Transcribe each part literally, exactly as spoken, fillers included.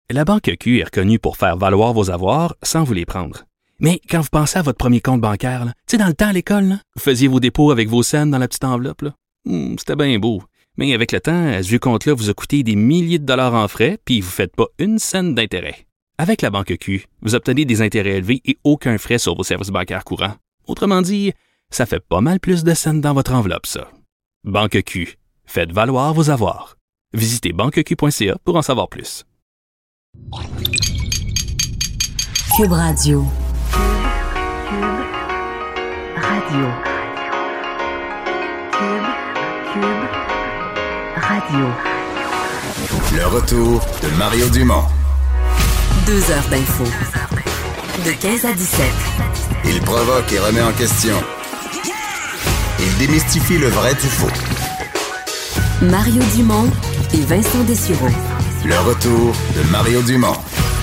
La Banque Q est reconnue pour faire valoir vos avoirs sans vous les prendre. Mais quand vous pensez à votre premier compte bancaire, tu sais, dans le temps à l'école, là, vous faisiez vos dépôts avec vos scènes dans la petite enveloppe. Là. Hum, c'était bien beau. Mais avec le temps, ce vieux compte-là vous a coûté des milliers de dollars en frais, puis vous ne faites pas une scène d'intérêt. Avec la Banque Q, vous obtenez des intérêts élevés et aucun frais sur vos services bancaires courants. Autrement dit, ça fait pas mal plus de scènes dans votre enveloppe, ça. Banque Q. Faites valoir vos avoirs. Visitez banque q point c a pour en savoir plus. Cube Radio. Cube Radio. Cube, Cube Radio. Le retour de Mario Dumont. Deux heures d'info. De quinze à dix-sept. Il provoque et remet en question. Il démystifie le vrai du faux. Mario Dumont et Vincent Dessureau. Le retour de Mario Dumont.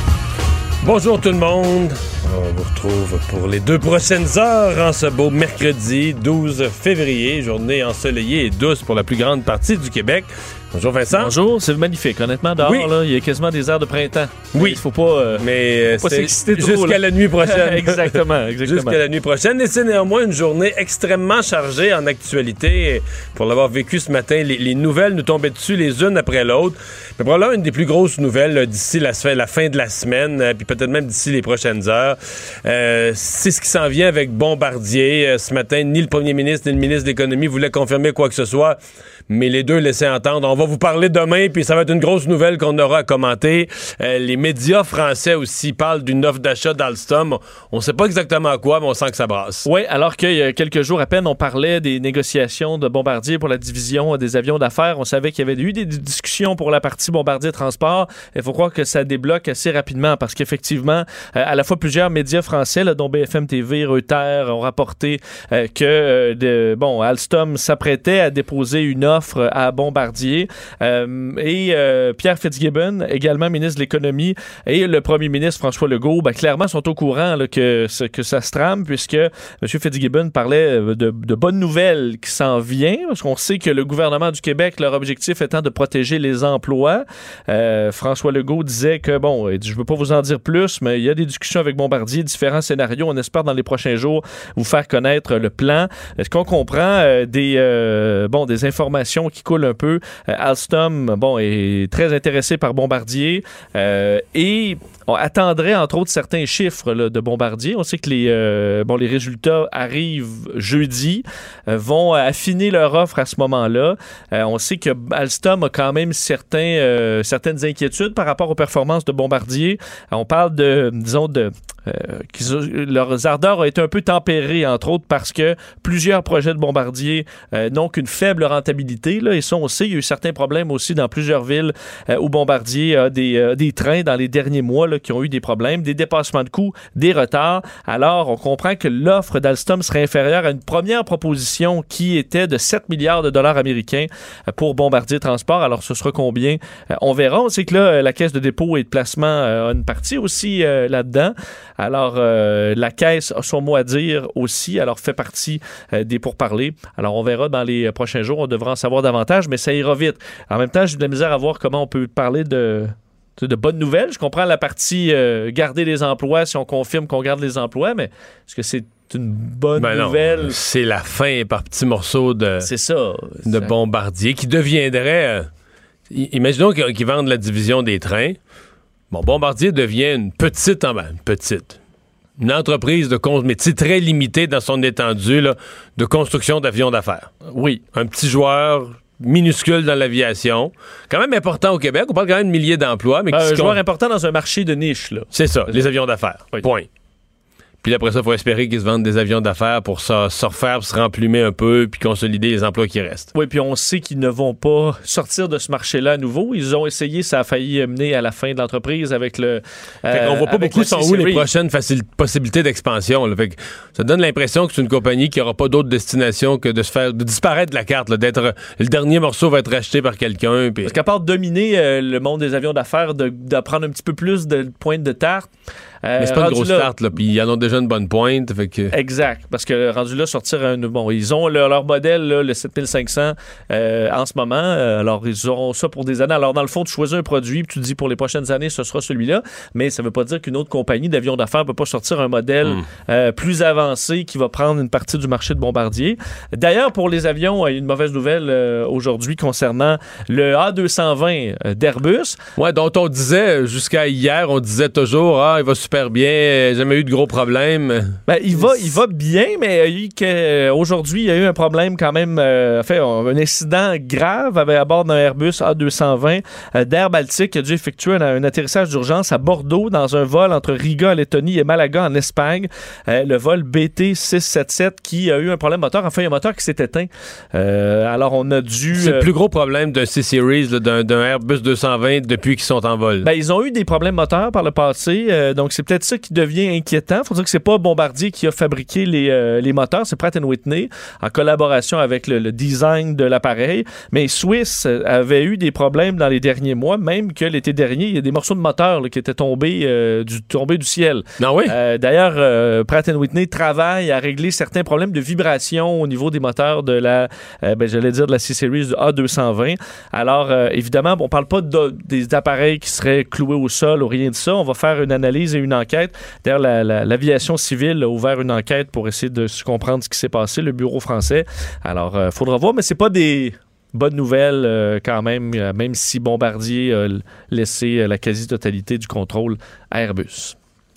Bonjour tout le monde. On vous retrouve pour les deux prochaines heures en ce beau mercredi douze février, journée ensoleillée et douce pour la plus grande partie du Québec. Bonjour Vincent. Bonjour, c'est magnifique. Honnêtement, dehors, oui. là, il y a quasiment des airs de printemps. Oui. Il faut pas, euh, mais faut pas s'exciter trop. Jusqu'à la nuit prochaine. exactement, exactement. Jusqu'à la nuit prochaine. Et c'est néanmoins une journée extrêmement chargée en actualité. Et pour l'avoir vécu ce matin, les, les nouvelles nous tombaient dessus les unes après l'autre. Mais probablement une des plus grosses nouvelles là, d'ici la, la fin de la semaine, euh, puis peut-être même d'ici les prochaines heures. Euh, c'est ce qui s'en vient avec Bombardier. Euh, ce matin, ni le premier ministre ni le ministre de l'Économie voulaient confirmer quoi que ce soit. Mais les deux laissaient entendre. On va vous parler demain, puis ça va être une grosse nouvelle qu'on aura à commenter. Euh, les médias français aussi parlent d'une offre d'achat d'Alstom. On ne sait pas exactement à quoi, mais on sent que ça brasse. Oui, alors qu'il y a quelques jours à peine, on parlait des négociations de Bombardier pour la division des avions d'affaires. On savait qu'il y avait eu des discussions pour la partie Bombardier Transport. Il faut croire que ça débloque assez rapidement parce qu'effectivement, euh, à la fois plusieurs médias français, là, dont B F M T V, Reuters, ont rapporté euh, que euh, de, bon, Alstom s'apprêtait à déposer une offre à Bombardier. Euh, et euh, Pierre Fitzgibbon, également ministre de l'Économie, et le premier ministre François Legault, ben, clairement sont au courant là, que, que ça se trame, puisque M. Fitzgibbon parlait de, de bonnes nouvelles qui s'en viennent, parce qu'on sait que le gouvernement du Québec, leur objectif étant de protéger les emplois. Euh, François Legault disait que, bon, je ne veux pas vous en dire plus, mais il y a des discussions avec Bombardier, différents scénarios. On espère dans les prochains jours vous faire connaître le plan. Est-ce qu'on comprend euh, des, euh, bon, des informations qui coule un peu. Euh, Alstom, bon, est très intéressé par Bombardier euh, et on attendrait entre autres certains chiffres là, de Bombardier. On sait que les, euh, bon, les résultats arrivent jeudi, euh, vont affiner leur offre à ce moment-là. Euh, on sait que Alstom a quand même certains, euh, certaines inquiétudes par rapport aux performances de Bombardier. Euh, on parle de, disons, de euh, qu'ils, leurs ardeurs ont été un peu tempérées, entre autres, parce que plusieurs projets de Bombardier euh, n'ont qu'une faible rentabilité. Là, et ça, on sait, il y a eu certains problèmes aussi dans plusieurs villes euh, où Bombardier a des, euh, des trains dans les derniers mois là, qui ont eu des problèmes, des dépassements de coûts, des retards. Alors, on comprend que l'offre d'Alstom serait inférieure à une première proposition qui était de sept milliards de dollars américains euh, pour Bombardier Transport. Alors, ce sera combien? Euh, on verra. On sait que là, la Caisse de dépôt et de placement euh, a une partie aussi euh, là-dedans. Alors, euh, la Caisse a son mot à dire aussi, alors fait partie euh, des pourparlers. Alors, on verra dans les prochains jours. On devra en savoir davantage, mais ça ira vite. En même temps, j'ai de la misère à voir comment on peut parler de, de bonnes nouvelles. Je comprends la partie euh, garder les emplois, si on confirme qu'on garde les emplois, mais est-ce que c'est une bonne ben nouvelle? Non, c'est la fin par petits morceaux de, c'est ça, de ça. Bombardier qui deviendrait... Euh, imaginons qu'ils, qu'ils vendent la division des trains. Bon, Bombardier devient une petite... En, ben, une petite... Une entreprise de con- mais très limitée dans son étendue là, de construction d'avions d'affaires. Oui. Un petit joueur minuscule dans l'aviation. Quand même important au Québec. On parle quand même de milliers d'emplois. Mais euh, qui un se joueur con- important dans un marché de niche. Là. C'est ça, les avions d'affaires. Oui. Point. Puis après ça, il faut espérer qu'ils se vendent des avions d'affaires pour ça, se refaire, se remplumer un peu, puis consolider les emplois qui restent. Oui, puis on sait qu'ils ne vont pas sortir de ce marché-là à nouveau. Ils ont essayé, ça a failli mener à la fin de l'entreprise avec le... Euh, fait qu'on voit pas beaucoup sont où les prochaines facil- possibilités d'expansion. Là. Fait que ça donne l'impression que c'est une compagnie qui n'aura pas d'autre destination que de se faire de disparaître de la carte, là, d'être le dernier morceau va être racheté par quelqu'un. Pis... Parce qu'à part de dominer euh, le monde des avions d'affaires, de, de prendre un petit peu plus de pointe de tarte. Euh, mais c'est pas une grosse là, tarte, là. Puis ils en ont déjà déjà une bonne pointe. Fait que... Exact, parce que rendu là, sortir un... Bon, ils ont le, leur modèle, là, le sept mille cinq cents, euh, en ce moment. Euh, alors, ils auront ça pour des années. Alors, dans le fond, tu choisis un produit, puis tu te dis pour les prochaines années, ce sera celui-là. Mais ça ne veut pas dire qu'une autre compagnie d'avions d'affaires ne peut pas sortir un modèle mm. euh, plus avancé qui va prendre une partie du marché de Bombardier. D'ailleurs, pour les avions, il y a une mauvaise nouvelle euh, aujourd'hui concernant le A deux cent vingt euh, d'Airbus. Ouais, dont on disait, jusqu'à hier, on disait toujours, ah, il va super bien, jamais eu de gros problèmes. Ben, il va, il va bien, mais il y a eu que, aujourd'hui, il y a eu un problème quand même, euh, en fait, un incident grave à bord d'un Airbus A deux cent vingt euh, d'Air Baltique qui a dû effectuer un, un atterrissage d'urgence à Bordeaux dans un vol entre Riga en Lettonie et Malaga en Espagne. Euh, le vol B T six cent soixante-dix qui a eu un problème moteur. Enfin, il y a un moteur qui s'est éteint. Euh, alors, on a dû... C'est euh, le plus gros problème d'un C-Series, là, d'un, d'un Airbus deux cent vingt depuis qu'ils sont en vol. Ben, ils ont eu des problèmes moteurs par le passé. Euh, donc, c'est peut-être ça qui devient inquiétant. Il faut dire que c'est pas Bombardier qui a fabriqué les, euh, les moteurs. C'est Pratt and Whitney en collaboration avec le, le design de l'appareil. Mais Swiss avait eu des problèmes dans les derniers mois, même que l'été dernier, il y a des morceaux de moteurs là, qui étaient tombés, euh, du, tombés du ciel. Non, oui. Euh, d'ailleurs, euh, Pratt and Whitney travaille à régler certains problèmes de vibration au niveau des moteurs de la, euh, ben, j'allais dire de la C-Series du A deux cent vingt. Alors, euh, évidemment, on ne parle pas de, des appareils qui seraient cloués au sol ou rien de ça. On va faire une analyse et une enquête. D'ailleurs, la, la, l'aviation civile a ouvert une enquête pour essayer de comprendre ce qui s'est passé, le bureau français. Alors, il euh, faudra voir, mais c'est pas des... Bonne nouvelle euh, quand même, euh, même si Bombardier a laissé euh, la quasi-totalité du contrôle à Airbus.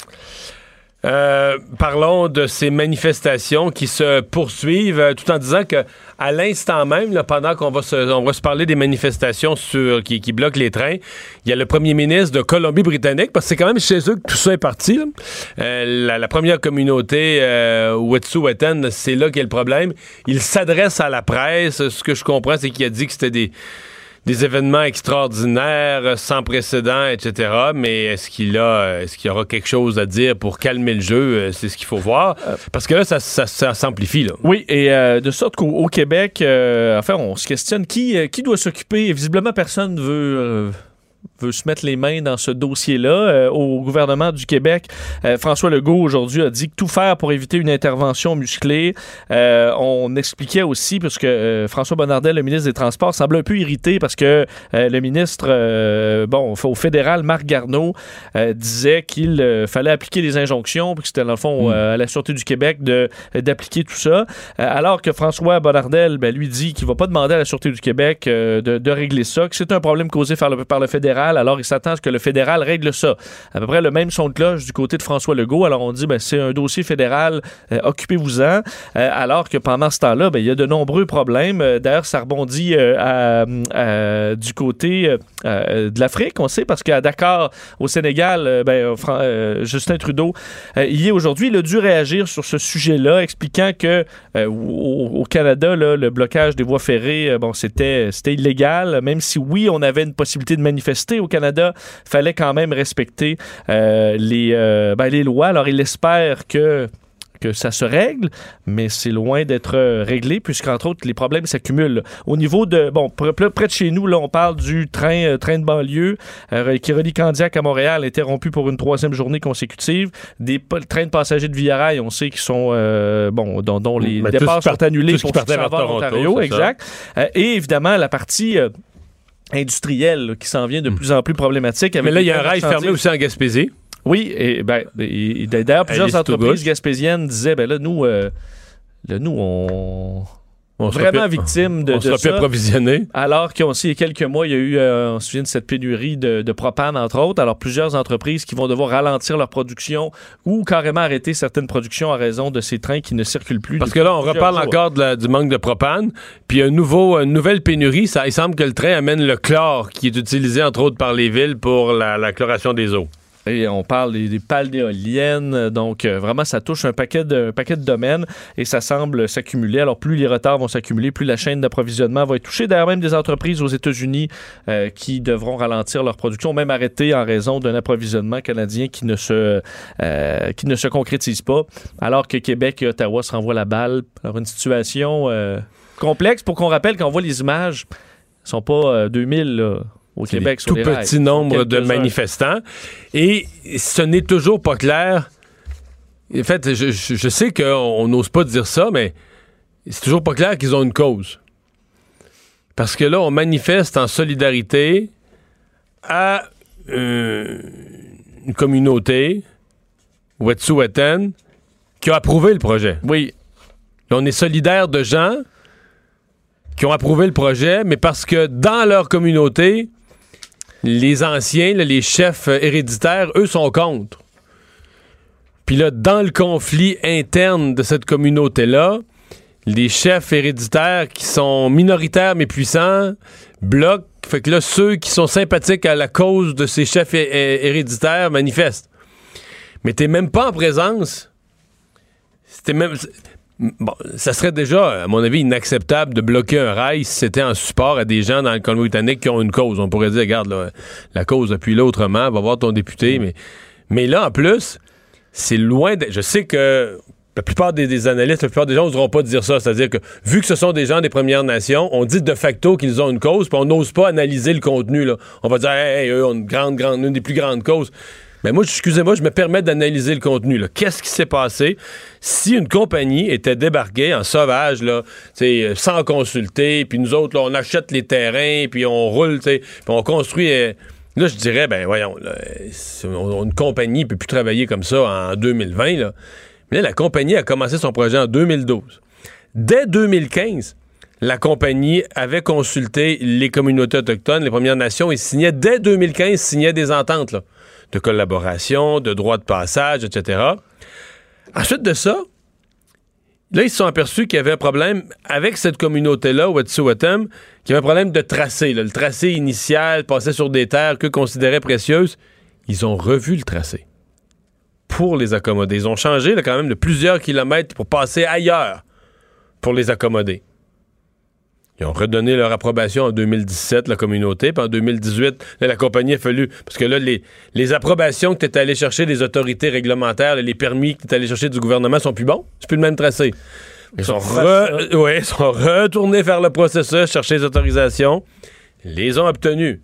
Euh, parlons de ces manifestations qui se poursuivent, euh, tout en disant que à l'instant même, là, pendant qu'on va se, on va se parler des manifestations sur, qui, qui bloquent les trains, il y a le premier ministre de Colombie-Britannique, parce que c'est quand même chez eux que tout ça est parti. Euh, la, la première communauté, euh, Wet'suwet'en, c'est là qu'il y a le problème. Il s'adresse à la presse. Ce que je comprends, c'est qu'il a dit que c'était des... des événements extraordinaires, sans précédent, et cetera. Mais est-ce qu'il a, est-ce qu'il y aura quelque chose à dire pour calmer le jeu? C'est ce qu'il faut voir. Parce que là, ça, ça, ça s'amplifie, là. Oui, et euh, de sorte qu'au au Québec, euh, enfin, on se questionne qui, euh, qui doit s'occuper. Visiblement, personne ne veut... Euh veut se mettre les mains dans ce dossier-là. Euh, au gouvernement du Québec, euh, François Legault, aujourd'hui, a dit que tout faire pour éviter une intervention musclée. Euh, on expliquait aussi, parce que euh, François Bonnardel, le ministre des Transports, semble un peu irrité parce que euh, le ministre, euh, bon, au fédéral, Marc Garneau, euh, disait qu'il euh, fallait appliquer les injonctions, puis que c'était, dans le fond, euh, à la Sûreté du Québec de, d'appliquer tout ça. Euh, alors que François Bonnardel, ben, lui, dit qu'il ne va pas demander à la Sûreté du Québec euh, de, de régler ça, que c'est un problème causé par le, par le fédéral. Alors, il s'attend à ce que le fédéral règle ça. À peu près le même son de cloche du côté de François Legault. Alors, on dit, ben, c'est un dossier fédéral, euh, occupez-vous-en. Euh, alors que pendant ce temps-là, ben, il y a de nombreux problèmes. Euh, d'ailleurs, ça rebondit euh, à, à, du côté euh, de l'Afrique, on sait, parce qu'à Dakar, au Sénégal, euh, ben, Fran- euh, Justin Trudeau, euh, il est aujourd'hui, il a dû réagir sur ce sujet-là, expliquant que euh, au, au Canada, là, le blocage des voies ferrées, euh, bon, c'était, c'était illégal, même si, oui, on avait une possibilité de manifester au Canada, il fallait quand même respecter euh, les, euh, ben, les lois. Alors, il espère que que ça se règle, mais c'est loin d'être réglé, puisqu'entre autres, les problèmes s'accumulent. Au niveau de... Bon, près, près de chez nous, là, on parle du train, euh, train de banlieue euh, qui relie Candiac à Montréal, interrompu pour une troisième journée consécutive. Des p- trains de passagers de Via Rail, on sait qu'ils sont... Euh, bon, dont, dont les Mais départs sont part, annulés pour ceux qui s'en vont en Ontario. Exact. Euh, et évidemment, la partie... Euh, industrielle là, qui s'en vient de plus en plus problématique. Mais là, il y a un rail fermé aussi en Gaspésie. Oui, et, ben, et, et d'ailleurs, plusieurs Alice entreprises Tougout. gaspésiennes disaient, ben là, nous, euh, là, nous on... On vraiment plus, victime de, on de sera ça. plus approvisionné. Alors qu'il y a quelques mois, il y a eu, euh, on se souvient de cette pénurie de, de propane, entre autres. Alors, plusieurs entreprises qui vont devoir ralentir leur production ou carrément arrêter certaines productions à raison de ces trains qui ne circulent plus. Parce que là, on reparle jours. encore de la, du manque de propane. Puis un nouveau, une nouvelle pénurie. Ça, il semble que le train amène le chlore qui est utilisé, entre autres, par les villes pour la, la chloration des eaux. Et on parle des, des pales d'éoliennes, donc euh, vraiment ça touche un paquet, de, un paquet de domaines et ça semble s'accumuler. Alors plus les retards vont s'accumuler, plus la chaîne d'approvisionnement va être touchée. D'ailleurs même des entreprises aux États-Unis euh, qui devront ralentir leur production, même arrêter en raison d'un approvisionnement canadien qui ne se, euh, qui ne se concrétise pas, alors que Québec et Ottawa se renvoient la balle. Alors une situation euh, complexe pour qu'on rappelle quand on voit les images, ils ne sont pas euh, deux mille là. Au C'est Québec, tout petit nombre de manifestants. Et ce n'est toujours pas clair En fait, je, je, je sais qu'on n'ose pas dire ça, mais c'est toujours pas clair qu'ils ont une cause. Parce que là, on manifeste en solidarité à euh, une communauté, Wet'suwet'en, qui a approuvé le projet. Oui. Là, on est solidaire de gens qui ont approuvé le projet, mais parce que dans leur communauté, les anciens, là, les chefs héréditaires, eux, sont contre. Puis là, dans le conflit interne de cette communauté-là, les chefs héréditaires qui sont minoritaires mais puissants bloquent. Fait que là, ceux qui sont sympathiques à la cause de ces chefs hé- hé- héréditaires manifestent. Mais t'es même pas en présence. C'était même... Bon, ça serait déjà, à mon avis, inacceptable de bloquer un rail si c'était en support à des gens dans le Colombie-Britannique qui ont une cause. On pourrait dire, regarde, là, la cause, appuie-la autrement, va voir ton député. Mais, mais là, en plus, c'est loin de... Je sais que la plupart des, des analystes, la plupart des gens n'oseront pas dire ça. C'est-à-dire que, vu que ce sont des gens des Premières Nations, on dit de facto qu'ils ont une cause, puis on n'ose pas analyser le contenu, là. On va dire, hey, hey, eux ont une grande, grande, une des plus grandes causes. Mais moi, excusez-moi, je me permets d'analyser le contenu, là. Qu'est-ce qui s'est passé si une compagnie était débarquée en sauvage, là, t'sais, sans consulter, puis nous autres, là, on achète les terrains, puis on roule, puis on construit... Euh, là, je dirais, ben voyons, là, on, une compagnie ne peut plus travailler comme ça en deux mille vingt, là. Mais là, la compagnie a commencé son projet en deux mille douze. Dès deux mille quinze, la compagnie avait consulté les communautés autochtones, les Premières Nations, et signait, dès deux mille quinze, signait des ententes, là, de collaboration, de droit de passage, et cetera. Ensuite de ça, là, ils se sont aperçus qu'il y avait un problème avec cette communauté-là, Wet'suwet'en, qu'il y avait un problème de tracé. Là. Le tracé initial passait sur des terres qu'eux considéraient précieuses. Ils ont revu le tracé pour les accommoder. Ils ont changé là, quand même de plusieurs kilomètres pour passer ailleurs pour les accommoder. Ils ont redonné leur approbation en deux mille dix-sept, la communauté, puis en deux mille dix-huit, là, la compagnie a fallu... Parce que là, les, les approbations que tu es allé chercher des autorités réglementaires, là, les permis que tu es allé chercher du gouvernement sont plus bons. C'est plus le même tracé. Ils sont, re... ouais, ils sont retournés faire le processus, chercher les autorisations. Ils les ont obtenues.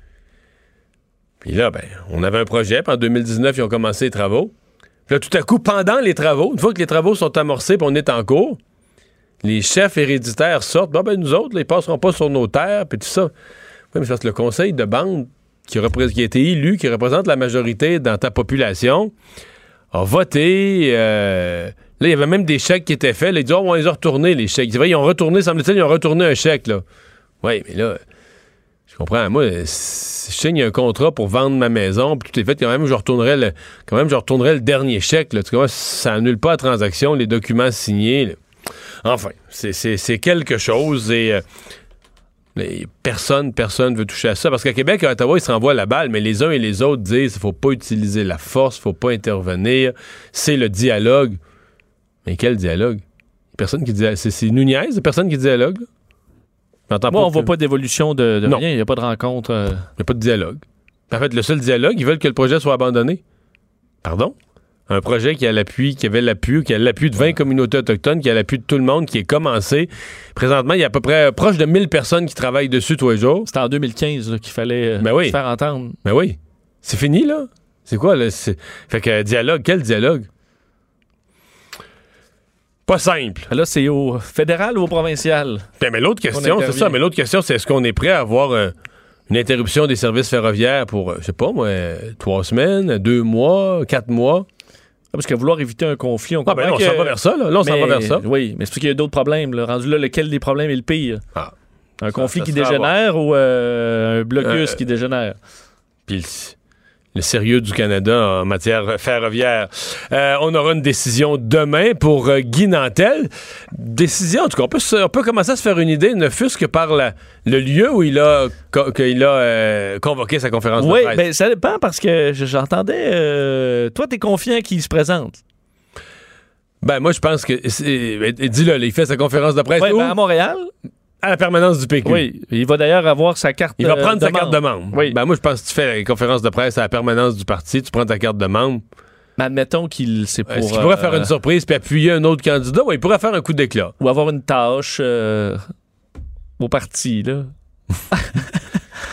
Puis là, ben, on avait un projet, puis en deux mille dix-neuf, ils ont commencé les travaux. Puis là, tout à coup, pendant les travaux, une fois que les travaux sont amorcés, puis on est en cours, les chefs héréditaires sortent. Ben, ben nous autres, là, ils passeront pas sur nos terres, puis tout ça. Oui, mais c'est parce que le conseil de bande qui, repré- qui a été élu, qui représente la majorité dans ta population, a voté. Euh, là, il y avait même des chèques qui étaient faits. Là, ils disaient, oh, on les a retournés, les chèques. Ils, disaient, ils ont retourné, semble-t-il, ils ont retourné un chèque, là. Oui, mais là, je comprends. Moi, si je signe un contrat pour vendre ma maison, puis tout est fait, quand même, je retournerais le, quand même, je retournerais le dernier chèque, là. Tu vois, ça annule pas la transaction, les documents signés, là. Enfin, c'est, c'est, c'est quelque chose et euh, mais personne, personne veut toucher à ça. Parce qu'à Québec et à Ottawa, ils se renvoient la balle, mais les uns et les autres disent qu'il ne faut pas utiliser la force, il ne faut pas intervenir, c'est le dialogue. Mais quel dialogue? Personne qui dit... C'est, c'est Nunez, personne qui dialogue. Moi, on ne voit pas d'évolution de, de rien, il n'y a pas de rencontre. Il euh... n'y a pas de dialogue. En fait, le seul dialogue, ils veulent que le projet soit abandonné. Pardon? Un projet qui a l'appui, qui avait l'appui, qui a l'appui de vingt communautés autochtones, qui a l'appui de tout le monde, qui est commencé. Présentement, il y a à peu près proche de mille personnes qui travaillent dessus tous les jours. C'était en deux mille quinze là, qu'il fallait euh, ben oui. se faire entendre. Ben oui. C'est fini, là? C'est quoi, là? C'est... Fait que dialogue, quel dialogue? Pas simple. Là, c'est au fédéral ou au provincial? Ben, mais l'autre question, c'est ça. Mais l'autre question, c'est est-ce qu'on est prêt à avoir euh, une interruption des services ferroviaires pour, euh, je sais pas, moi, euh, trois semaines, deux mois, quatre mois? Parce que vouloir éviter un conflit, on ah ben là, on que... s'en va vers ça, là. Là, on mais, s'en va vers ça. Oui, mais c'est parce qu'il y a d'autres problèmes. Là. Rendu là, lequel des problèmes est le pire? Ah, un ça, conflit ça qui dégénère ou euh, un blocus euh, qui dégénère? Puis le, le sérieux du Canada en matière ferroviaire. Euh, on aura une décision demain pour euh, Guy Nantel. Décision, en tout cas, on peut, on peut commencer à se faire une idée, ne fût-ce que par la, le lieu où il a, co- qu'il a euh, convoqué sa conférence oui, de presse. Oui, bien ça dépend parce que j'entendais... Euh, toi, t'es confiant qu'il se présente? Ben, moi, je pense que... C'est, dis-le, il fait sa conférence de presse oui, où? Ben à Montréal. À la permanence du P Q. Oui, il va d'ailleurs avoir sa carte de membre. Il va prendre sa carte de membre. Oui. Ben moi, je pense que tu fais la conférence de presse à la permanence du parti, tu prends ta carte de membre. Mais admettons qu'il c'est pour... Est-ce qu'il pourrait euh, faire une surprise puis appuyer un autre candidat? Oui, il pourrait faire un coup d'éclat. Ou avoir une tâche euh, au parti, là.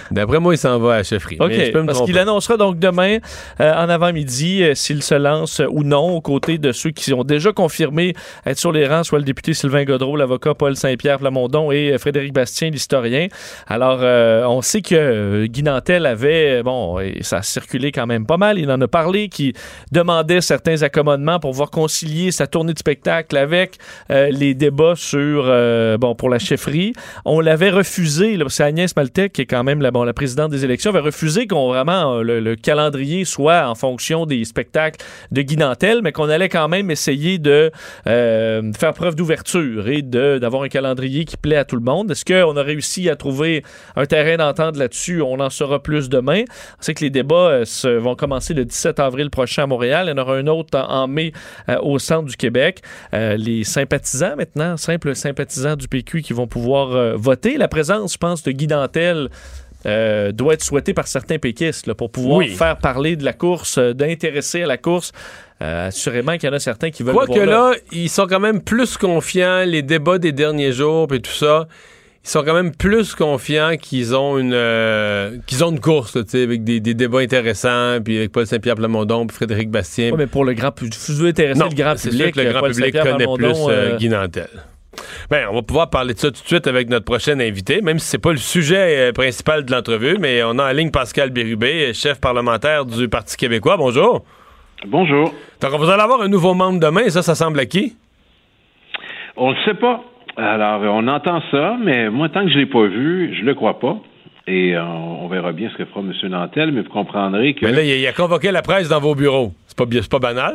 D'après moi, il s'en va à la chefferie. OK, mais je peux me parce tromper. qu'il annoncera donc demain, euh, en avant-midi, euh, s'il se lance euh, ou non, aux côtés de ceux qui ont déjà confirmé être sur les rangs, soit le député Sylvain Gaudreau, l'avocat Paul Saint-Pierre Plamondon et euh, Frédéric Bastien, l'historien. Alors, euh, on sait que euh, Guy Nantel avait, bon, et ça a circulé quand même pas mal, il en a parlé, qui demandait certains accommodements pour pouvoir concilier sa tournée de spectacle avec euh, les débats sur, euh, bon, pour la chefferie. On l'avait refusé, là, c'est Agnès Maltais, qui est quand même la, bon, la présidente des élections, avait refusé qu'on vraiment, euh, le, le calendrier soit en fonction des spectacles de Guy Nantel, mais qu'on allait quand même essayer de euh, faire preuve d'ouverture et de, d'avoir un calendrier qui plaît à tout le monde. Est-ce qu'on a réussi à trouver un terrain d'entente là-dessus? On en saura plus demain. On sait que les débats euh, se, vont commencer le dix-sept avril prochain à Montréal. Il y en aura un autre en, en mai euh, au centre du Québec. Euh, les sympathisants maintenant, simples sympathisants du P Q qui vont pouvoir euh, voter. La présence, je pense, de Guy Nantel euh, doit être souhaitée par certains péquistes là, pour pouvoir oui. faire parler de la course, euh, d'intéresser à la course. Euh, assurément qu'il y en a certains qui veulent Quoique voir là. là, ils sont quand même plus confiants, les débats des derniers jours et tout ça, ils sont quand même plus confiants qu'ils ont une euh, qu'ils ont une course, là, avec des, des débats intéressants, puis avec Paul Saint-Pierre Plamondon, puis Frédéric Bastien. Oui, mais pour le grand public, vous devez intéresser non, le grand c'est public. sûr que le grand Paul public Saint-Pierre connaît Plamondon, plus euh, euh... Guy Nantel. Bien, on va pouvoir parler de ça tout de suite avec notre prochain invité, même si c'est pas le sujet euh, principal de l'entrevue, mais on a en ligne Pascal Bérubé, chef parlementaire du Parti québécois. Bonjour. Bonjour. Donc, vous allez avoir un nouveau membre demain, et ça, ça semble à qui? On ne sait pas. Alors, on entend ça, mais moi, tant que je ne l'ai pas vu, je le crois pas. Et euh, on verra bien ce que fera M. Nantel, mais vous comprendrez que... Mais là, il a, il a convoqué la presse dans vos bureaux. C'est pas, c'est pas banal?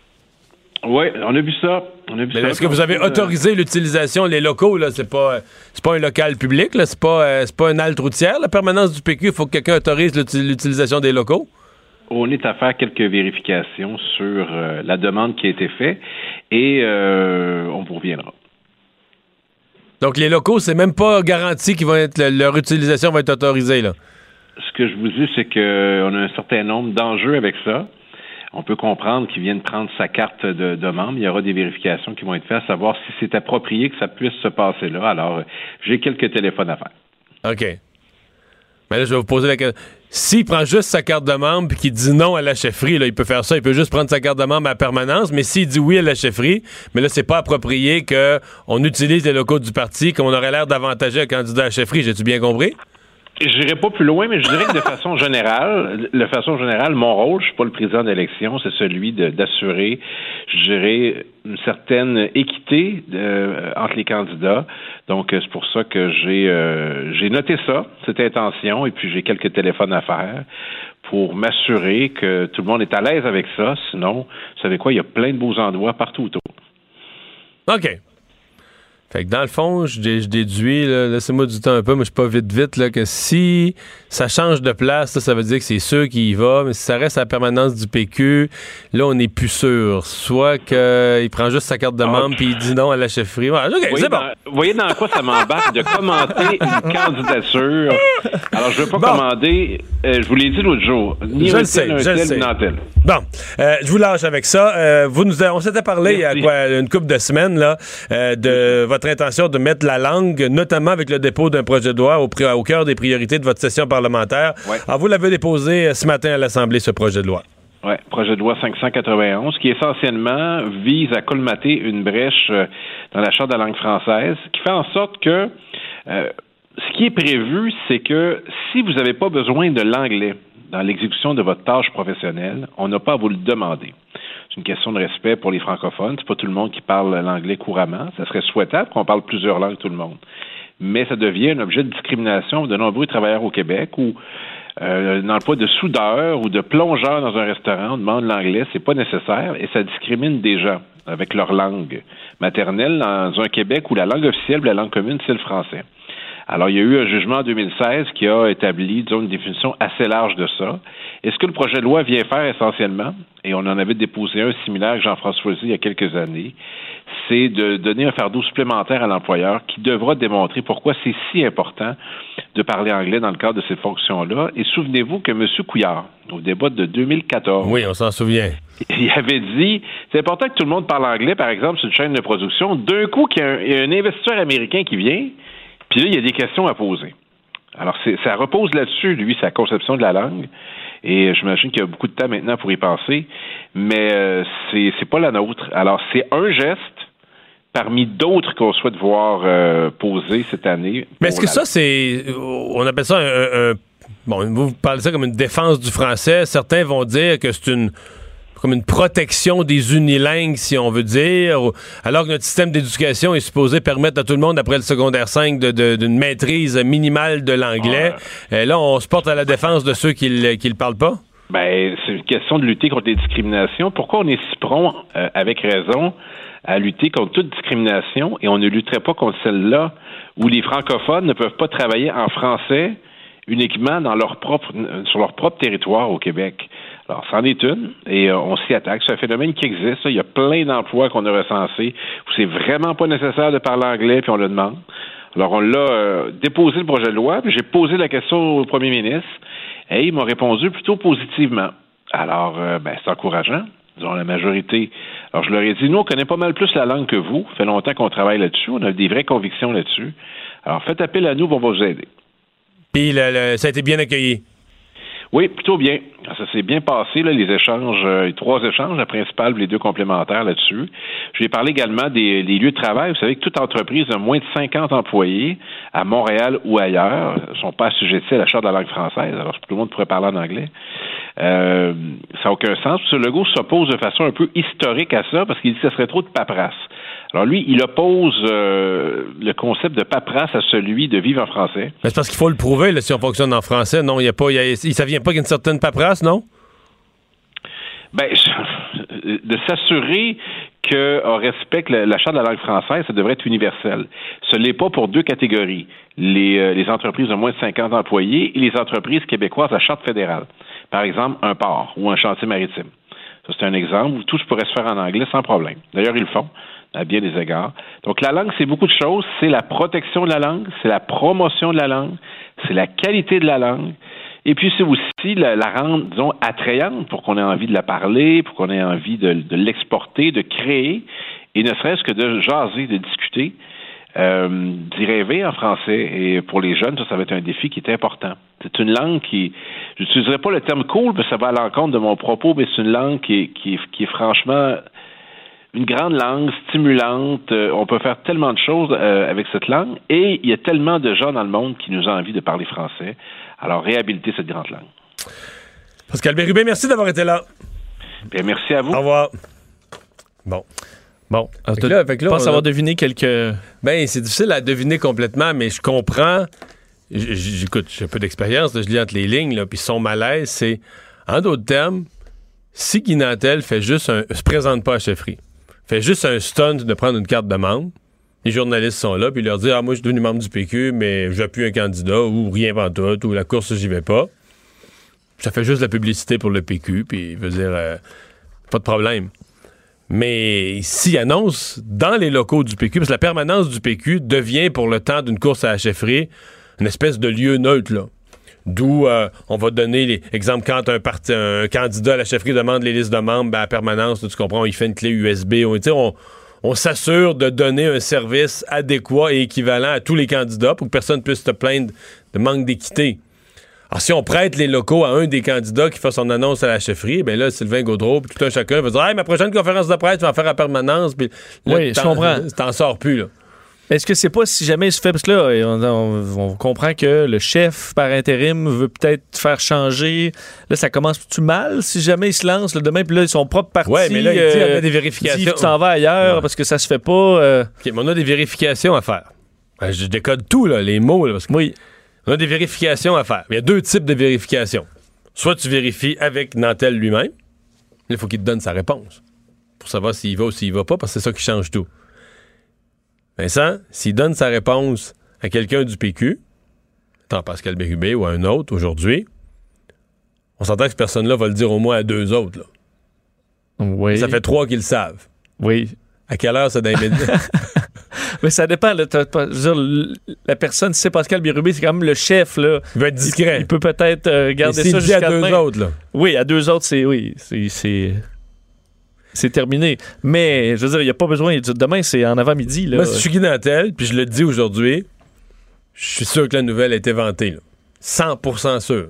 Oui, on a vu ça. On a vu mais ça. Est-ce que vous avez euh... autorisé l'utilisation, les locaux, là, c'est pas, c'est pas un local public, là, c'est pas, euh, c'est pas une halte routière, la permanence du P Q, il faut que quelqu'un autorise l'utilisation des locaux? On est à faire quelques vérifications sur euh, la demande qui a été faite et euh, on vous reviendra. Donc, les locaux, c'est même pas garanti qu'ils vont être, leur utilisation va être autorisée, là? Ce que je vous dis, c'est qu'on a un certain nombre d'enjeux avec ça. On peut comprendre qu'ils viennent prendre sa carte de, de membre. Il y aura des vérifications qui vont être faites à savoir si c'est approprié que ça puisse se passer là. Alors, j'ai quelques téléphones à faire. OK. Mais là, je vais vous poser la question. S'il prend juste sa carte de membre puis qu'il dit non à la chefferie, là, il peut faire ça. Il peut juste prendre sa carte de membre à permanence. Mais s'il dit oui à la chefferie, mais là, c'est pas approprié qu'on utilise les locaux du parti, qu'on aurait l'air d'avantager un candidat à la chefferie. J'ai-tu bien compris? Je n'irai pas plus loin, mais je dirais que de façon générale, de façon générale, mon rôle, je suis pas le président d'élection, c'est celui de, d'assurer, je dirais, une certaine équité de, entre les candidats. Donc, c'est pour ça que j'ai euh, j'ai noté ça, cette intention, et puis j'ai quelques téléphones à faire pour m'assurer que tout le monde est à l'aise avec ça. Sinon, vous savez quoi, il y a plein de beaux endroits partout autour. OK. Fait que dans le fond, je, dé, je déduis, là, laissez-moi du temps un peu, mais je suis pas vite vite, là, que si ça change de place, là, ça veut dire que c'est sûr qu'il y va, mais si ça reste à la permanence du P Q, là, on n'est plus sûr. Soit qu'il prend juste sa carte de membre puis il dit non à la chefferie. Ouais, OK, c'est bon. Dans, vous voyez dans quoi ça m'embarque de commenter une candidature. Alors, je veux pas bon. commander, euh, je vous l'ai dit l'autre jour, ni je un le sais, tel, un je tel, le sais. ni un tel. Bon, euh, je vous lâche avec ça. Euh, vous nous a, on s'était parlé Merci. il y a quoi, une couple de semaines là, euh, de votre intention de mettre la langue, notamment avec le dépôt d'un projet de loi au, au cœur des priorités de votre session parlementaire. Ouais. Alors, vous l'avez déposé ce matin à l'Assemblée, ce projet de loi. Oui, projet de loi cinq cent quatre-vingt-onze, qui essentiellement vise à colmater une brèche dans la Charte de la langue française, qui fait en sorte que euh, ce qui est prévu, c'est que si vous n'avez pas besoin de l'anglais dans l'exécution de votre tâche professionnelle, on n'a pas à vous le demander. C'est une question de respect pour les francophones. C'est pas tout le monde qui parle l'anglais couramment. Ça serait souhaitable qu'on parle plusieurs langues tout le monde. Mais ça devient un objet de discrimination de nombreux travailleurs au Québec où euh, un emploi de soudeur ou de plongeur dans un restaurant, on demande l'anglais, c'est pas nécessaire et ça discrimine des gens avec leur langue maternelle dans un Québec où la langue officielle, la langue commune, c'est le français. Alors, il y a eu un jugement en deux mille seize qui a établi, disons, une définition assez large de ça. Et ce que le projet de loi vient faire essentiellement, et on en avait déposé un similaire avec Jean-François Lisée il y a quelques années, c'est de donner un fardeau supplémentaire à l'employeur qui devra démontrer pourquoi c'est si important de parler anglais dans le cadre de ces fonctions-là. Et souvenez-vous que M. Couillard, au débat de deux mille quatorze... Oui, on s'en souvient. Il avait dit, c'est important que tout le monde parle anglais, par exemple, sur une chaîne de production. D'un coup, qu'il y a un, il y a un investisseur américain qui vient... Puis là, il y a des questions à poser. Alors, c'est, ça repose là-dessus, lui, sa conception de la langue. Et j'imagine qu'il y a beaucoup de temps maintenant pour y penser. Mais euh, c'est, c'est pas la nôtre. Alors, c'est un geste parmi d'autres qu'on souhaite voir euh, poser cette année. Mais est-ce que ça, c'est... On appelle ça un... un bon, vous parlez ça comme une défense du français. Certains vont dire que c'est une... comme une protection des unilingues, si on veut dire, alors que notre système d'éducation est supposé permettre à tout le monde, après le secondaire cinq, de, de, d'une maîtrise minimale de l'anglais. Ouais. Et là, on se porte à la défense de ceux qui ne le parlent pas? Ben, c'est une question de lutter contre les discriminations. Pourquoi on est si prompt, euh, avec raison, à lutter contre toute discrimination et on ne lutterait pas contre celle-là où les francophones ne peuvent pas travailler en français uniquement dans leur propre, sur leur propre territoire au Québec? Alors, c'en est une, et euh, on s'y attaque. C'est un phénomène qui existe. Là. Il y a plein d'emplois qu'on a recensés où c'est vraiment pas nécessaire de parler anglais, puis on le demande. Alors, on l'a euh, déposé le projet de loi, puis j'ai posé la question au premier ministre, et il m'a répondu plutôt positivement. Alors, euh, ben, c'est encourageant, disons, la majorité. Alors, je leur ai dit, nous, on connaît pas mal plus la langue que vous. Ça fait longtemps qu'on travaille là-dessus. On a des vraies convictions là-dessus. Alors, faites appel à nous, on va vous aider. Puis, le, le, ça a été bien accueilli? Oui, plutôt bien. Ça s'est bien passé, là, les échanges, euh, les trois échanges, la principale, les deux complémentaires là-dessus. Je lui ai parlé également des, des lieux de travail. Vous savez que toute entreprise de moins de cinquante employés à Montréal ou ailleurs ne sont pas assujettis à la charte de la langue française. Alors, tout le monde pourrait parler en anglais. Euh, ça n'a aucun sens. M. Legault s'oppose de façon un peu historique à ça parce qu'il dit que ce serait trop de paperasse. Alors lui, il oppose euh, le concept de paperasse à celui de vivre en français. Mais c'est parce qu'il faut le prouver là, si on fonctionne en français. Non, il y a pas, il y a, ça vient pas qu'une certaine paperasse, non? Ben, de s'assurer qu'on respecte la, la charte de la langue française, ça devrait être universel. Ce n'est pas pour deux catégories. Les, euh, les entreprises de moins de cinquante employés et les entreprises québécoises à charte fédérale. Par exemple, un port ou un chantier maritime. Ça, c'est un exemple où tout pourrait se faire en anglais sans problème. D'ailleurs, ils le font, à bien des égards. Donc, la langue, c'est beaucoup de choses. C'est la protection de la langue, c'est la promotion de la langue, c'est la qualité de la langue. Et puis, c'est aussi la, la rendre, disons, attrayante pour qu'on ait envie de la parler, pour qu'on ait envie de, de l'exporter, de créer, et ne serait-ce que de jaser, de discuter, euh, d'y rêver en français. Et pour les jeunes, ça, ça va être un défi qui est important. C'est une langue qui, je n'utiliserai pas le terme cool, parce que ça va à l'encontre de mon propos, mais c'est une langue qui est, qui est, qui est franchement une grande langue, stimulante. Euh, on peut faire tellement de choses euh, avec cette langue, et il y a tellement de gens dans le monde qui nous ont envie de parler français. Alors, réhabiliter cette grande langue. Pascal Bérubé, merci d'avoir été là. Bien, merci à vous. Au revoir. Bon. Bon. Fait que là, fait que là, je pense on avoir a... deviné quelques... Ben, c'est difficile à deviner complètement, mais je comprends. J'écoute, j'ai un peu d'expérience, là, je lis entre les lignes, là, puis son malaise, c'est, en d'autres termes, si Guy Nantel fait juste un... se présente pas à chefferie, fait juste un stunt de prendre une carte de membre, les journalistes sont là, puis il leur dit « Ah, moi, je suis devenu membre du P Q, mais j'appuie un candidat, ou rien pantoute, ou la course, j'y vais pas. » Ça fait juste la publicité pour le P Q, puis il veut dire euh, pas de problème. Mais s'il annonce dans les locaux du P Q, parce que la permanence du P Q devient, pour le temps d'une course à la chefferie, une espèce de lieu neutre, là. D'où euh, on va donner les exemples quand un, parti, un candidat à la chefferie demande les listes de membres, ben, à la permanence, là, tu comprends, il fait une clé U S B, on, on On s'assure de donner un service adéquat et équivalent à tous les candidats pour que personne puisse se plaindre de manque d'équité. Alors, si on prête les locaux à un des candidats qui fait son annonce à la chefferie, bien là, Sylvain Gaudreau, puis tout un chacun va dire « Hey, ma prochaine conférence de presse, tu vas en faire à permanence. » Puis là, oui, je comprends. T'en sors plus, là. Est-ce que c'est pas si jamais il se fait... Parce que là, on, on, on comprend que le chef par intérim veut peut-être faire changer. Là, ça commence-tu mal si jamais il se lance là, demain, puis là, son propre parti... Oui, mais là, il dit euh, on a des vérifications. Dit, tu t'en vas ailleurs ouais. parce que ça se fait pas... Euh... OK, mais on a des vérifications à faire. Ben, je décode tout, là, les mots, là, parce que oui. On a des vérifications à faire. Il y a deux types de vérifications. Soit tu vérifies avec Nantel lui-même. Il faut qu'il te donne sa réponse pour savoir s'il va ou s'il va pas, parce que c'est ça qui change tout. Vincent, s'il donne sa réponse à quelqu'un du P Q, tant Pascal Bérubé ou à un autre aujourd'hui, on s'entend que cette personne-là va le dire au moins à deux autres. Là. Oui. Ça fait trois qui le savent. Oui. À quelle heure ça dans les médias? Mais ça dépend. Là, t'as, t'as, je veux dire, la personne, si c'est Pascal Bérubé, c'est quand même le chef. Là. Il va être discret. Il, il peut peut-être euh, garder ça jusqu'à à deux demain. autres. Là. Oui, à deux autres, c'est... Oui, c'est... c'est... C'est terminé. Mais, je veux dire, il n'y a pas besoin... Demain, c'est en avant-midi. Là. Moi, si je suis Guy Nantel, puis je le dis aujourd'hui, je suis sûr que la nouvelle a été vantée. Là. cent pour cent sûr.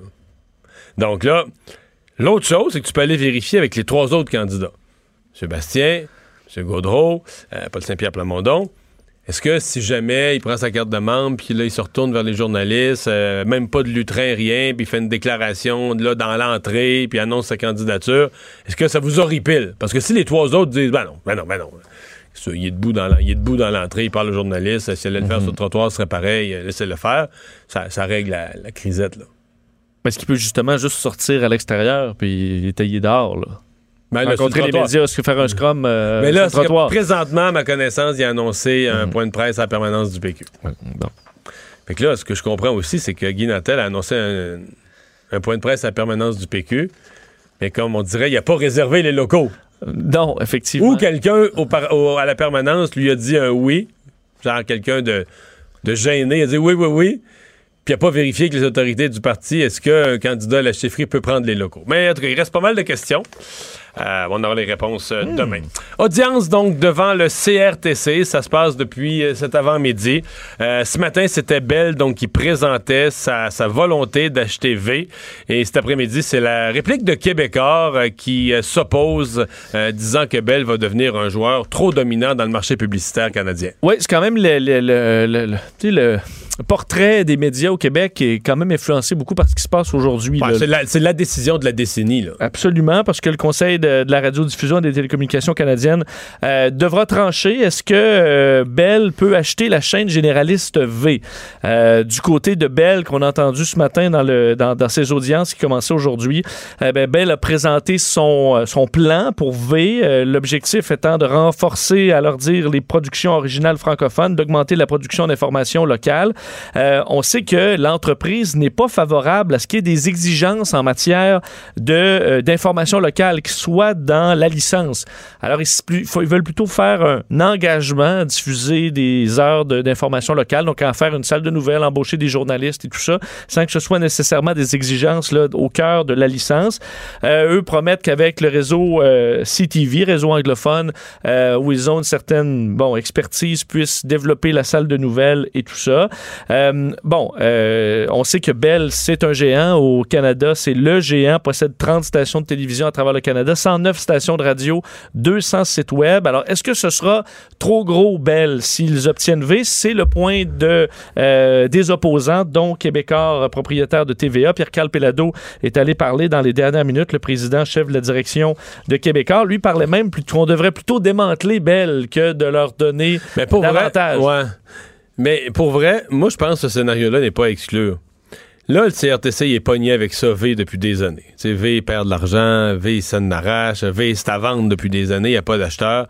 Donc là, l'autre chose, c'est que tu peux aller vérifier avec les trois autres candidats. M. Bastien, M. Gaudreau, euh, Paul Saint-Pierre Plamondon. Est-ce que si jamais il prend sa carte de membre, puis là, il se retourne vers les journalistes, euh, même pas de lutrin, rien, puis il fait une déclaration là, dans l'entrée, puis annonce sa candidature, est-ce que ça vous horripile? Parce que si les trois autres disent, ben non, ben non, ben non, il est debout dans, la, il est debout dans l'entrée, il parle au journaliste, si elle allait le faire mm-hmm. sur le trottoir, ce serait pareil, laissez-le faire, ça, ça règle la, la crisette, là. Parce qu'il peut justement juste sortir à l'extérieur, puis il est taillé dehors, là. Ben là, rencontrer les médias, est-ce que faire un scrum euh, mais là, sur le trottoir? Présentement, à ma connaissance, il a annoncé un mm-hmm. point de presse à la permanence du P Q. Ouais, bon. Fait que là, ce que je comprends aussi, c'est que Guy Nantel a annoncé un, un point de presse à la permanence du P Q, mais comme on dirait, il n'a pas réservé les locaux. Non, effectivement. Ou quelqu'un au par, au, à la permanence lui a dit un oui, genre quelqu'un de, de gêné, il a dit oui, oui, oui, puis il n'a pas vérifié avec les autorités du parti, est-ce qu'un candidat à la chefferie peut prendre les locaux. Mais en tout cas, il reste pas mal de questions. Euh, on aura les réponses euh, mmh. demain. Audience donc devant le C R T C, ça se passe depuis euh, cet avant-midi. Euh, ce matin, c'était Bell donc qui présentait sa, sa volonté d'acheter V. Et cet après-midi, c'est la réplique de Québecor euh, qui euh, s'oppose, euh, disant que Bell va devenir un joueur trop dominant dans le marché publicitaire canadien. Oui, c'est quand même le, le, le, le, le, tu sais, le portrait des médias au Québec qui est quand même influencé beaucoup par ce qui se passe aujourd'hui. Ouais, c'est, la, c'est la décision de la décennie. Là. Absolument, parce que le Conseil de, de la radiodiffusion et des télécommunications canadiennes euh, devra trancher. Est-ce que euh, Bell peut acheter la chaîne généraliste V? Euh, du côté de Bell, qu'on a entendu ce matin dans, le, dans, dans ses audiences qui commençaient aujourd'hui, euh, ben Bell a présenté son, son plan pour V, euh, l'objectif étant de renforcer, à leur dire, les productions originales francophones, d'augmenter la production d'informations locales. Euh, on sait que l'entreprise n'est pas favorable à ce qu'il y ait des exigences en matière de, euh, d'information locale qui soient dans la licence. Alors, ils, ils veulent plutôt faire un engagement, diffuser des heures de, d'information locale, donc en faire une salle de nouvelles, embaucher des journalistes et tout ça, sans que ce soit nécessairement des exigences là, au cœur de la licence. Euh, eux promettent qu'avec le réseau euh, C T V, réseau anglophone, euh, où ils ont une certaine bon, expertise, puissent développer la salle de nouvelles et tout ça. Euh, bon, euh, on sait que Bell, c'est un géant au Canada, c'est le géant, possède trente stations de télévision à travers le Canada, cent neuf stations de radio, deux cents sites web. Alors, est-ce que ce sera trop gros, Bell, s'ils obtiennent V? C'est le point de, euh, des opposants, dont Québecor, propriétaire de T V A. Pierre-Carl Péladeau est allé parler dans les dernières minutes, le président chef de la direction de Québecor. Lui parlait même qu'on devrait plutôt démanteler Bell que de leur donner Mais pour davantage. Vrai, ouais. Mais pour vrai, moi, je pense que ce scénario-là n'est pas à exclure. Là, le C R T C il est pogné avec ça, V, depuis des années. T'sais, V, il perd de l'argent, V, il s'en arrache, V, c'est à vendre depuis des années, il n'y a pas d'acheteur.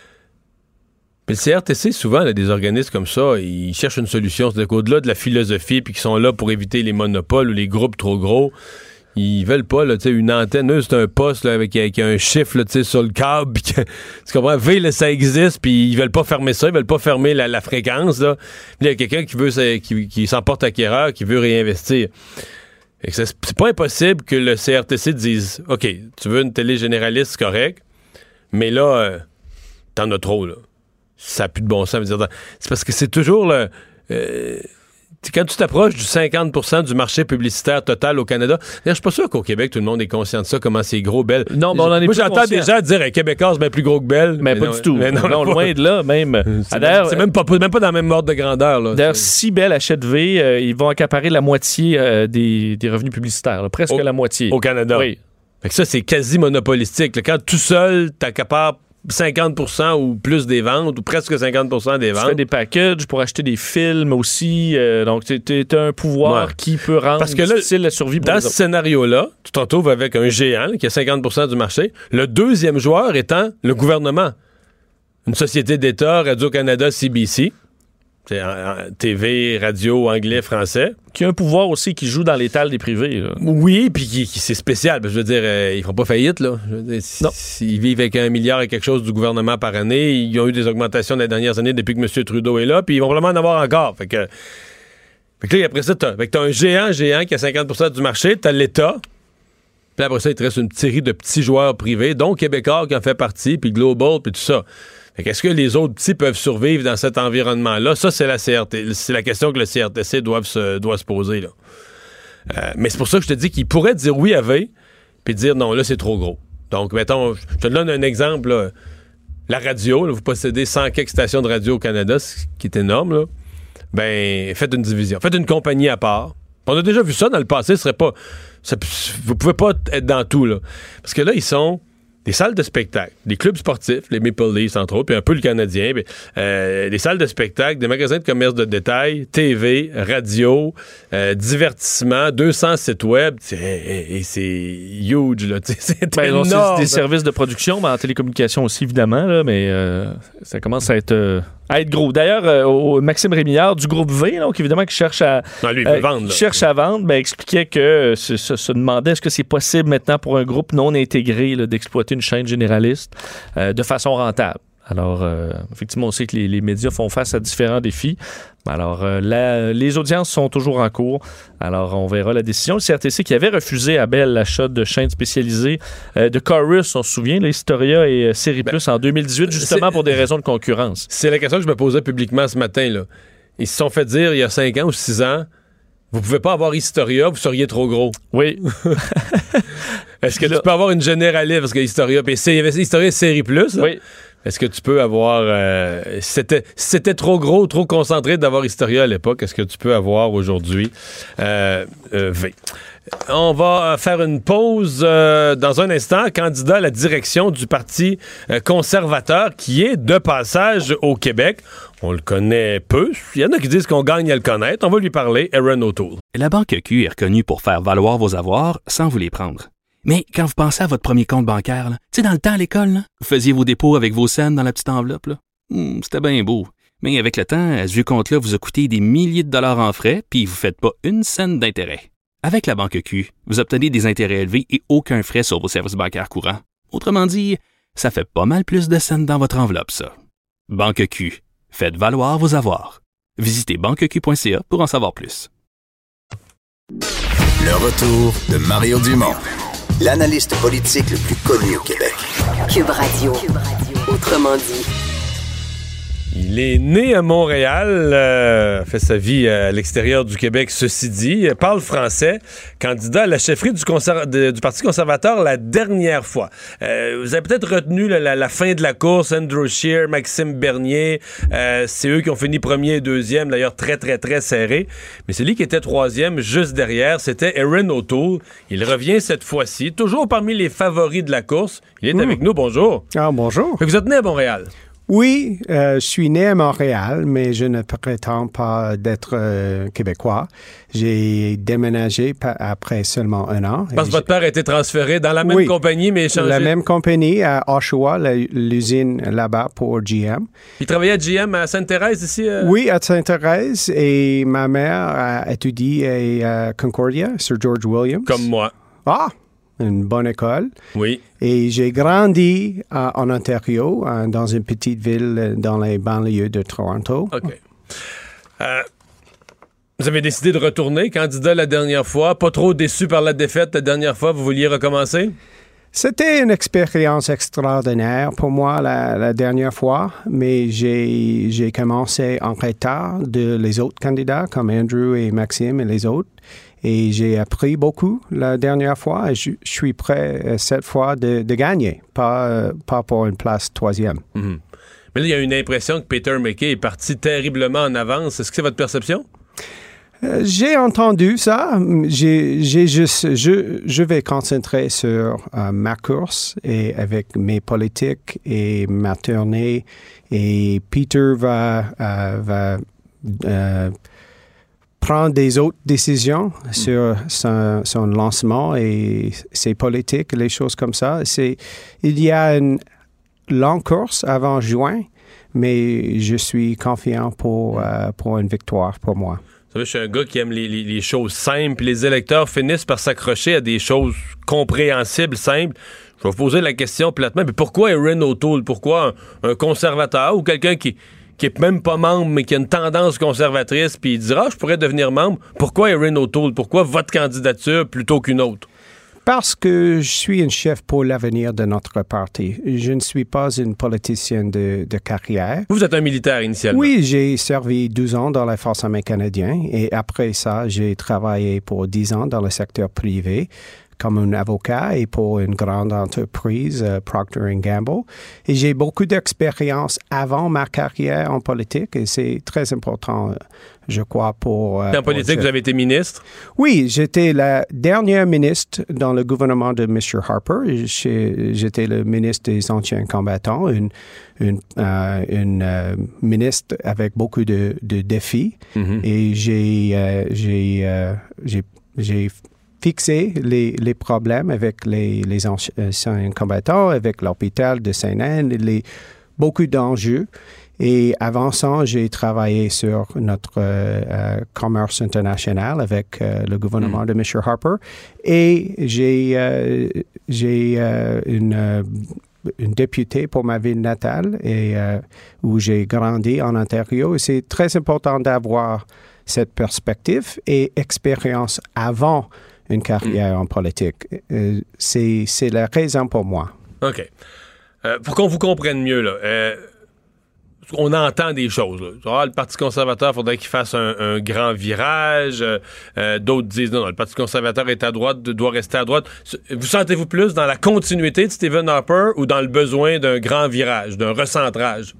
Mais le C R T C, souvent, là, des organismes comme ça, ils cherchent une solution. C'est-à-dire qu'au-delà de la philosophie, puis qu'ils sont là pour éviter les monopoles ou les groupes trop gros, ils veulent pas, là, tu sais, une antenne, eux, c'est un poste, là, avec, avec un chiffre, là, tu sais, sur le câble, pis que, tu comprends, V, là, ça existe, puis ils veulent pas fermer ça, ils veulent pas fermer la, la fréquence, là. Puis il y a quelqu'un qui veut, qui, qui s'emporte acquéreur, qui veut réinvestir. Et que c'est, c'est pas impossible que le C R T C dise, OK, tu veux une télé généraliste, c'est correct, mais là, euh, t'en as trop, là. Ça n'a plus de bon sens. Dire, c'est parce que c'est toujours, le... Euh, quand tu t'approches du cinquante pour cent du marché publicitaire total au Canada, je suis pas sûr qu'au Québec, tout le monde est conscient de ça, comment c'est gros, Bell. Non, mais on en est Moi, plus j'entends conscient. des gens dire un Québécois, c'est bien plus gros que Bell. Mais, mais pas non, du tout. Mais non, non, loin de là, même. C'est, d'ailleurs, même, c'est même, pas, même pas dans le même ordre de grandeur. Là. D'ailleurs, c'est... si Bell achète V, euh, ils vont accaparer la moitié euh, des, des revenus publicitaires. Là, presque au, la moitié. Au Canada. Oui. Fait que ça, c'est quasi monopolistique. Là, quand tout seul, t'accapares cinquante pour cent ou plus des ventes, ou presque cinquante pour cent des ventes. Tu fais des packages pour acheter des films aussi. Euh, donc, tu as un pouvoir ouais. qui peut rendre Parce que là, difficile la survie. Pour dans ce scénario-là, tu t'en trouves avec un géant là, qui a cinquante pour cent du marché. Le deuxième joueur étant le gouvernement. Une société d'État, Radio-Canada, C B C. C'est T V, radio, anglais, français. Qui a un pouvoir aussi qui joue dans l'étal des privés. Là. Oui, puis qui, qui c'est spécial. Je veux dire, euh, ils feront pas faillite, là. Je veux dire, non. S'ils vivent avec un milliard et quelque chose du gouvernement par année, ils ont eu des augmentations dans les dernières années depuis que M. Trudeau est là, puis ils vont probablement en avoir encore. Fait que, fait que là, après ça, t'as, fait que t'as un géant, géant qui a cinquante pour cent du marché, t'as l'État, puis après ça, il te reste une série de petits joueurs privés, dont Québecor qui en fait partie, puis Global, puis tout ça. Fait qu'est-ce que les autres petits peuvent survivre dans cet environnement-là? Ça, c'est la C R T. C'est la question que le C R T C doit se, doit se poser, là. Euh, mais c'est pour ça que je te dis qu'il pourrait dire oui à V, puis dire non, là, c'est trop gros. Donc, mettons, je te donne un exemple, là. La radio, là, vous possédez cent quelques stations de radio au Canada, ce qui est énorme, là. Ben, faites une division. Faites une compagnie à part. On a déjà vu ça dans le passé, ce serait pas... Ça, vous pouvez pas être dans tout, là. Parce que là, ils sont des salles de spectacle, des clubs sportifs, les Maple Leafs, entre autres, puis un peu le Canadien, mais, euh, des salles de spectacle, des magasins de commerce de détail, T V, radio, euh, divertissement, deux cents sites web, et, et c'est huge, là. C'est ben, énorme. Non, c'est des services de production, mais en télécommunication aussi, évidemment, là, mais euh, ça commence à être... Euh à être gros. D'ailleurs, euh, Maxime Rémillard du groupe V, donc évidemment, qui cherche à, non, lui, il peut euh, vendre, qui cherche à vendre, ben, expliquait que euh, se, se, se demandait est-ce que c'est possible maintenant pour un groupe non intégré là, d'exploiter une chaîne généraliste euh, de façon rentable. Alors, euh, effectivement, on sait que les, les médias font face à différents défis. Alors, euh, la, les audiences sont toujours en cours. Alors, on verra la décision. Le C R T C qui avait refusé à Bell l'achat de chaînes spécialisées euh, de Chorus, on se souvient, là, Historia et euh, Série Plus ben, en deux mille dix-huit, justement pour des raisons de concurrence. C'est la question que je me posais publiquement ce matin, là. Ils se sont fait dire il y a cinq ans ou six ans, vous pouvez pas avoir Historia, vous seriez trop gros. Oui. Est-ce que là, tu peux avoir une généraliste, parce que Historia, puis il y avait Historia et Série Plus, là. Oui. Est-ce que tu peux avoir... Euh, c'était, c'était trop gros, trop concentré d'avoir Historia à l'époque. Est-ce que tu peux avoir aujourd'hui euh, euh, V? On va faire une pause euh, dans un instant. Candidat à la direction du Parti euh, conservateur qui est de passage au Québec. On le connaît peu. Il y en a qui disent qu'on gagne à le connaître. On va lui parler. Erin O'Toole. La Banque Q est reconnue pour faire valoir vos avoirs sans vous les prendre. Mais quand vous pensez à votre premier compte bancaire, tu sais, dans le temps à l'école, là, vous faisiez vos dépôts avec vos scènes dans la petite enveloppe. Là. Hum, c'était bien beau. Mais avec le temps, ce vieux compte-là vous a coûté des milliers de dollars en frais, puis vous ne faites pas une scène d'intérêt. Avec la Banque Q, vous obtenez des intérêts élevés et aucun frais sur vos services bancaires courants. Autrement dit, ça fait pas mal plus de scènes dans votre enveloppe, ça. Banque Q. Faites valoir vos avoirs. Visitez banque q point c a pour en savoir plus. Le retour de Mario Dumont, l'analyste politique le plus connu au Québec. Cube Radio. Cube Radio. Autrement dit. Il est né à Montréal, euh, fait sa vie à l'extérieur du Québec, ceci dit. Il parle français, candidat à la chefferie du, conser- de, du Parti conservateur la dernière fois. Euh, vous avez peut-être retenu la, la, la fin de la course, Andrew Scheer, Maxime Bernier. Euh, c'est eux qui ont fini premier et deuxième, d'ailleurs très, très, très serré. Mais celui qui était troisième, juste derrière, c'était Erin O'Toole. Il revient cette fois-ci, toujours parmi les favoris de la course. Il est mmh. avec nous, bonjour. Ah, bonjour. Fait que vous êtes né à Montréal. Oui, euh, je suis né à Montréal, mais je ne prétends pas d'être euh, québécois. J'ai déménagé pa- après seulement un an. Parce que votre père a été transféré dans la même oui, compagnie, mais échangé. La même compagnie à Oshawa, la, l'usine là-bas pour G M. Il travaillait à G M à Sainte-Thérèse ici? Euh... Oui, à Sainte-Thérèse. Et ma mère a étudié à Concordia, Sir George Williams. Comme moi. Ah! Une bonne école. Oui. Et j'ai grandi euh, en Ontario, euh, dans une petite ville euh, dans les banlieues de Toronto. OK. Euh, vous avez décidé de retourner, candidat la dernière fois. Pas trop déçu par la défaite la dernière fois. Vous vouliez recommencer? C'était une expérience extraordinaire pour moi la, la dernière fois, mais j'ai, j'ai commencé en retard de les autres candidats comme Andrew et Maxime et les autres. Et j'ai appris beaucoup la dernière fois et je, je suis prêt cette fois de, de gagner, pas, pas pour une place troisième. Mm-hmm. Mais là, il y a une impression que Peter MacKay est parti terriblement en avance. Est-ce que c'est votre perception? Euh, j'ai entendu ça. J'ai, j'ai juste, je, je vais concentrer sur euh, ma course et avec mes politiques et ma tournée. Et Peter va, euh, va euh, prendre des autres décisions sur son, son lancement et ses politiques, les choses comme ça. C'est, il y a une longue course avant juin, mais je suis confiant pour, euh, pour une victoire pour moi. Vous savez, je suis un gars qui aime les, les, les choses simples. Les électeurs finissent par s'accrocher à des choses compréhensibles, simples. Je vais vous poser la question platement. Mais pourquoi Erin O'Toole? Pourquoi un, un conservateur ou quelqu'un qui qui est même pas membre, mais qui a une tendance conservatrice, puis il dira, ah, je pourrais devenir membre. Pourquoi Erin O'Toole? Pourquoi votre candidature plutôt qu'une autre? Parce que je suis un chef pour l'avenir de notre parti. Je ne suis pas une politicienne de, de carrière. Vous êtes un militaire initialement? Oui, j'ai servi douze ans dans la Force armée canadienne et après ça, j'ai travaillé pour dix ans dans le secteur privé comme un avocat et pour une grande entreprise, uh, Procter and Gamble. Et j'ai beaucoup d'expérience avant ma carrière en politique et c'est très important, je crois, pour... Uh, en politique, pour... vous avez été ministre? Oui, j'étais la dernière ministre dans le gouvernement de M. Harper. J'étais le ministre des anciens combattants, une, une, uh, une uh, ministre avec beaucoup de, de défis. Mm-hmm. Et j'ai... Uh, j'ai, uh, j'ai, j'ai fixer les, les problèmes avec les, les anciens combattants, avec l'hôpital de Sainte-Anne, les, beaucoup d'enjeux. Et avant ça, j'ai travaillé sur notre euh, commerce international avec euh, le gouvernement mmh. de M. Harper. Et j'ai, euh, j'ai euh, une... Euh, une députée pour ma ville natale et euh, où j'ai grandi en Ontario. Et c'est très important d'avoir cette perspective et expérience avant une carrière mmh. en politique. Euh, c'est, c'est la raison pour moi. OK. Euh, pour qu'on vous comprenne mieux, là, euh, on entend des choses. Là. Ah, le Parti conservateur, il faudrait qu'il fasse un, un grand virage. Euh, d'autres disent non, non, le Parti conservateur est à droite, doit rester à droite. Vous sentez-vous plus dans la continuité de Stephen Harper ou dans le besoin d'un grand virage, d'un recentrage?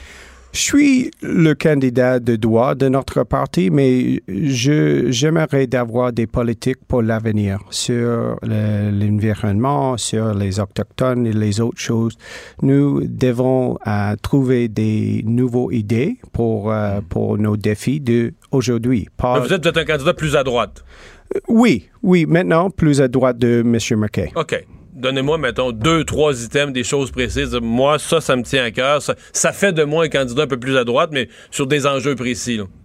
Je suis le candidat de droite de notre parti, mais je, j'aimerais d'avoir des politiques pour l'avenir sur le, l'environnement, sur les Autochtones et les autres choses. Nous devons euh, trouver des nouvelles idées pour, euh, pour nos défis d'aujourd'hui. Pas... Vous êtes, vous êtes un candidat plus à droite? Oui, oui, maintenant plus à droite de M. McKay. OK. Donnez-moi, mettons, deux, trois items, des choses précises. Moi, ça, ça me tient à cœur. Ça, ça fait de moi un candidat un peu plus à droite, mais sur des enjeux précis. Là.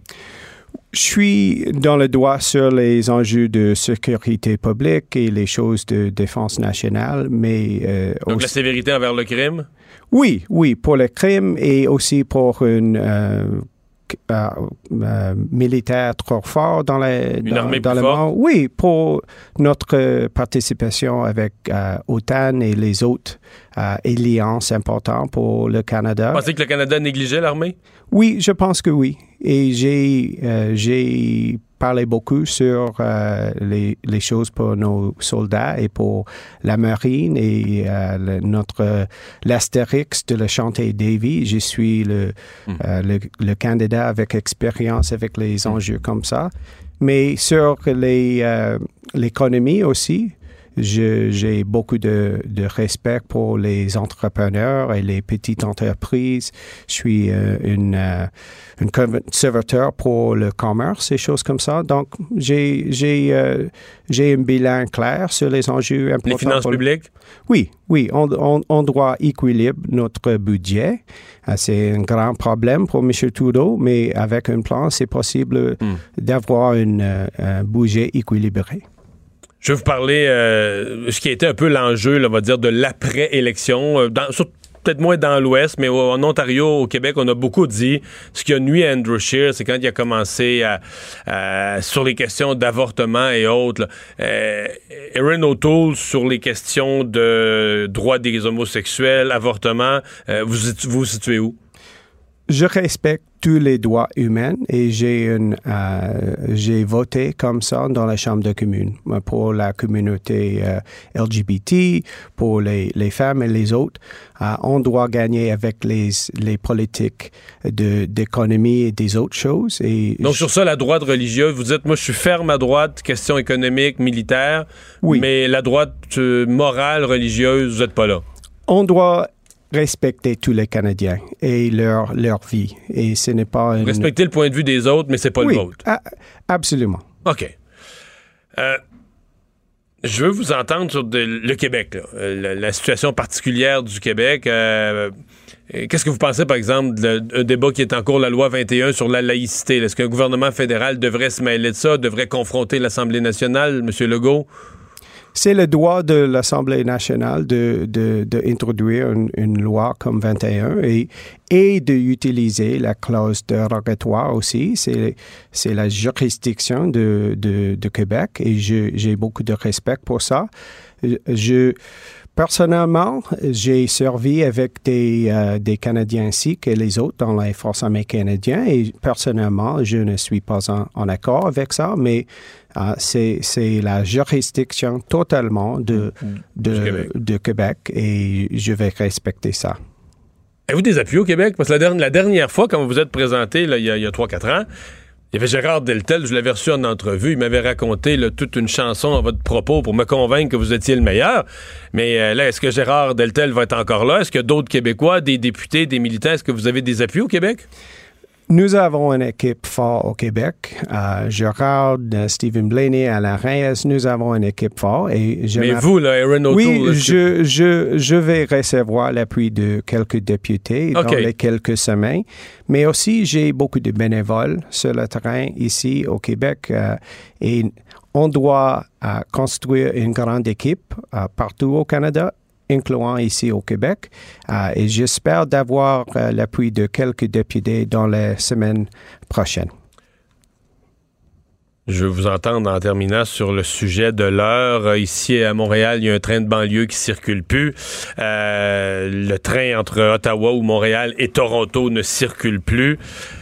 Je suis dans le droit sur les enjeux de sécurité publique et les choses de défense nationale, mais... Euh, Donc, aussi... la sévérité envers le crime? Oui, oui, pour le crime et aussi pour une... Euh, Euh, euh, militaire trop fort dans, les, Une dans, armée dans plus le forte? monde. Oui, pour notre participation avec euh, OTAN et les autres euh, alliances importantes pour le Canada. Vous pensez que le Canada négligeait l'armée? Oui, je pense que oui. Et j'ai, euh, j'ai parlé beaucoup sur euh, les, les choses pour nos soldats et pour la marine et euh, le, notre l'Astérix de le chanter Davy. Je suis le, mm. euh, le, le candidat avec expérience avec les enjeux comme ça. Mais sur les, euh, l'économie aussi, Je, j'ai beaucoup de, de respect pour les entrepreneurs et les petites entreprises. Je suis euh, une, euh, une conservateur pour le commerce et choses comme ça. Donc, j'ai, j'ai, euh, j'ai un bilan clair sur les enjeux importants. Les finances pour... publiques? Oui, oui. On, on, on doit équilibrer notre budget. C'est un grand problème pour M. Trudeau, mais avec un plan, c'est possible mm. d'avoir une, un budget équilibré. Je vais vous parler de euh, ce qui a été un peu l'enjeu, là, on va dire, de l'après-élection, euh, dans, sur, peut-être moins dans l'Ouest, mais au, en Ontario, au Québec, on a beaucoup dit ce qui a nuit à Andrew Scheer, c'est quand il a commencé à, à, sur les questions d'avortement et autres. Là, euh, Erin O'Toole sur les questions de droits des homosexuels, avortement, euh, vous vous situez où? Je respecte tous les droits humains et j'ai, une, euh, j'ai voté comme ça dans la Chambre de communes pour la communauté euh, L G B T, pour les, les femmes et les autres. Euh, on doit gagner avec les, les politiques de, d'économie et des autres choses. Et Donc, je... sur ça, la droite religieuse, vous dites, moi, je suis ferme à droite, question économique, militaire, oui. Mais la droite euh, morale, religieuse, vous n'êtes pas là. On doit respecter tous les Canadiens et leur, leur vie. Et ce n'est pas... Une... Respecter le point de vue des autres, mais c'est pas oui, le vôtre. A- absolument. OK. Euh, je veux vous entendre sur de, le Québec, là, la, la situation particulière du Québec. Euh, qu'est-ce que vous pensez, par exemple, d'un débat qui est en cours, la loi vingt et un sur la laïcité? Est-ce qu'un gouvernement fédéral devrait se mêler de ça, devrait confronter l'Assemblée nationale, M. Legault? C'est le droit de l'Assemblée nationale de, de, de introduire une, une loi comme vingt et un et, et d'utiliser la clause dérogatoire aussi. C'est, c'est la juridiction de, de, de Québec et je, j'ai beaucoup de respect pour ça. Je, personnellement, j'ai servi avec des, euh, des Canadiens sikhs et les autres dans les forces armées canadiennes et personnellement, je ne suis pas en, en accord avec ça, mais euh, c'est, c'est la juridiction totalement de, de, de, Québec. de Québec et je vais respecter ça. Avez-vous des appuis au Québec? Parce que la dernière, la dernière fois, quand vous vous êtes présenté, là, il y a, il y a trois quatre ans, il y avait Gérard Deltel, je l'avais reçu en entrevue, il m'avait raconté là, toute une chanson à votre propos pour me convaincre que vous étiez le meilleur. Mais euh, là, est-ce que Gérard Deltel va être encore là? Est-ce qu'il y a d'autres Québécois, des députés, des militants? Est-ce que vous avez des appuis au Québec? Nous avons une équipe forte au Québec. Euh, Gérard, Stephen Blaney, Alain Reyes, nous avons une équipe forte. Et je Mais vous, là, Erin O'Toole... Oui, je, que... je, je vais recevoir l'appui de quelques députés okay. dans les quelques semaines. Mais aussi, j'ai beaucoup de bénévoles sur le terrain ici au Québec. Euh, et on doit euh, construire une grande équipe euh, partout au Canada, incluant ici au Québec. Euh, et j'espère d'avoir euh, l'appui de quelques députés dans les semaines prochaines. Je veux vous entendre en terminant sur le sujet de l'heure. Ici à Montréal, il y a un train de banlieue qui circule plus. Euh, le train entre Ottawa ou Montréal et Toronto ne circule plus.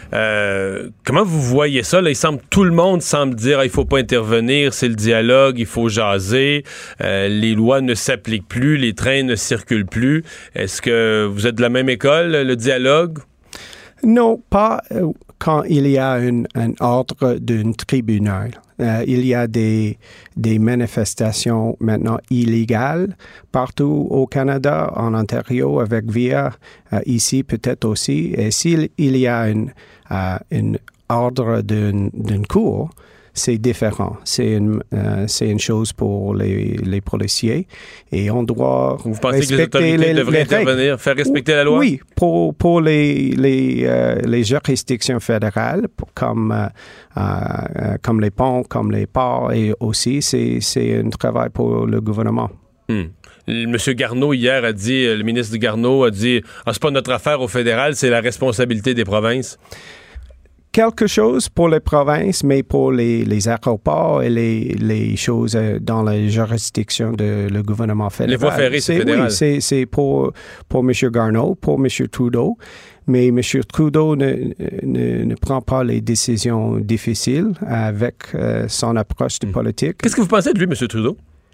Euh, comment vous voyez ça? Là, il semble, tout le monde semble dire ah, il faut pas intervenir, c'est le dialogue, il faut jaser. Euh, les lois ne s'appliquent plus, les trains ne circulent plus. Est-ce que vous êtes de la même école, le dialogue? Non, pas euh, quand il y a une, un ordre d'un tribunal. Euh, il y a des, des manifestations maintenant illégales partout au Canada, en Ontario, avec V I A, euh, ici peut-être aussi. Et s'il il y a un euh, ordre d'une, d'une cour, c'est différent. C'est une, euh, c'est une chose pour les, les policiers et on doit Vous pensez que les autorités les, devraient les intervenir, faire respecter la loi? Oui, pour, pour les, les, euh, les juridictions fédérales, pour, comme, euh, euh, comme les ponts, comme les ports, et aussi, c'est, c'est un travail pour le gouvernement. Hmm. Monsieur Garneau, hier, a dit, le ministre Garneau a dit ah, c'est pas notre affaire au fédéral, c'est la responsabilité des provinces. Quelque chose pour les provinces, mais pour les, les aéroports et les, les choses dans la juridiction de le gouvernement fédéral. Les voies ferrées, c'est, c'est fédéral. Oui, c'est, c'est pour, pour M. Garneau, pour M. Trudeau. Mais M. Trudeau ne, ne, ne prend pas les décisions difficiles avec euh, son approche de politique. Qu'est-ce que vous pensez de lui, M. Trudeau?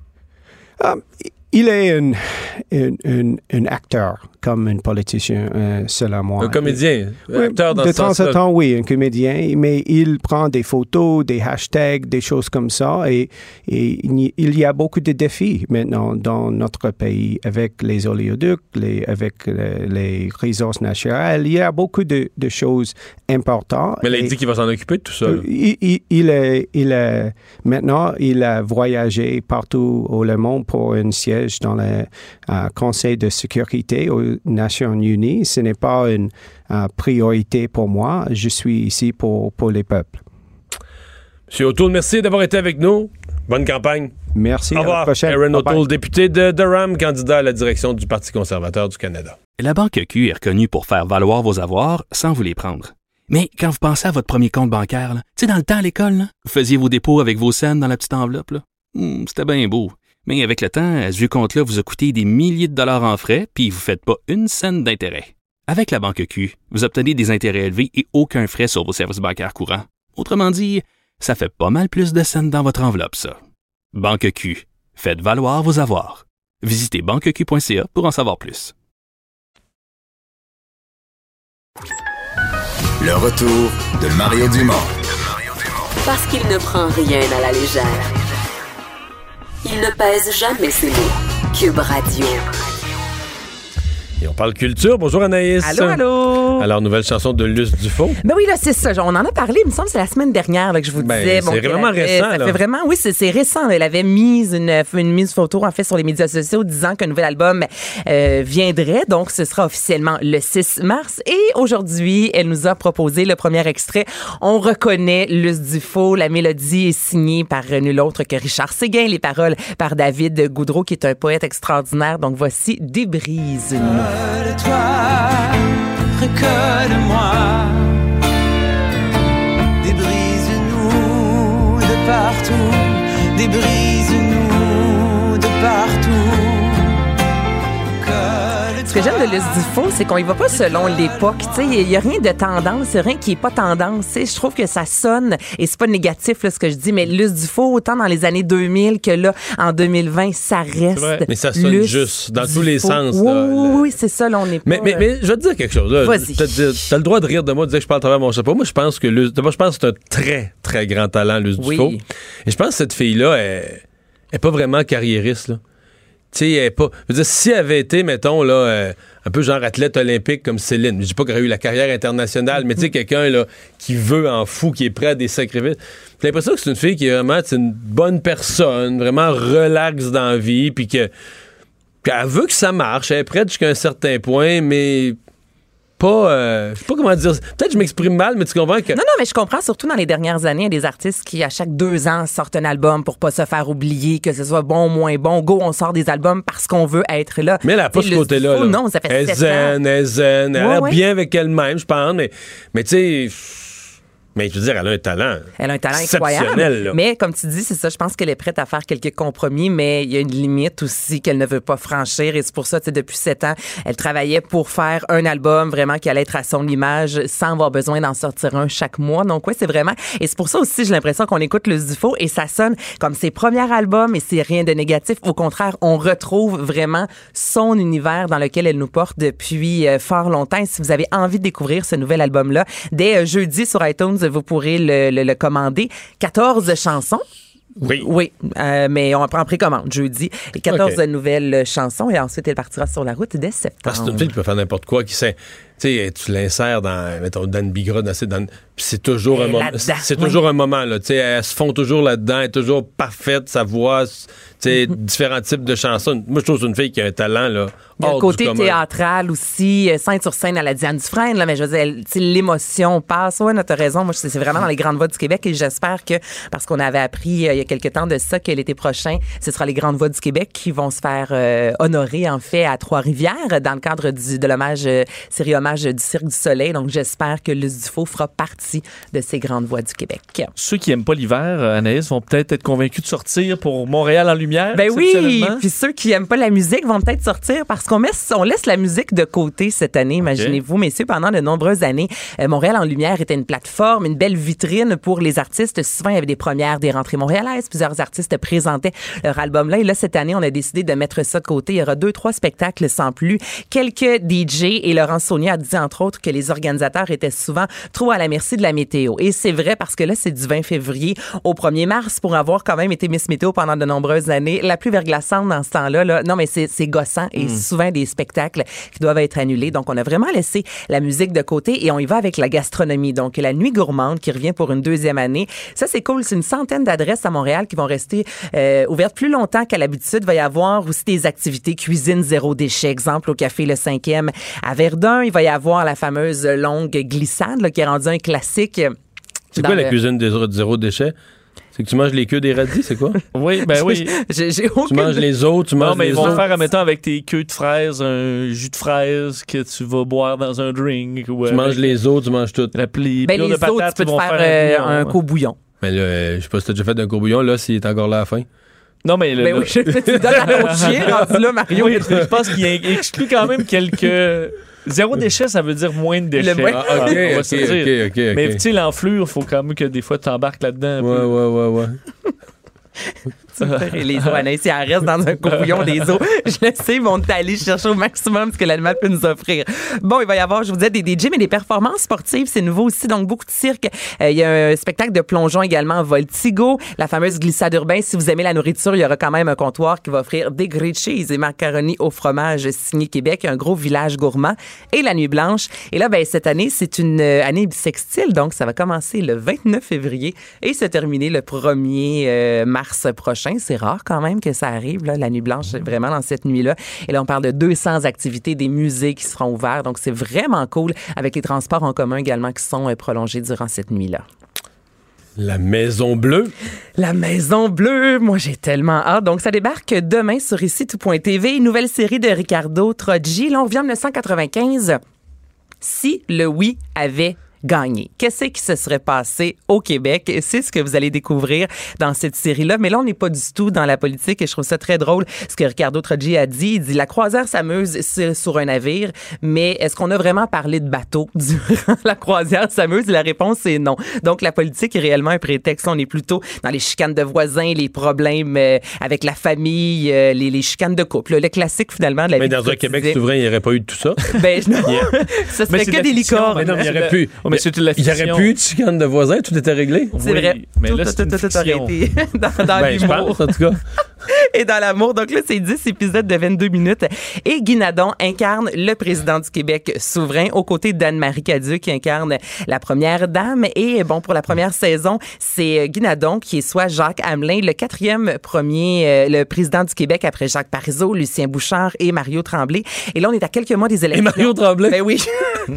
Um, il est un, un, un, un acteur, comme un politicien, euh, selon moi. Un comédien, un oui, acteur dans de ce sens-là. De temps en temps, oui, un comédien, mais il prend des photos, des hashtags, des choses comme ça, et, et il y a beaucoup de défis maintenant dans notre pays avec les oléoducs, les, avec les, les ressources naturelles. Il y a beaucoup de, de choses importantes. Mais là, il dit qu'il va s'en occuper de tout ça. Il, il, il, est, il est, maintenant, il a voyagé partout au monde pour un siège dans le euh, Conseil de sécurité aux Nations unies. Ce n'est pas une euh, priorité pour moi. Je suis ici pour, pour les peuples. Monsieur O'Toole, merci d'avoir été avec nous. Bonne campagne. Merci. Au revoir. À la prochaine. Erin O'Toole, Bye-bye. député de Durham, candidat à la direction du Parti conservateur du Canada. La Banque Q est reconnue pour faire valoir vos avoirs sans vous les prendre. Mais quand vous pensez à votre premier compte bancaire, tu sais, dans le temps à l'école, là, vous faisiez vos dépôts avec vos scènes dans la petite enveloppe. Là. Hum, c'était bien beau. Mais avec le temps, ce vieux compte-là vous a coûté des milliers de dollars en frais, puis vous ne faites pas une scène d'intérêt. Avec la Banque Q, vous obtenez des intérêts élevés et aucun frais sur vos services bancaires courants. Autrement dit, ça fait pas mal plus de scènes dans votre enveloppe, ça. Banque Q. Faites valoir vos avoirs. Visitez banque q point c a pour en savoir plus. Le retour de Mario Dumont. Parce qu'il ne prend rien à la légère. Il ne pèse jamais ses mots. Cube Radio. Et on parle culture. Bonjour Anaïs. Allô, allô. Alors, nouvelle chanson de Luce Dufault. Ben oui, là, c'est ça. On en a parlé, il me semble, c'est la semaine dernière là, que je vous ben, disais. C'est bon, vraiment avait, récent. Ça là. fait vraiment, oui, c'est, c'est récent. Elle avait mis une, une mise photo, en fait, sur les médias sociaux disant qu'un nouvel album euh, viendrait. Donc, ce sera officiellement le six mars. Et aujourd'hui, elle nous a proposé le premier extrait. On reconnaît Luce Dufault. La mélodie est signée par nul autre que Richard Séguin. Les paroles par David Goudreau, qui est un poète extraordinaire. Donc, voici Débrise-nous. Toi, recolle-moi, débrise-nous de partout, débrise-nous de partout. Ce que j'aime de Luce Dufault, c'est qu'on y va pas selon l'époque. Tu sais, il y a rien de tendance, c'est rien qui est pas tendance. Tu sais, je trouve que ça sonne, et c'est pas négatif là, ce que je dis, mais Luce Dufault, autant dans les années deux mille que là, en deux mille vingt, ça reste. Mais ça sonne Luce juste, dans Dufault. tous les sens. Oui, là, oui, là. oui, c'est ça, là, on est pas... Mais, mais, mais je vais te dire quelque chose. Là. Vas-y. T'as, t'as le droit de rire de moi, de dire que je parle à travers mon chapeau. Moi, je pense que Luce, moi, je pense que c'est un très, très grand talent, Luce Oui. Dufault. Et je pense que cette fille-là, elle n'est pas vraiment carriériste, là. Tu sais, elle est pas. Je veux dire, si elle avait été, mettons, là, euh, un peu genre athlète olympique comme Céline, je dis pas qu'elle a eu la carrière internationale, mais tu sais, quelqu'un, là, qui veut en fou, qui est prêt à des sacrifices. J'ai l'impression que c'est une fille qui est vraiment, c'est une bonne personne, vraiment relax dans la vie, puis que, qu'elle veut que ça marche, elle est prête jusqu'à un certain point, mais pas, euh, je sais pas comment dire, peut-être que je m'exprime mal, mais tu comprends que... Non, non, mais je comprends, surtout dans les dernières années, il y a des artistes qui, à chaque deux ans, sortent un album pour pas se faire oublier, que ce soit bon ou moins bon. Go, on sort des albums parce qu'on veut être là. Mais elle n'a pas ce côté-là. Là. Non, ça fait elle sept zen, ans. Elle zen, elle a Ouais, l'air ouais. bien avec elle-même, je pense, mais, mais tu sais... Mais je veux dire, elle a un talent. Elle a un talent exceptionnel. incroyable. Là. Mais comme tu dis, c'est ça, je pense qu'elle est prête à faire quelques compromis, mais il y a une limite aussi qu'elle ne veut pas franchir. Et c'est pour ça, tu sais, depuis sept ans, elle travaillait pour faire un album vraiment qui allait être à son image sans avoir besoin d'en sortir un chaque mois. Donc ouais, c'est vraiment... Et c'est pour ça aussi, j'ai l'impression qu'on écoute Luce Dufault et ça sonne comme ses premiers albums et c'est rien de négatif. Au contraire, on retrouve vraiment son univers dans lequel elle nous porte depuis euh, fort longtemps. Et si vous avez envie de découvrir ce nouvel album-là, dès euh, jeudi sur iTunes, vous pourrez le, le, le commander. quatorze chansons. Oui. Oui, euh, mais on prend en précommande jeudi. Et quatorze Okay. nouvelles chansons et ensuite elle partira sur la route dès septembre. Parce que c'est une fille qui peut faire n'importe quoi, qui sait... Tu sais, tu l'insères dans, mettons, Dan Bigra, dans, dans, puis c'est toujours Et un moment. là-dedans, C'est oui. toujours un moment, là. Tu sais, elles se font toujours là-dedans, elle est toujours parfaite, sa voix, tu sais, Mm-hmm. différents types de chansons. Moi, je trouve que c'est une fille qui a un talent, là. Il y a le hors côté du commun. théâtral aussi, euh, scène sur scène à la Diane Dufresne, là, mais je veux dire, elle- tu sais, l'émotion passe. Ouais, t'as raison. Moi, c'est c'est vraiment dans les grandes voix du Québec et j'espère que, parce qu'on avait appris euh, il y a quelque temps de ça, que l'été prochain, ce sera les grandes voix du Québec qui vont se faire euh, honorer, en fait, à Trois-Rivières dans le cadre du, de l'hommage, euh, série hommage du Cirque du Soleil. Donc, j'espère que Luce Dufault fera partie de ces grandes voix du Québec. Ceux qui aiment pas l'hiver, euh, Anaïs, vont peut-être être convaincus de sortir pour Montréal en lumière. Ben oui, exceptionnellement. puis ceux qui aiment pas la musique vont peut-être sortir parce qu'on met, on laisse la musique de côté cette année, imaginez-vous, messieurs, pendant de nombreuses années. euh, Montréal en lumière était une plateforme, une belle vitrine pour les artistes. Souvent, il y avait des premières, des rentrées montréalaises. Plusieurs artistes présentaient leur album-là. Et là, cette année, on a décidé de mettre ça de côté. Il y aura deux, trois spectacles sans plus. Quelques D J et Laurent Saunier a dit, entre autres, que les organisateurs étaient souvent trop à la merci de la météo. Et c'est vrai parce que là, c'est du vingt février au premier mars pour avoir quand même été Miss Météo pendant de nombreuses années. La pluie verglaçante dans ce temps-là, là, non, mais c'est, c'est gossant et souvent des spectacles qui doivent être annulés. Donc, on a vraiment laissé la musique de côté et on y va avec la gastronomie. Donc, la Nuit gourmande qui revient pour une deuxième année. Ça, c'est cool. C'est une centaine d'adresses à Montréal qui vont rester euh, ouvertes plus longtemps qu'à l'habitude. Il va y avoir aussi des activités cuisine zéro déchet. Exemple, au Café Le Cinquième à Verdun. Il va y avoir la fameuse longue glissade là, qui est rendue un classique. C'est dans quoi la le- cuisine des zéro, zéro déchet? C'est que tu manges les queues des radis, c'est quoi? Oui, ben oui. J'ai, j'ai aucune... Tu manges les autres, tu manges Non, mais les ils vont autres. faire, admettons, avec tes queues de fraises, un jus de fraises que tu vas boire dans un drink. Ou Tu avec manges les autres, tu manges tout. La pli, Ben, plure les de patates, autres, tu peux ils te vont faire, faire euh, bouillon, un ouais. co-bouillon. Mais là, euh, je sais pas si t'as déjà fait d'un courbouillon, là, s'il est encore là à la fin. Non, mais le, Ben le- oui, je tu donnes à l'autre chien, rendu là, Mario. oui, je pense qu'il exclut quand même quelques... Zéro déchet, ça veut dire moins de déchets. Le moins- Ah, ok, on va ok, se dire. ok, ok, ok. Mais tu sais, l'enflure, il faut quand même que des fois tu embarques là-dedans. un Ouais, peu. ouais, ouais, ouais. Tu me fais les os, Anaïs, si elle reste dans un courbouillon des os, je le sais, ils vont aller chercher au maximum ce que l'animal peut nous offrir. Bon, il va y avoir, je vous disais, des, des gyms et des performances sportives. C'est nouveau aussi, donc beaucoup de cirque. Euh, il y a un spectacle de plongeon également, Voltigo, la fameuse glissade urbaine. Si vous aimez la nourriture, il y aura quand même un comptoir qui va offrir des grilled cheese et macaronis au fromage signé Québec, un gros village gourmand et la nuit blanche. Et là, ben, cette année, c'est une année bissextile, donc ça va commencer le vingt-neuf février et se terminer le premier euh, mars prochain. C'est rare quand même que ça arrive, là, la nuit blanche, vraiment dans cette nuit-là. Et là, on parle de deux cents activités, des musées qui seront ouverts, donc c'est vraiment cool, avec les transports en commun également qui sont euh, prolongés durant cette nuit-là. La Maison Bleue. La Maison Bleue, moi j'ai tellement hâte. Donc ça débarque demain sur ici tout point t v, une nouvelle série de Ricardo Troggi. Là, on revient en dix-neuf cent quatre-vingt-quinze. Si le oui avait gagné. Qu'est-ce qui se serait passé au Québec? C'est ce que vous allez découvrir dans cette série-là. Mais là, on n'est pas du tout dans la politique et je trouve ça très drôle ce que Ricardo Troggi a dit. Il dit, la croisière s'amuse sur un navire, mais est-ce qu'on a vraiment parlé de bateau durant la croisière s'amuse? La réponse est non. Donc, la politique est réellement un prétexte. On est plutôt dans les chicanes de voisins, les problèmes euh, avec la famille, euh, les, les chicanes de couple. Là, le classique, finalement, de la mais vie dans un Québec souverain, il n'y aurait pas eu de tout ça. Ben, non. Ça serait que des licornes. Mais non, mais il y aurait pu... Mais c'est la il n'y aurait plus eu de chicane de voisins, tout était réglé. C'est oui, vrai. Mais tout, là, tout, c'est tout, tout, tout aurait été dans, dans ben, l'humour. Je pense, en tout cas. Et dans l'amour. Donc là, c'est dix épisodes de vingt-deux minutes. Et Guy Nadon incarne le président du Québec souverain aux côtés d'Anne-Marie Cadieux qui incarne la première dame. Et bon, pour la première saison, c'est Guy Nadon qui est soit Jacques Hamelin, le quatrième premier, euh, le président du Québec après Jacques Parizeau, Lucien Bouchard et Mario Tremblay. Et là, on est à quelques mois des élections. Et Mario Tremblay? Ben oui.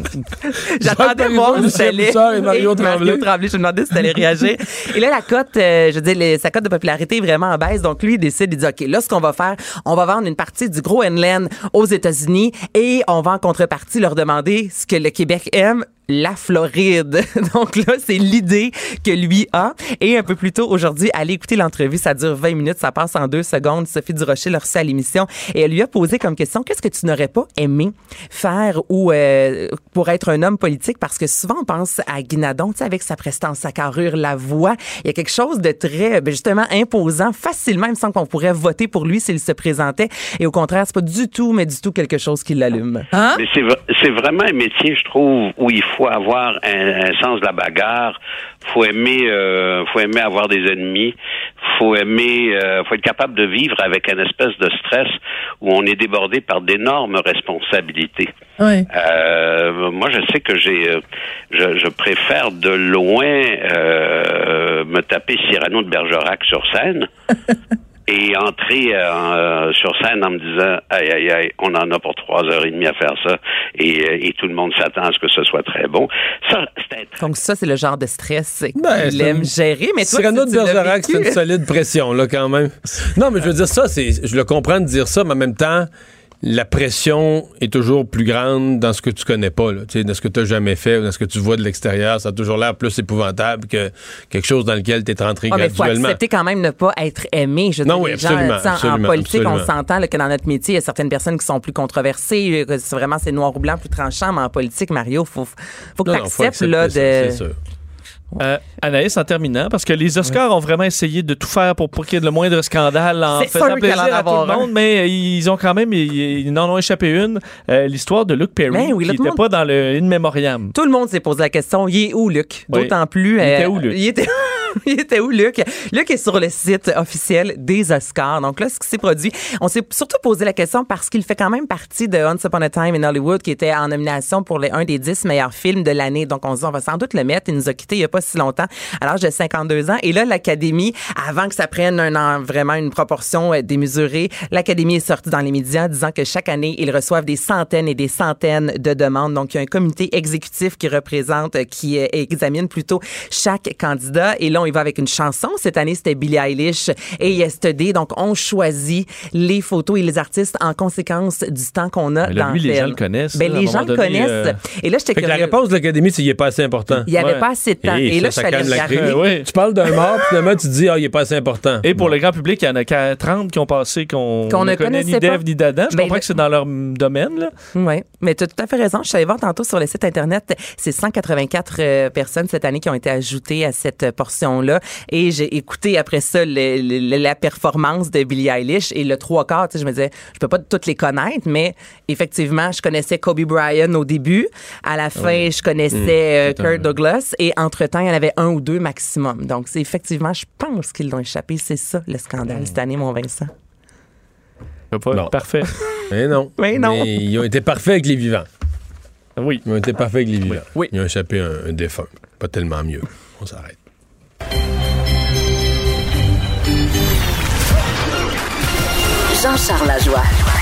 J'attendais voir si t'allais. Bouchard et Mario Tremblay. Mario Tremblay, je me demandais si t'allais réagir. Et là, la cote, euh, je veux dire, les, sa cote de popularité est vraiment en baisse. Donc lui, il décide, il dit, OK, là, ce qu'on va faire, on va vendre une partie du Groenland aux États-Unis et on va en contrepartie leur demander ce que le Québec aime, la Floride. Donc là, c'est l'idée que lui a. Et un peu plus tôt aujourd'hui, allez écouter l'entrevue. Ça dure vingt minutes, ça passe en deux secondes. Sophie Durocher l'a reçue à l'émission et elle lui a posé comme question, qu'est-ce que tu n'aurais pas aimé faire ou euh, pour être un homme politique? Parce que souvent, on pense à Guy Nadon, tu sais, avec sa prestance, sa carrure, la voix. Il y a quelque chose de très, ben, justement, imposant. Facilement, il me semble qu'on pourrait voter pour lui s'il se présentait. Et au contraire, c'est pas du tout, mais du tout quelque chose qui l'allume. Hein? Mais c'est, c'est vraiment un métier, je trouve, où il faut faut avoir un, un sens de la bagarre, faut aimer, euh, faut aimer avoir des ennemis, faut aimer, euh, faut être capable de vivre avec une espèce de stress où on est débordé par d'énormes responsabilités. Oui. Euh, moi, je sais que j'ai, euh, je, je préfère de loin euh, me taper Cyrano de Bergerac sur scène. Et entrer euh, sur scène en me disant aïe aïe aïe, on en a pour trois heures et demie à faire ça et, et tout le monde s'attend à ce que ce soit très bon. Ça, c'est un... Donc ça, c'est le genre de stress ben, qu'il aime gérer. Mais toi, Cyrano de Bergerac, c'est une solide pression là quand même. Non, mais je veux dire ça, c'est, je le comprends de dire ça, mais en même temps, la pression est toujours plus grande dans ce que tu connais pas, là, tu sais, dans ce que tu n'as jamais fait ou dans ce que tu vois de l'extérieur. Ça a toujours l'air plus épouvantable que quelque chose dans lequel tu es rentré oh, graduellement. Mais il faut accepter quand même ne pas être aimé. Je veux non, dire, oui, les gens, absolument, en absolument, politique, absolument. on s'entend là, que dans notre métier, il y a certaines personnes qui sont plus controversées. Que c'est vraiment, c'est noir ou blanc, plus tranchant. Mais en politique, Mario, il faut, faut que tu acceptes là, de... C'est sûr. Euh, Anaïs, en terminant, parce que les Oscars ouais. ont vraiment essayé de tout faire pour, pour qu'il y ait le moindre scandale en c'est faisant sûr plaisir à tout le monde, mais ils ont quand même, ils, ils en ont échappé une, euh, l'histoire de Luke Perry, ben oui, qui n'était monde... pas dans le In Memoriam. Tout le monde s'est posé la question, il est où Luc? D'autant oui. plus... Il euh, était où Luc? Il était... Il était où, Luc? Luc est sur le site officiel des Oscars. Donc là, ce qui s'est produit, on s'est surtout posé la question parce qu'il fait quand même partie de Once Upon a Time in Hollywood, qui était en nomination pour les, un des dix meilleurs films de l'année. Donc on se dit, on va sans doute le mettre. Il nous a quittés il n'y a pas si longtemps, à l'âge de cinquante-deux ans. Et là, l'Académie, avant que ça prenne un, un, vraiment une proportion euh, démesurée, l'Académie est sortie dans les médias disant que chaque année, ils reçoivent des centaines et des centaines de demandes. Donc, il y a un comité exécutif qui représente, euh, qui euh, examine plutôt chaque candidat. Et là, on y va avec une chanson. Cette année, c'était Billie Eilish et Yesterday. Donc, on choisit les photos et les artistes en conséquence du temps qu'on a mais là, dans lui, le les film. gens le connaissent. Ben, là, les gens le connaissent. Euh... Et là, j'étais curieux. La réponse de l'Académie, c'est qu'il n'est pas assez important. Il n'y avait ouais. pas assez de temps. Et, et là, ça, je suis allée regarder. Oui. Tu parles d'un mort, puis finalement, tu te dis, ah, oh, il n'est pas assez important. Et pour bon. le grand public, il y en a trente qui ont passé qu'on, qu'on ne ne connaît ni Dave ni Dadan. Je ben, comprends le... que c'est dans leur domaine. Là. Oui, mais tu as tout à fait raison. Je suis allée voir tantôt sur le site Internet, c'est cent quatre-vingt-quatre euh, personnes cette année qui ont été ajoutées à cette portion chanson-là. Et j'ai écouté après ça le, le, la performance de Billie Eilish et le trois quarts, tu sais, je me disais, je peux pas toutes les connaître, mais effectivement, je connaissais Kobe Bryant au début. À la fin, oui. je connaissais mmh, euh, Kirk Douglas et entre-temps, il y en avait un ou deux maximum. Donc, c'est effectivement, je pense qu'ils l'ont échappé. C'est ça, le scandale mmh. cette année, mon Vincent. Pas non. Parfait. Mais non. Mais non. Mais ils ont été parfaits avec les vivants. Oui. Ils ont été parfaits avec les vivants. Oui. Ils ont échappé un, un défunt. Pas tellement mieux. On s'arrête. Jean-Charles Lajoie.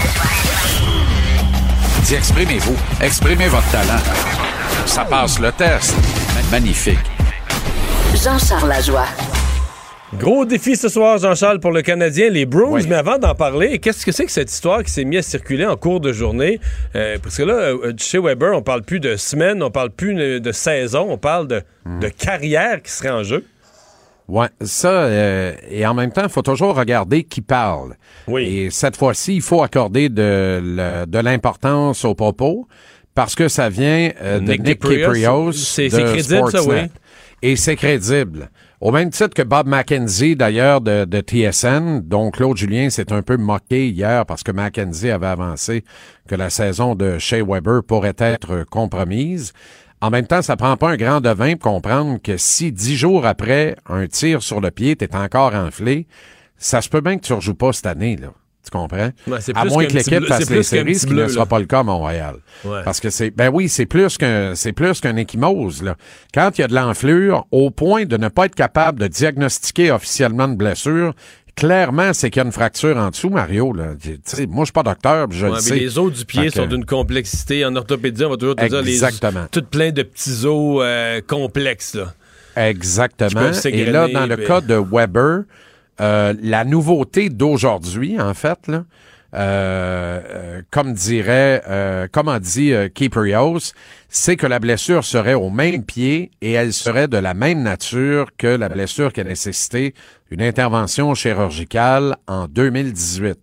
Dis, exprimez-vous. Exprimez votre talent. Ça passe le test. Magnifique. Jean-Charles Lajoie. Gros défi ce soir, Jean-Charles, pour le Canadien, les Bruins. Oui. Mais avant d'en parler, qu'est-ce que c'est que cette histoire qui s'est mise à circuler en cours de journée? Euh, parce que là, euh, chez Weber, on parle plus de semaine, on parle plus de saison, on parle de, mmh. de carrière qui serait en jeu. Oui, ça, euh, et en même temps, il faut toujours regarder qui parle. Oui. Et cette fois-ci, il faut accorder de, le, de l'importance aux propos parce que ça vient euh, de Nick, Nick Kypreos c'est, de c'est crédible, Sportsnet. Ça, oui. Et c'est crédible. Au même titre que Bob McKenzie, d'ailleurs, de, de T S N, dont Claude Julien s'est un peu moqué hier parce que McKenzie avait avancé que la saison de Shea Weber pourrait être compromise. En même temps, ça prend pas un grand devin pour comprendre que si dix jours après un tir sur le pied, t'es encore enflé, ça se peut bien que tu rejoues pas cette année, là. Tu comprends? Ouais, à moins que l'équipe bleu, fasse les séries, ce qui ne sera pas le cas à Montréal. Ouais. Parce que c'est, ben oui, c'est plus qu'un, c'est plus qu'un échymose, là. Quand il y a de l'enflure, au point de ne pas être capable de diagnostiquer officiellement une blessure, clairement, c'est qu'il y a une fracture en dessous, Mario, là. Tu sais, moi, je suis pas docteur, je ouais, le sais. Les os du pied sont que... d'une complexité. En orthopédie, on va toujours te Exactement. dire les tout plein de petits os euh, complexes, là. Exactement. Et là, dans le puis... cas de Weber, Euh, la nouveauté d'aujourd'hui, en fait, là, euh, euh, comme dirait, euh, comme a dit euh, Kypreos, c'est que la blessure serait au même pied et elle serait de la même nature que la blessure qui a nécessité une intervention chirurgicale en deux mille dix-huit.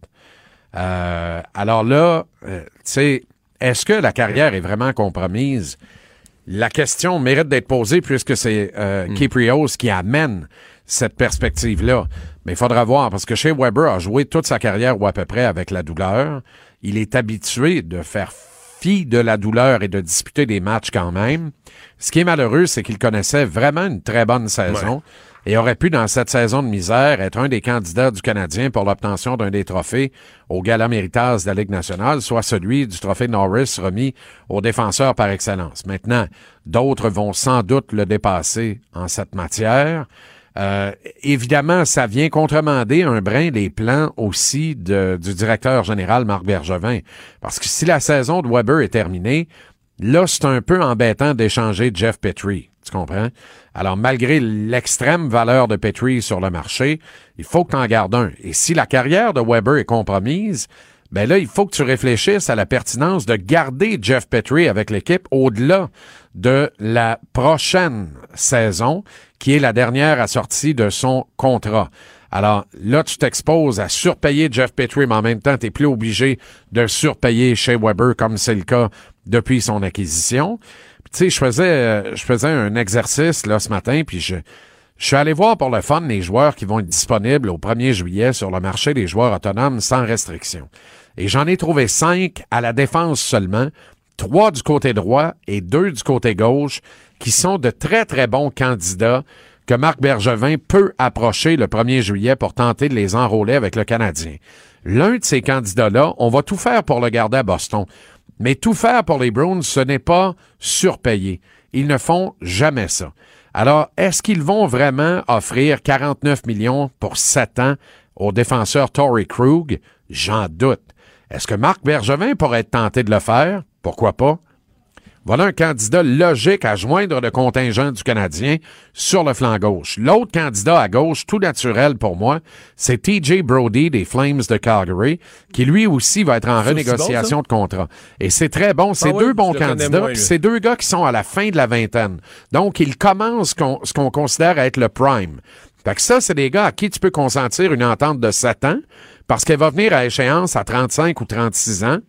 Euh, alors là, euh, tu sais, est-ce que la carrière est vraiment compromise? La question mérite d'être posée puisque c'est euh, mm. Kypreos qui amène cette perspective-là. Mais il faudra voir, parce que Shea Weber a joué toute sa carrière ou à peu près avec la douleur. Il est habitué de faire fi de la douleur et de disputer des matchs quand même. Ce qui est malheureux, c'est qu'il connaissait vraiment une très bonne saison ouais. et aurait pu, dans cette saison de misère, être un des candidats du Canadien pour l'obtention d'un des trophées au Gala Méritas de la Ligue nationale, soit celui du trophée Norris remis aux défenseurs par excellence. Maintenant, d'autres vont sans doute le dépasser en cette matière. Euh, évidemment, ça vient contremander un brin les plans aussi de, du directeur général Marc Bergevin. Parce que si la saison de Weber est terminée, là, c'est un peu embêtant d'échanger Jeff Petrie. Tu comprends? Alors, malgré l'extrême valeur de Petrie sur le marché, il faut que tu en gardes un. Et si la carrière de Weber est compromise, ben là, il faut que tu réfléchisses à la pertinence de garder Jeff Petrie avec l'équipe au-delà de la prochaine saison, qui est la dernière assortie de son contrat. Alors là, tu t'exposes à surpayer Jeff Petrie, mais en même temps, tu n'es plus obligé de surpayer Shea Weber comme c'est le cas depuis son acquisition. Tu sais, je faisais, euh, je faisais un exercice là ce matin, puis je, je suis allé voir pour le fun les joueurs qui vont être disponibles au premier juillet sur le marché des joueurs autonomes sans restriction. Et j'en ai trouvé cinq à la défense seulement, trois du côté droit et deux du côté gauche, qui sont de très, très bons candidats que Marc Bergevin peut approcher le premier juillet pour tenter de les enrôler avec le Canadien. L'un de ces candidats-là, on va tout faire pour le garder à Boston. Mais tout faire pour les Bruins, ce n'est pas surpayer. Ils ne font jamais ça. Alors, est-ce qu'ils vont vraiment offrir quarante-neuf millions pour sept ans au défenseur Torrey Krug? J'en doute. Est-ce que Marc Bergevin pourrait être tenté de le faire? Pourquoi pas? Voilà un candidat logique à joindre le contingent du Canadien sur le flanc gauche. L'autre candidat à gauche, tout naturel pour moi, c'est T J Brodie des Flames de Calgary, qui lui aussi va être en c'est renégociation bon, de contrat. Et c'est très bon. C'est ah deux oui, bons candidats, puis c'est deux gars qui sont à la fin de la vingtaine. Donc, ils commencent ce qu'on, ce qu'on considère être le prime. Fait que ça, c'est des gars à qui tu peux consentir une entente de sept ans, parce qu'elle va venir à échéance à trente-cinq ou trente-six ans.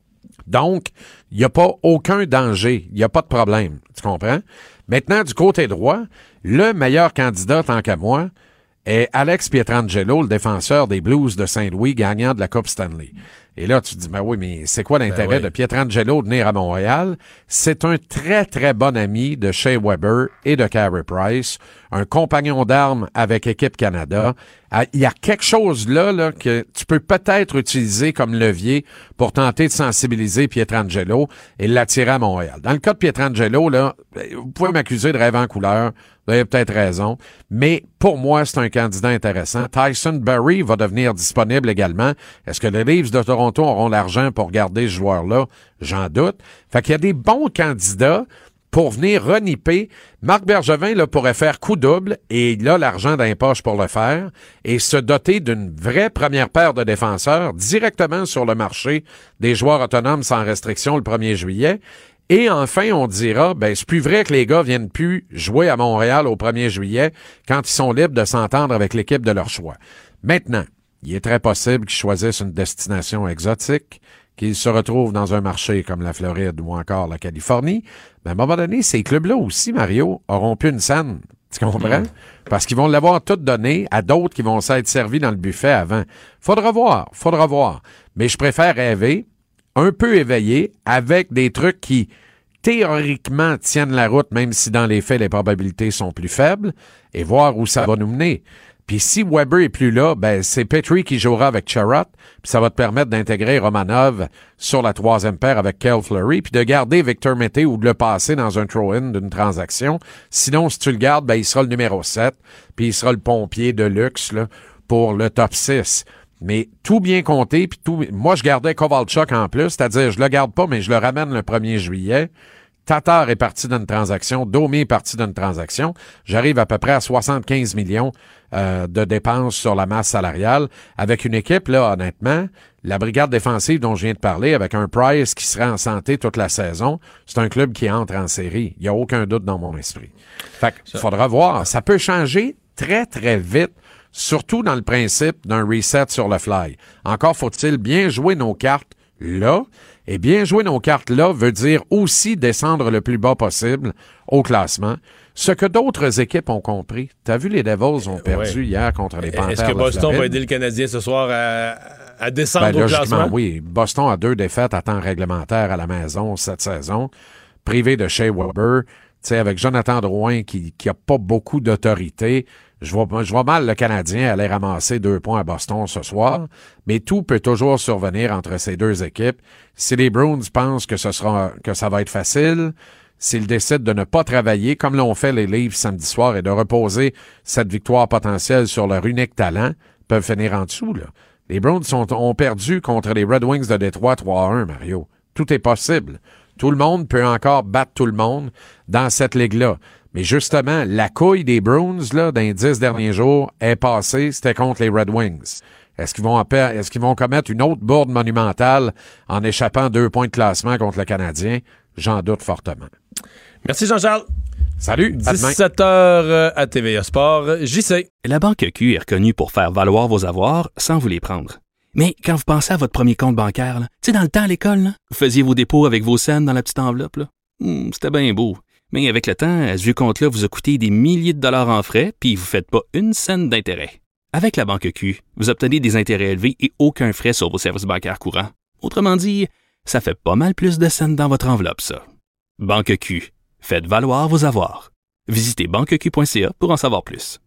Donc, il n'y a pas aucun danger. Il n'y a pas de problème. Tu comprends? Maintenant, du côté droit, Le meilleur candidat, tant qu'à moi, est Alex Pietrangelo, le défenseur des Blues de Saint-Louis, gagnant de la Coupe Stanley. Et là, tu te dis, ben oui, mais c'est quoi l'intérêt ben oui. de Pietrangelo de venir à Montréal? C'est un très, très bon ami de Shea Weber et de Carey Price, un compagnon d'armes avec Équipe Canada. Il y a quelque chose là, là que tu peux peut-être utiliser comme levier pour tenter de sensibiliser Pietrangelo et l'attirer à Montréal. Dans le cas de Pietrangelo, là, vous pouvez m'accuser de rêve en couleur. Vous avez peut-être raison. Mais pour moi, c'est un candidat intéressant. Tyson Barrie va devenir disponible également. Est-ce que les Leafs de Toronto auront l'argent pour garder ce joueur-là? J'en doute. Fait qu'il y a des bons candidats pour venir reniper. Marc Bergevin là, pourrait faire coup double et il a l'argent dans les poches pour le faire et se doter d'une vraie première paire de défenseurs directement sur le marché des joueurs autonomes sans restriction le premier juillet. Et enfin, on dira, ben c'est plus vrai que les gars viennent plus jouer à Montréal au premier juillet quand ils sont libres de s'entendre avec l'équipe de leur choix. Maintenant, il est très possible qu'ils choisissent une destination exotique, qu'ils se retrouvent dans un marché comme la Floride ou encore la Californie. Mais à un moment donné, ces clubs-là aussi, Mario, auront plus une scène. Tu comprends? Mmh. Parce qu'ils vont l'avoir tout donné à d'autres qui vont s'être servis dans le buffet avant. Faudra voir, faudra voir. Mais je préfère rêver un peu éveillé, avec des trucs qui, théoriquement, tiennent la route, même si dans les faits, les probabilités sont plus faibles, et voir où ça va nous mener. Puis si Weber est plus là, ben c'est Petrie qui jouera avec Sherratt, puis ça va te permettre d'intégrer Romanov sur la troisième paire avec Cale Fleury, puis de garder Victor Mété ou de le passer dans un throw-in d'une transaction. Sinon, si tu le gardes, ben il sera le numéro sept, puis il sera le pompier de luxe là, pour le top six. Mais tout bien compté, puis tout. Moi, je gardais Kovalchuk en plus, c'est-à-dire je le garde pas, mais je le ramène le premier juillet. Tatar est parti d'une transaction, Domi est parti d'une transaction. J'arrive à peu près à soixante-quinze millions euh, de dépenses sur la masse salariale avec une équipe, là, honnêtement, la brigade défensive dont je viens de parler, avec un Price qui sera en santé toute la saison, c'est un club qui entre en série. Il n'y a aucun doute dans mon esprit. Fait qu'il faudra voir. Ça peut changer très, très vite. Surtout dans le principe d'un reset sur le fly. Encore faut-il bien jouer nos cartes là. Et bien jouer nos cartes là veut dire aussi descendre le plus bas possible au classement. Ce que d'autres équipes ont compris. T'as vu, les Devils ont perdu ouais. hier contre les Panthers. Est-ce que Boston va aider le Canadien ce soir à, à descendre ben, au classement? Oui. Boston a deux défaites à temps réglementaire à la maison cette saison. Privé de Shea Weber. T'sais, avec Jonathan Drouin qui, qui a pas beaucoup d'autorité. Je vois, je vois mal le Canadien aller ramasser deux points à Boston ce soir, mais tout peut toujours survenir entre ces deux équipes. Si les Bruins pensent que ce sera, que ça va être facile, s'ils décident de ne pas travailler, comme l'ont fait les Leafs samedi soir, et de reposer cette victoire potentielle sur leur unique talent, peuvent finir en dessous, là. Les Bruins sont, ont perdu contre les Red Wings de Détroit trois à un, Mario. Tout est possible. Tout le monde peut encore battre tout le monde dans cette ligue-là. Mais justement, la couille des Bruins, là, dans les dix derniers jours, est passée, c'était contre les Red Wings. Est-ce qu'ils vont, est-ce qu'ils vont commettre une autre bourde monumentale en échappant deux points de classement contre le Canadien? J'en doute fortement. Merci Jean-Charles. Salut. dix-sept heures à T V A Sport. J C. La Banque Q est reconnue pour faire valoir vos avoirs sans vous les prendre. Mais quand vous pensez à votre premier compte bancaire, tu sais, dans le temps à l'école, là, vous faisiez vos dépôts avec vos scènes dans la petite enveloppe. Là. Hum, c'était bien beau. Mais avec le temps, ce vieux compte-là vous a coûté des milliers de dollars en frais, puis vous ne faites pas une scène d'intérêt. Avec la Banque Q, vous obtenez des intérêts élevés et aucun frais sur vos services bancaires courants. Autrement dit, ça fait pas mal plus de scènes dans votre enveloppe, ça. Banque Q. Faites valoir vos avoirs. Visitez banque q point c a pour en savoir plus.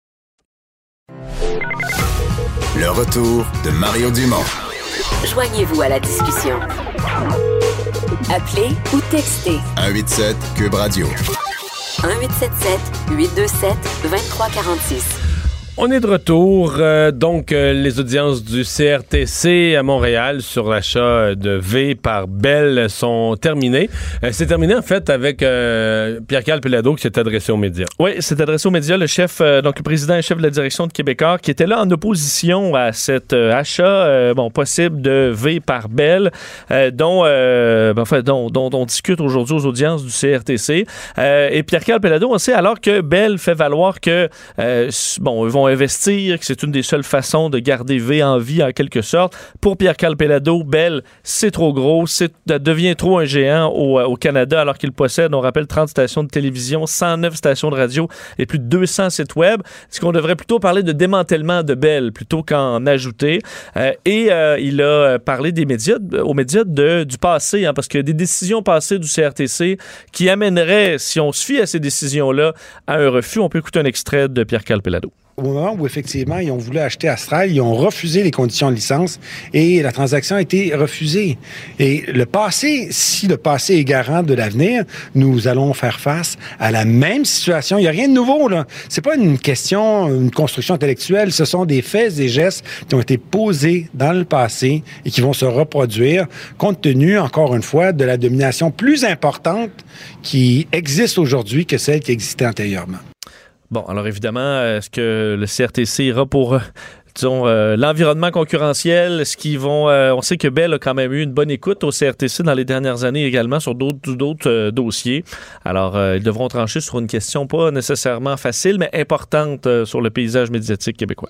Le retour de Mario Dumont. Joignez-vous à la discussion. Appelez ou textez. un huit sept Cube Radio. un huit sept sept huit deux sept deux trois quatre six. On est de retour. Euh, donc, euh, les audiences du C R T C à Montréal sur l'achat de V par Bell sont terminées. Euh, c'est terminé, en fait, avec euh, Pierre-Carl Péladeau qui s'est adressé aux médias. Oui, s'est adressé aux médias, le chef, euh, donc le président et chef de la direction de Québécois, qui était là en opposition à cet euh, achat euh, bon, possible de V par Bell, euh, dont, euh, enfin, dont, dont, dont on discute aujourd'hui aux audiences du C R T C. Euh, et Pierre-Carl Péladeau, on sait, alors que Bell fait valoir que, euh, bon, ils vont vont investir, que c'est une des seules façons de garder V en vie en quelque sorte. Pour Pierre-Carl Péladeau, Bell, c'est trop gros, c'est, ça devient trop un géant au, au Canada alors qu'il possède, on rappelle, trente stations de télévision, cent neuf stations de radio et plus de deux cents sites web. Est-ce qu'on devrait plutôt parler de démantèlement de Bell plutôt qu'en ajouter? Euh, et euh, il a parlé des médias, aux médias de, du passé, hein, parce que des décisions passées du C R T C qui amèneraient, si on se fie à ces décisions-là, à un refus. On peut écouter un extrait de Pierre-Carl Péladeau. Au moment où, effectivement, ils ont voulu acheter Astral, ils ont refusé les conditions de licence et la transaction a été refusée. Et le passé, si le passé est garant de l'avenir, nous allons faire face à la même situation. Il n'y a rien de nouveau, là. C'est pas une question, une construction intellectuelle. Ce sont des faits, des gestes qui ont été posés dans le passé et qui vont se reproduire compte tenu, encore une fois, de la domination plus importante qui existe aujourd'hui que celle qui existait antérieurement. Bon, alors évidemment, est-ce que le C R T C ira pour, euh, disons, euh, l'environnement concurrentiel? Est-ce qu'ils vont... Euh, on sait que Bell a quand même eu une bonne écoute au C R T C dans les dernières années également sur d'autres, d'autres euh, dossiers. Alors, euh, ils devront trancher sur une question pas nécessairement facile, mais importante euh, sur le paysage médiatique québécois.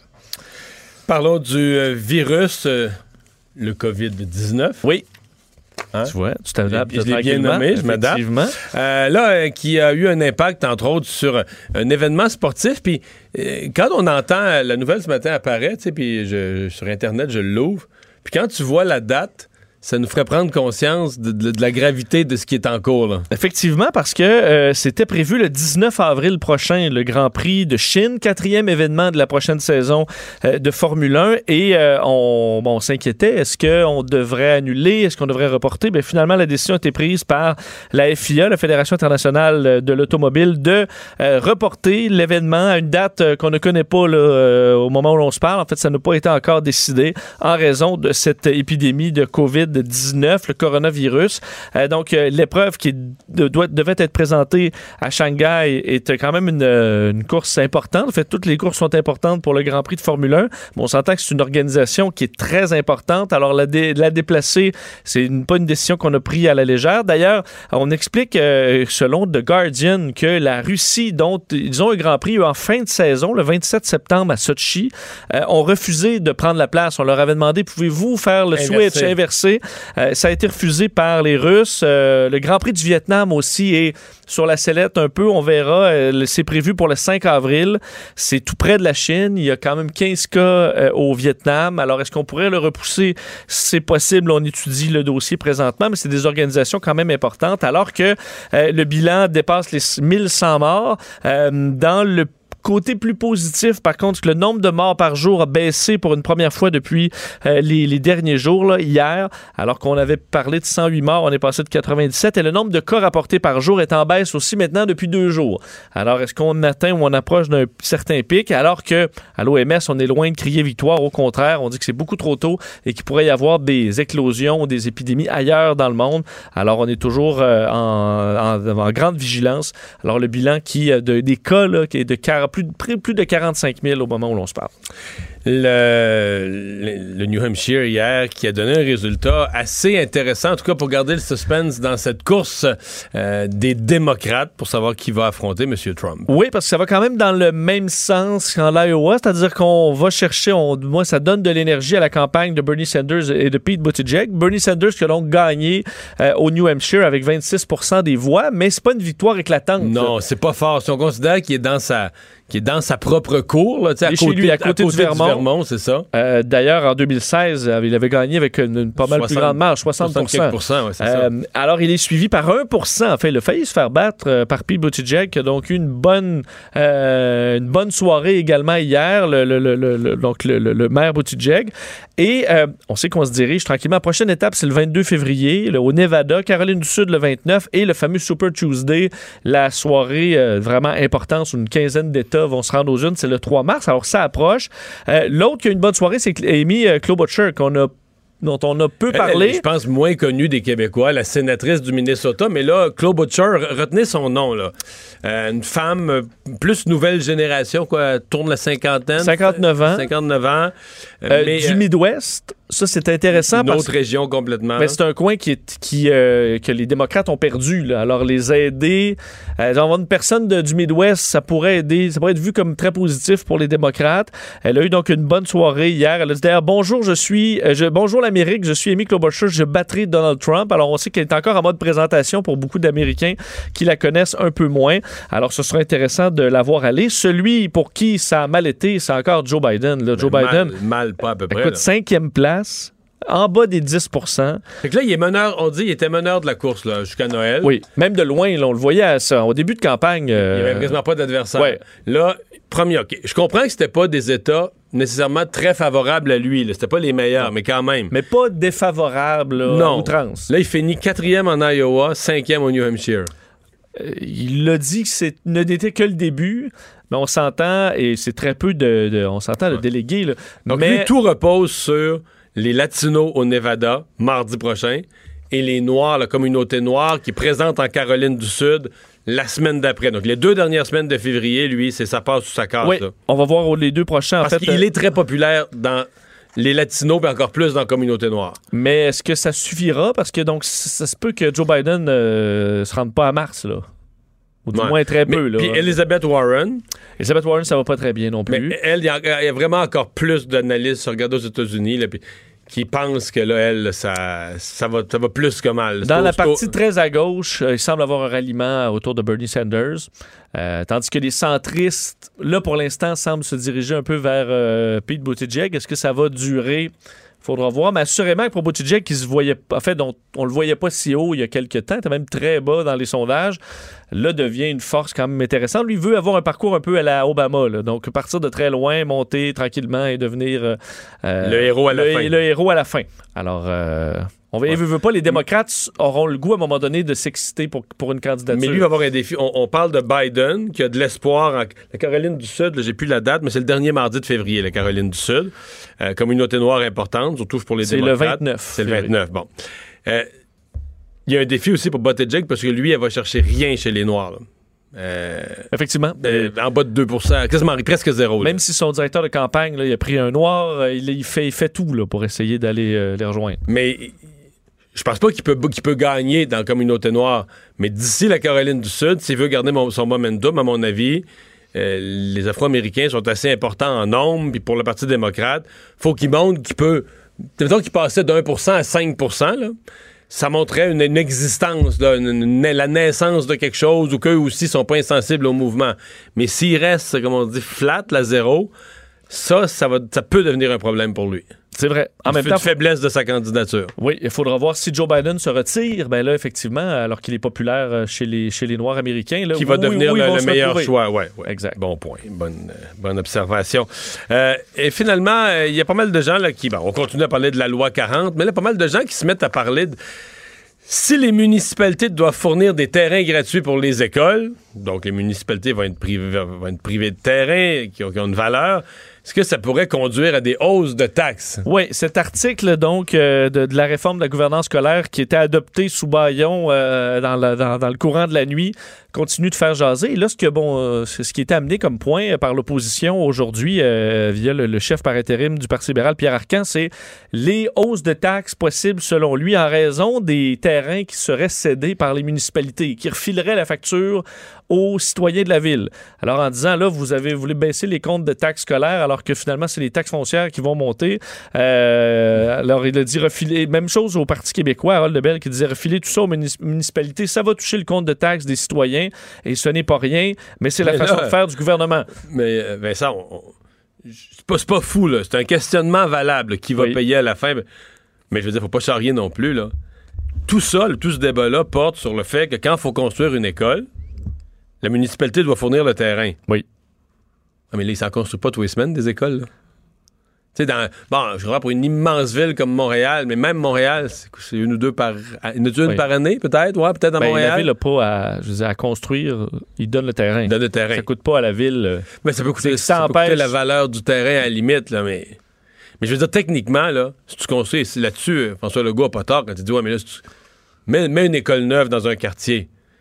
Parlons du euh, virus, euh, le covid dix-neuf. Oui. Hein? Tu vois, tu t'adaptes. Je l'ai bien nommé, je m'adapte. Euh, là, euh, qui a eu un impact, entre autres, sur un événement sportif. Puis euh, quand on entend la nouvelle ce matin apparaître, puis je, sur Internet, je l'ouvre. Puis quand tu vois la date, ça nous ferait prendre conscience de, de, de la gravité de ce qui est en cours, là. Effectivement, parce que euh, c'était prévu le dix-neuf avril prochain, le Grand Prix de Chine, quatrième événement de la prochaine saison euh, de Formule un. Et euh, on, bon, on s'inquiétait, est-ce qu'on devrait annuler, est-ce qu'on devrait reporter? Bien, finalement, la décision a été prise par la F I A, la Fédération internationale de l'automobile, de euh, reporter l'événement à une date euh, qu'on ne connaît pas là, euh, au moment où l'on se parle. En fait, ça n'a pas été encore décidé en raison de cette épidémie de covid dix-neuf, le coronavirus. Euh, donc, euh, l'épreuve qui de, doit, devait être présentée à Shanghai est quand même une, une course importante. En fait, toutes les courses sont importantes pour le Grand Prix de Formule un. Mais on s'entend que c'est une organisation qui est très importante. Alors, la, dé, la déplacer, c'est une, pas une décision qu'on a prise à la légère. D'ailleurs, on explique, euh, selon The Guardian, que la Russie, dont ils ont un Grand Prix en fin de saison, le vingt-sept septembre à Sochi, euh, ont refusé de prendre la place. On leur avait demandé, pouvez-vous faire le Inversé. switch inversé? Euh, ça a été refusé par les Russes. Euh, le Grand Prix du Vietnam aussi est sur la sellette un peu. On verra. Euh, c'est prévu pour le cinq avril. C'est tout près de la Chine. Il y a quand même quinze cas euh, au Vietnam. Alors, est-ce qu'on pourrait le repousser? C'est possible. On étudie le dossier présentement, mais c'est des organisations quand même importantes. Alors que euh, le bilan dépasse les mille cent morts. Euh, dans le côté plus positif, par contre, que le nombre de morts par jour a baissé pour une première fois depuis euh, les, les derniers jours, là, hier, alors qu'on avait parlé de cent huit morts, on est passé de quatre-vingt-dix-sept, et le nombre de cas rapportés par jour est en baisse aussi maintenant depuis deux jours. Alors, est-ce qu'on atteint ou on approche d'un certain pic, alors que à l'O M S, on est loin de crier victoire, au contraire, on dit que c'est beaucoup trop tôt et qu'il pourrait y avoir des éclosions ou des épidémies ailleurs dans le monde. Alors, on est toujours euh, en, en, en grande vigilance. Alors, le bilan qui de, des cas, là, qui est de quarante Plus de, plus de quarante-cinq mille au moment où l'on se parle. Le, le, le New Hampshire hier qui a donné un résultat assez intéressant, en tout cas pour garder le suspense dans cette course euh, des démocrates pour savoir qui va affronter M. Trump. Oui, parce que ça va quand même dans le même sens qu'en l'Iowa, c'est-à-dire qu'on va chercher, on, moi ça donne de l'énergie à la campagne de Bernie Sanders et de Pete Buttigieg. Bernie Sanders qui a donc gagné euh, au New Hampshire avec vingt-six pour cent des voix, mais c'est pas une victoire éclatante. Non, c'est pas fort. Si on considère qu'il est dans sa qui est dans sa propre cour, là, à, côté, chez lui, à, côté à côté du Vermont, du Vermont, c'est ça. Euh, d'ailleurs, en deux mille seize, il avait gagné avec une, une pas mal soixante, plus grande marge, soixante pour cent. soixante ouais, c'est euh, ça. Alors, il est suivi par un pour cent. En fait, il a failli se faire battre euh, par Pete Buttigieg, qui a donc eu une bonne, euh, une bonne soirée également hier, le, le, le, le, donc le, le, le maire Buttigieg. Et euh, on sait qu'on se dirige tranquillement. La prochaine étape, c'est le vingt-deux février, là, au Nevada, Caroline du Sud le vingt-neuf, et le fameux Super Tuesday, la soirée euh, vraiment importante où une quinzaine d'États vont se rendre aux urnes. C'est le trois mars, alors ça approche. Euh, l'autre qui a une bonne soirée, c'est Amy euh, Klobuchar, qu'on a dont on a peu parlé. Elle, je pense, moins connue des Québécois, la sénatrice du Minnesota, mais là, Klobuchar, retenez son nom, là. Euh, une femme euh, plus nouvelle génération, quoi, tourne la cinquantaine. cinquante-neuf ans. cinquante-neuf ans. Euh, mais, du euh, Midwest. Ça, c'est intéressant. Une parce autre région complètement. Mais c'est un coin qui est, qui, euh, que les démocrates ont perdu. Là. Alors, les aider, euh, avoir une personne de, du Midwest, ça pourrait aider, ça pourrait être vu comme très positif pour les démocrates. Elle a eu donc une bonne soirée hier. Elle a dit d'ailleurs, bonjour, je suis, euh, je, bonjour l'Amérique, je suis Amy Klobuchar, je battrai Donald Trump. Alors, on sait qu'elle est encore en mode présentation pour beaucoup d'Américains qui la connaissent un peu moins. Alors, ce sera intéressant de la voir aller. Celui pour qui ça a mal été, c'est encore Joe Biden. Là, Joe mal, Biden. Mal, pas à peu près. Écoute, là. cinquième place. En bas des dix pour cent. Fait que là, il est meneur, on dit, il était meneur de la course là, jusqu'à Noël. Oui, même de loin, là, on le voyait à ça. Au début de campagne. Euh... Il n'y avait quasiment pas d'adversaire. Ouais. Là, premier, OK. Je comprends que c'était pas des États nécessairement très favorables à lui. Là. C'était pas les meilleurs, non. mais quand même. Mais pas défavorables là, non. à outrance. Là, il finit quatrième en Iowa, cinquième au New Hampshire. Euh, il a dit que ce n'était que le début. Mais on s'entend, et c'est très peu de... de on s'entend le ouais. délégué. Là. Donc, mais... lui, tout repose sur les Latinos au Nevada, mardi prochain, et les Noirs, la communauté noire, qui présente en Caroline du Sud la semaine d'après. Donc, les deux dernières semaines de février, lui, c'est ça passe ou ça casse. Oui, là. On va voir les deux prochains. Parce en fait, qu'il euh... est très populaire dans les Latinos, mais encore plus dans la communauté noire. Mais est-ce que ça suffira? Parce que donc, ça se peut que Joe Biden ne euh, se rende pas à Mars, là. Ou du ouais. moins très peu. Mais, puis Elizabeth Warren. Elizabeth Warren, ça va pas très bien non plus. Mais elle, il y, y a vraiment encore plus d'analystes, regarde aux États-Unis, là, puis qui pensent que là, elle, ça, ça, va, ça va plus que mal. Dans au, la partie au... très à gauche, euh, il semble avoir un ralliement autour de Bernie Sanders. Euh, tandis que les centristes, là, pour l'instant, semblent se diriger un peu vers euh, Pete Buttigieg. Est-ce que ça va durer? Faudra voir, mais assurément que pour Buttigieg, qui se voyait, en fait, on, on le voyait pas si haut il y a quelques temps, était même très bas dans les sondages, là, devient une force quand même intéressante. Lui, il veut avoir un parcours un peu à la Obama, là. Donc, partir de très loin, monter tranquillement et devenir euh, le héros à la le, fin. Le héros à la fin. Alors, euh, on veut, ouais. veut, veut pas, les démocrates auront le goût à un moment donné de s'exciter pour, pour une candidature. Mais lui va avoir un défi. On, on parle de Biden, qui a de l'espoir. En, la Caroline du Sud, là, j'ai plus la date, mais c'est le dernier mardi de février, la Caroline du Sud. Euh, communauté noire importante, surtout pour les c'est démocrates. C'est le vingt-neuf. C'est le vingt-neuf, bon. Euh, il y a un défi aussi pour Buttigieg, parce que lui, elle va chercher rien chez les Noirs, là. Euh, Effectivement. Euh, en bas de deux pour cent, quasiment presque zéro. Même là. si son directeur de campagne, là, il a pris un noir, il, il, fait, il fait tout là, pour essayer d'aller euh, les rejoindre. Mais je pense pas qu'il peut, qu'il peut gagner dans la communauté noire. Mais d'ici la Caroline du Sud, s'il veut garder mon, son momentum, à mon avis, euh, les Afro-Américains sont assez importants en nombre. Puis pour le Parti démocrate, faut qu'il montre qu'il peut... Mettons qu'il passait d'un pour cent à cinq pour cent, là. Ça montrerait une, une existence, là, une, une, la naissance de quelque chose, ou qu'eux aussi sont pas insensibles au mouvement. Mais s'il reste, comme on dit, flat, la zéro, ça, ça, va, ça peut devenir un problème pour lui. C'est vrai. En il même fait temps, une faiblesse de sa candidature. Oui, il faudra voir si Joe Biden se retire. Ben là, effectivement, alors qu'il est populaire chez les, chez les Noirs américains. Là, qui va où, devenir où, où le, le meilleur choix. Ouais, ouais. Exact. Bon point. Bonne, euh, bonne observation. Euh, et finalement, il euh, y a pas mal de gens là, qui... Bon, on continue à parler de la loi quarante, mais là, pas mal de gens qui se mettent à parler de... Si les municipalités doivent fournir des terrains gratuits pour les écoles, donc les municipalités vont être privées, vont être privées de terrains qui ont, qui ont une valeur, est-ce que ça pourrait conduire à des hausses de taxes? Oui, cet article donc euh, de, de la réforme de la gouvernance scolaire qui était adopté sous bâillon euh, dans, la, dans, dans le courant de la nuit continue de faire jaser. Et là, ce, que, bon, euh, ce qui était amené comme point par l'opposition aujourd'hui euh, via le, le chef par intérim du Parti libéral, Pierre Arcan, c'est les hausses de taxes possibles selon lui en raison des terrains qui seraient cédés par les municipalités, qui refileraient la facture aux citoyens de la ville. Alors en disant, là, vous avez voulu baisser les comptes de taxes scolaires alors que finalement, c'est les taxes foncières qui vont monter. Euh, alors il a dit refiler, même chose au Parti québécois, Harold Lebel, qui disait refiler tout ça aux municipalités, ça va toucher le compte de taxes des citoyens. Et ce n'est pas rien, mais c'est la mais façon là, de faire du gouvernement. Mais euh, Vincent, on, on, c'est, pas, c'est pas fou, là. C'est un questionnement valable là, qui va oui. payer à la fin. Mais je veux dire, faut pas charrier non plus. Là. Tout ça, là, tout ce débat-là porte sur le fait que quand il faut construire une école, la municipalité doit fournir le terrain. Oui. Ah, mais là, ils s'en construisent pas tous les semaines, des écoles. Là. Tu sais, dans, bon, je crois pour une immense ville comme Montréal, mais même Montréal, c'est, c'est une ou deux par, une, une oui. par année, peut-être, ouais, peut-être à ben, Montréal. La ville n'a pas à, je veux dire, à construire, il donne le terrain. Il donne le terrain. Ça coûte pas à la ville. Mais ça peut coûter, ça ça peut coûter la valeur du terrain à la limite, là, mais. Mais je veux dire, techniquement, là, si tu construis là-dessus, François Legault n'a pas tort quand il dit, ouais, mais là, si tu mets, mets une école neuve dans un quartier.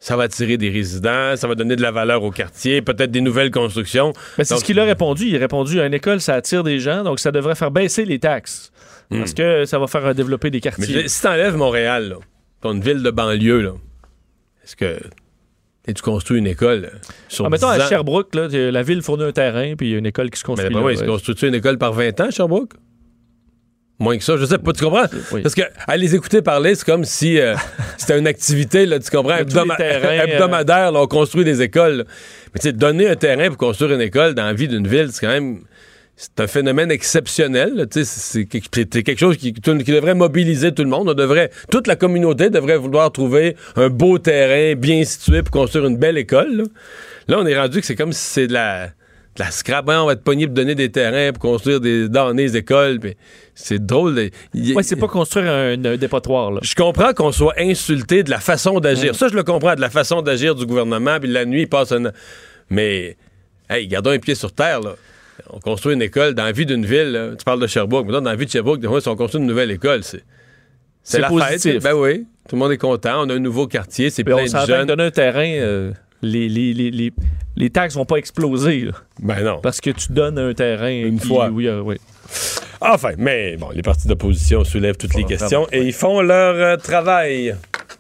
ça va attirer des résidents, ça va donner de la valeur au quartier, peut-être des nouvelles constructions. Mais c'est donc, ce qu'il a répondu. Il a répondu à une école, ça attire des gens, donc ça devrait faire baisser les taxes. Mm. Parce que ça va faire euh, développer des quartiers. Mais si t'enlèves Montréal, là, ton ville de banlieue, là, est-ce que tu construis une école sur ah, mettons dix ans? À Sherbrooke, là, la ville fournit un terrain, puis il y a une école qui se construit. Mais ben, là, oui, ouais. construis-tu une école par vingt ans à Sherbrooke? Moins que ça, je sais pas, tu comprends? Oui. Parce que à les écouter parler, c'est comme si euh, c'était une activité, là, tu comprends, hebdoma- terrains, hebdomadaire, là, on construit des écoles. Là. Mais tu sais, donner un terrain pour construire une école dans la vie d'une ville, c'est quand même... C'est un phénomène exceptionnel. C'est, c'est quelque chose qui, qui devrait mobiliser tout le monde. On devrait, toute la communauté devrait vouloir trouver un beau terrain bien situé pour construire une belle école. Là, là on est rendu que c'est comme si c'est de la, de la scrap. Hein, on va être pogné pour donner des terrains pour construire des, dans des écoles. Pis c'est drôle. De, y, ouais, c'est pas construire un, un dépotoir. Là. Je comprends qu'on soit insulté de la façon d'agir. Mmh. Ça, je le comprends, de la façon d'agir du gouvernement. Puis la nuit, il passe un... Mais, hey, gardons un pied sur terre, là. On construit une école dans la vie d'une ville. Là. Tu parles de Sherbrooke. Mais dans la vie de Sherbrooke, des fois, si on construit une nouvelle école, c'est, c'est, c'est la positif. Fête. Ben oui. Tout le monde est content. On a un nouveau quartier. C'est puis plein on de jeunes. Donner un terrain, euh, les, les, les, les, les taxes vont pas exploser. Là. Ben non. Parce que tu donnes un terrain. Une qui, fois. Oui, euh, oui. Enfin, mais bon, les partis d'opposition soulèvent toutes les questions et ils font leur euh, travail.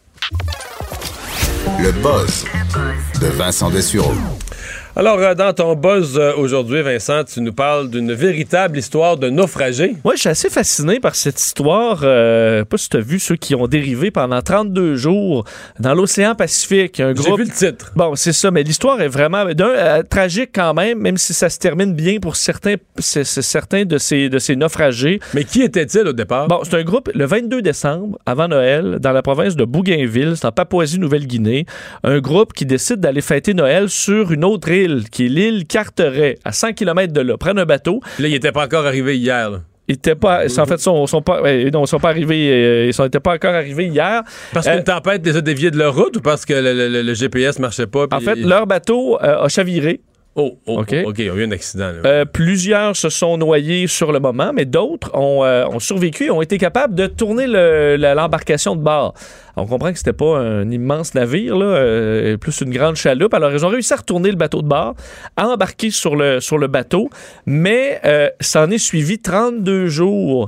Le buzz de Vincent Dessureau. Alors, euh, dans ton buzz euh, aujourd'hui, Vincent, tu nous parles d'une véritable histoire de naufragés. Oui, je suis assez fasciné par cette histoire. Euh, pas si tu as vu ceux qui ont dérivé pendant trente-deux jours dans l'océan Pacifique. Un groupe... J'ai vu le titre. Bon, c'est ça, mais l'histoire est vraiment d'un, euh, tragique quand même, même si ça se termine bien pour certains, c'est, c'est certains de, ces, de ces naufragés. Mais qui était-il au départ? Bon, c'est un groupe, le vingt-deux décembre, avant Noël, dans la province de Bougainville, c'est en Papouasie-Nouvelle-Guinée, un groupe qui décide d'aller fêter Noël sur une autre île, qui est l'île Carteret, à cent kilomètres de là. Prennent un bateau. Là, il n'était pas encore arrivé hier. Là. Ils étaient pas, en fait, sont, sont pas, ouais, non, ils sont pas arrivés, euh, ils n'étaient pas encore arrivés hier. Parce qu'une euh, tempête les a déviés de leur route ou parce que le, le, le G P S marchait pas? En fait, leur bateau euh, a chaviré. Oh, oh, OK. OK, il y a eu un accident. Là. Euh, plusieurs se sont noyés sur le moment, mais d'autres ont, euh, ont survécu et ont été capables de tourner le, la, l'embarcation de bord. On comprend que c'était pas un immense navire, là, euh, plus une grande chaloupe. Alors, ils ont réussi à retourner le bateau de bord, à embarquer sur le, sur le bateau, mais euh, ça en est suivi trente-deux jours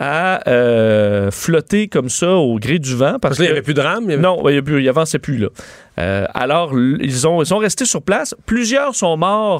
à euh, flotter comme ça au gré du vent. Parce, parce qu'il n'y avait plus de rame? Il y avait... Non, il n'y avançait plus, là. Euh, alors, ils, ont, ils sont restés sur place. Plusieurs sont morts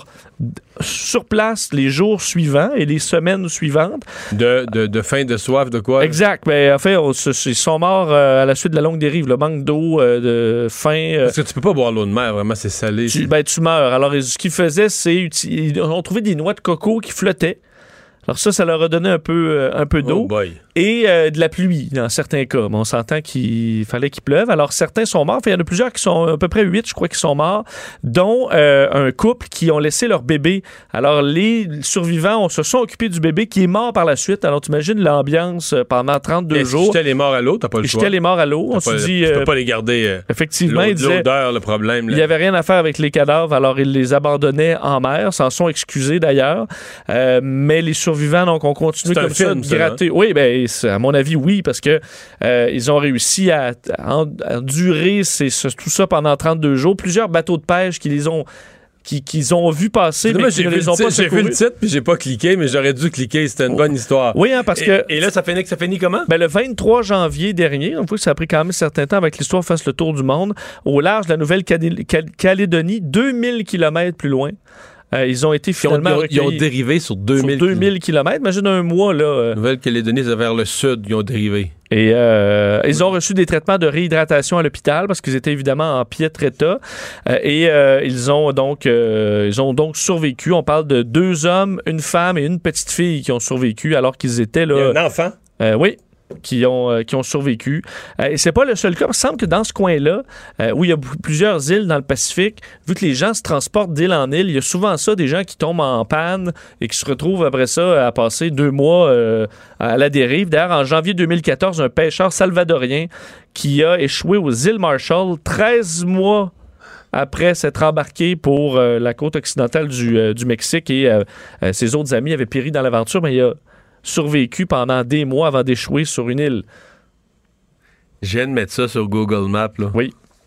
sur place les jours suivants et les semaines suivantes. De, de, de faim, de soif, de quoi? Exact. Mais en fait, on, ils sont morts euh, à la suite de la longue dérive. Le manque d'eau, euh, de faim. Euh, Parce que tu peux pas boire l'eau de mer, vraiment, c'est salé. Tu, ben, tu meurs. Alors, ce qu'ils faisaient, c'est... Ils ont trouvé des noix de coco qui flottaient. Alors ça, ça leur a donné un peu, euh, un peu d'eau oh et euh, de la pluie dans certains cas. Mais on s'entend qu'il fallait qu'il pleuve. Alors certains sont morts. Enfin, il y en a plusieurs qui sont, à peu près huit, je crois, qui sont morts, dont euh, un couple qui ont laissé leur bébé. Alors les survivants on se sont occupés du bébé qui est mort par la suite. Alors tu imagines l'ambiance pendant trente-deux Est-ce jours. Ils jetaient les morts à l'eau, t'as pas le ils choix. Ils jetaient les morts à l'eau. On se dit... Tu euh, peux pas les garder. Euh, effectivement, l'eau, ils disaient... L'odeur, le problème. Là. Il n'y avait rien à faire avec les cadavres, alors ils les abandonnaient en mer. S'en sont excusés d'ailleurs. Euh, mais les survivants, donc, ont continué comme ça de gratter. Oui, ben, à mon avis, oui, parce que euh, ils ont réussi à, à endurer ces, ce, tout ça pendant trente-deux jours. Plusieurs bateaux de pêche qui les ont qui, qu'ils ont vu passer, mais qui ne les ont pas secourus. J'ai vu le titre, puis j'ai pas cliqué, mais j'aurais dû cliquer. C'était une oh. bonne histoire. Oui, hein, parce et, que... Et là, ça finit, ça finit comment? Ben, le vingt-trois janvier dernier, on voit que ça a pris quand même un certain temps avec l'histoire fasse le tour du monde, au large de la Nouvelle-Calédonie, deux mille kilomètres plus loin. Euh, ils ont été finalement ils ont, ils ont, ils ont dérivé sur deux mille kilomètres. Imagine un mois, là. Euh... Nouvelle-Calédonie, c'est vers le sud, ils ont dérivé. Et euh, ils ont reçu des traitements de réhydratation à l'hôpital parce qu'ils étaient évidemment en piètre état. Euh, et euh, ils ont donc euh, ils ont donc survécu. On parle de deux hommes, une femme et une petite fille qui ont survécu alors qu'ils étaient là. Il y a un enfant? Euh, oui. Qui ont, euh, qui ont survécu. Euh, et c'est pas le seul cas. Il semble que dans ce coin-là, euh, où il y a b- plusieurs îles dans le Pacifique, vu que les gens se transportent d'île en île, il y a souvent ça, des gens qui tombent en panne et qui se retrouvent après ça à passer deux mois euh, à la dérive. D'ailleurs, en janvier deux mille quatorze, un pêcheur salvadorien qui a échoué aux îles Marshall treize mois après s'être embarqué pour euh, la côte occidentale du, euh, du Mexique et euh, euh, ses autres amis avaient péri dans l'aventure, mais il a survécu pendant des mois avant d'échouer sur une île. Je viens de mettre ça sur Google Maps, là. Oui.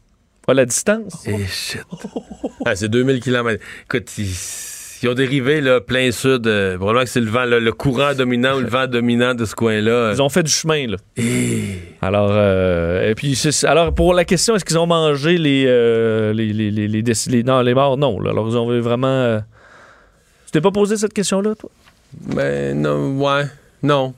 Pas la distance. Et shit. Ah, c'est deux mille kilomètres. Écoute, ils, ils ont dérivé là, plein sud. Euh, probablement que c'est le vent, là, le courant dominant ou le vent dominant de ce coin-là. Ils ont fait du chemin, là. Et... Alors, euh, et puis, c'est, alors, pour la question, est-ce qu'ils ont mangé les, euh, les, les, les, les, les, les, non, les morts? Non. Là. Alors, ils ont vraiment... Euh... Tu t'es pas posé cette question-là, toi? Ben, non, ouais. Non.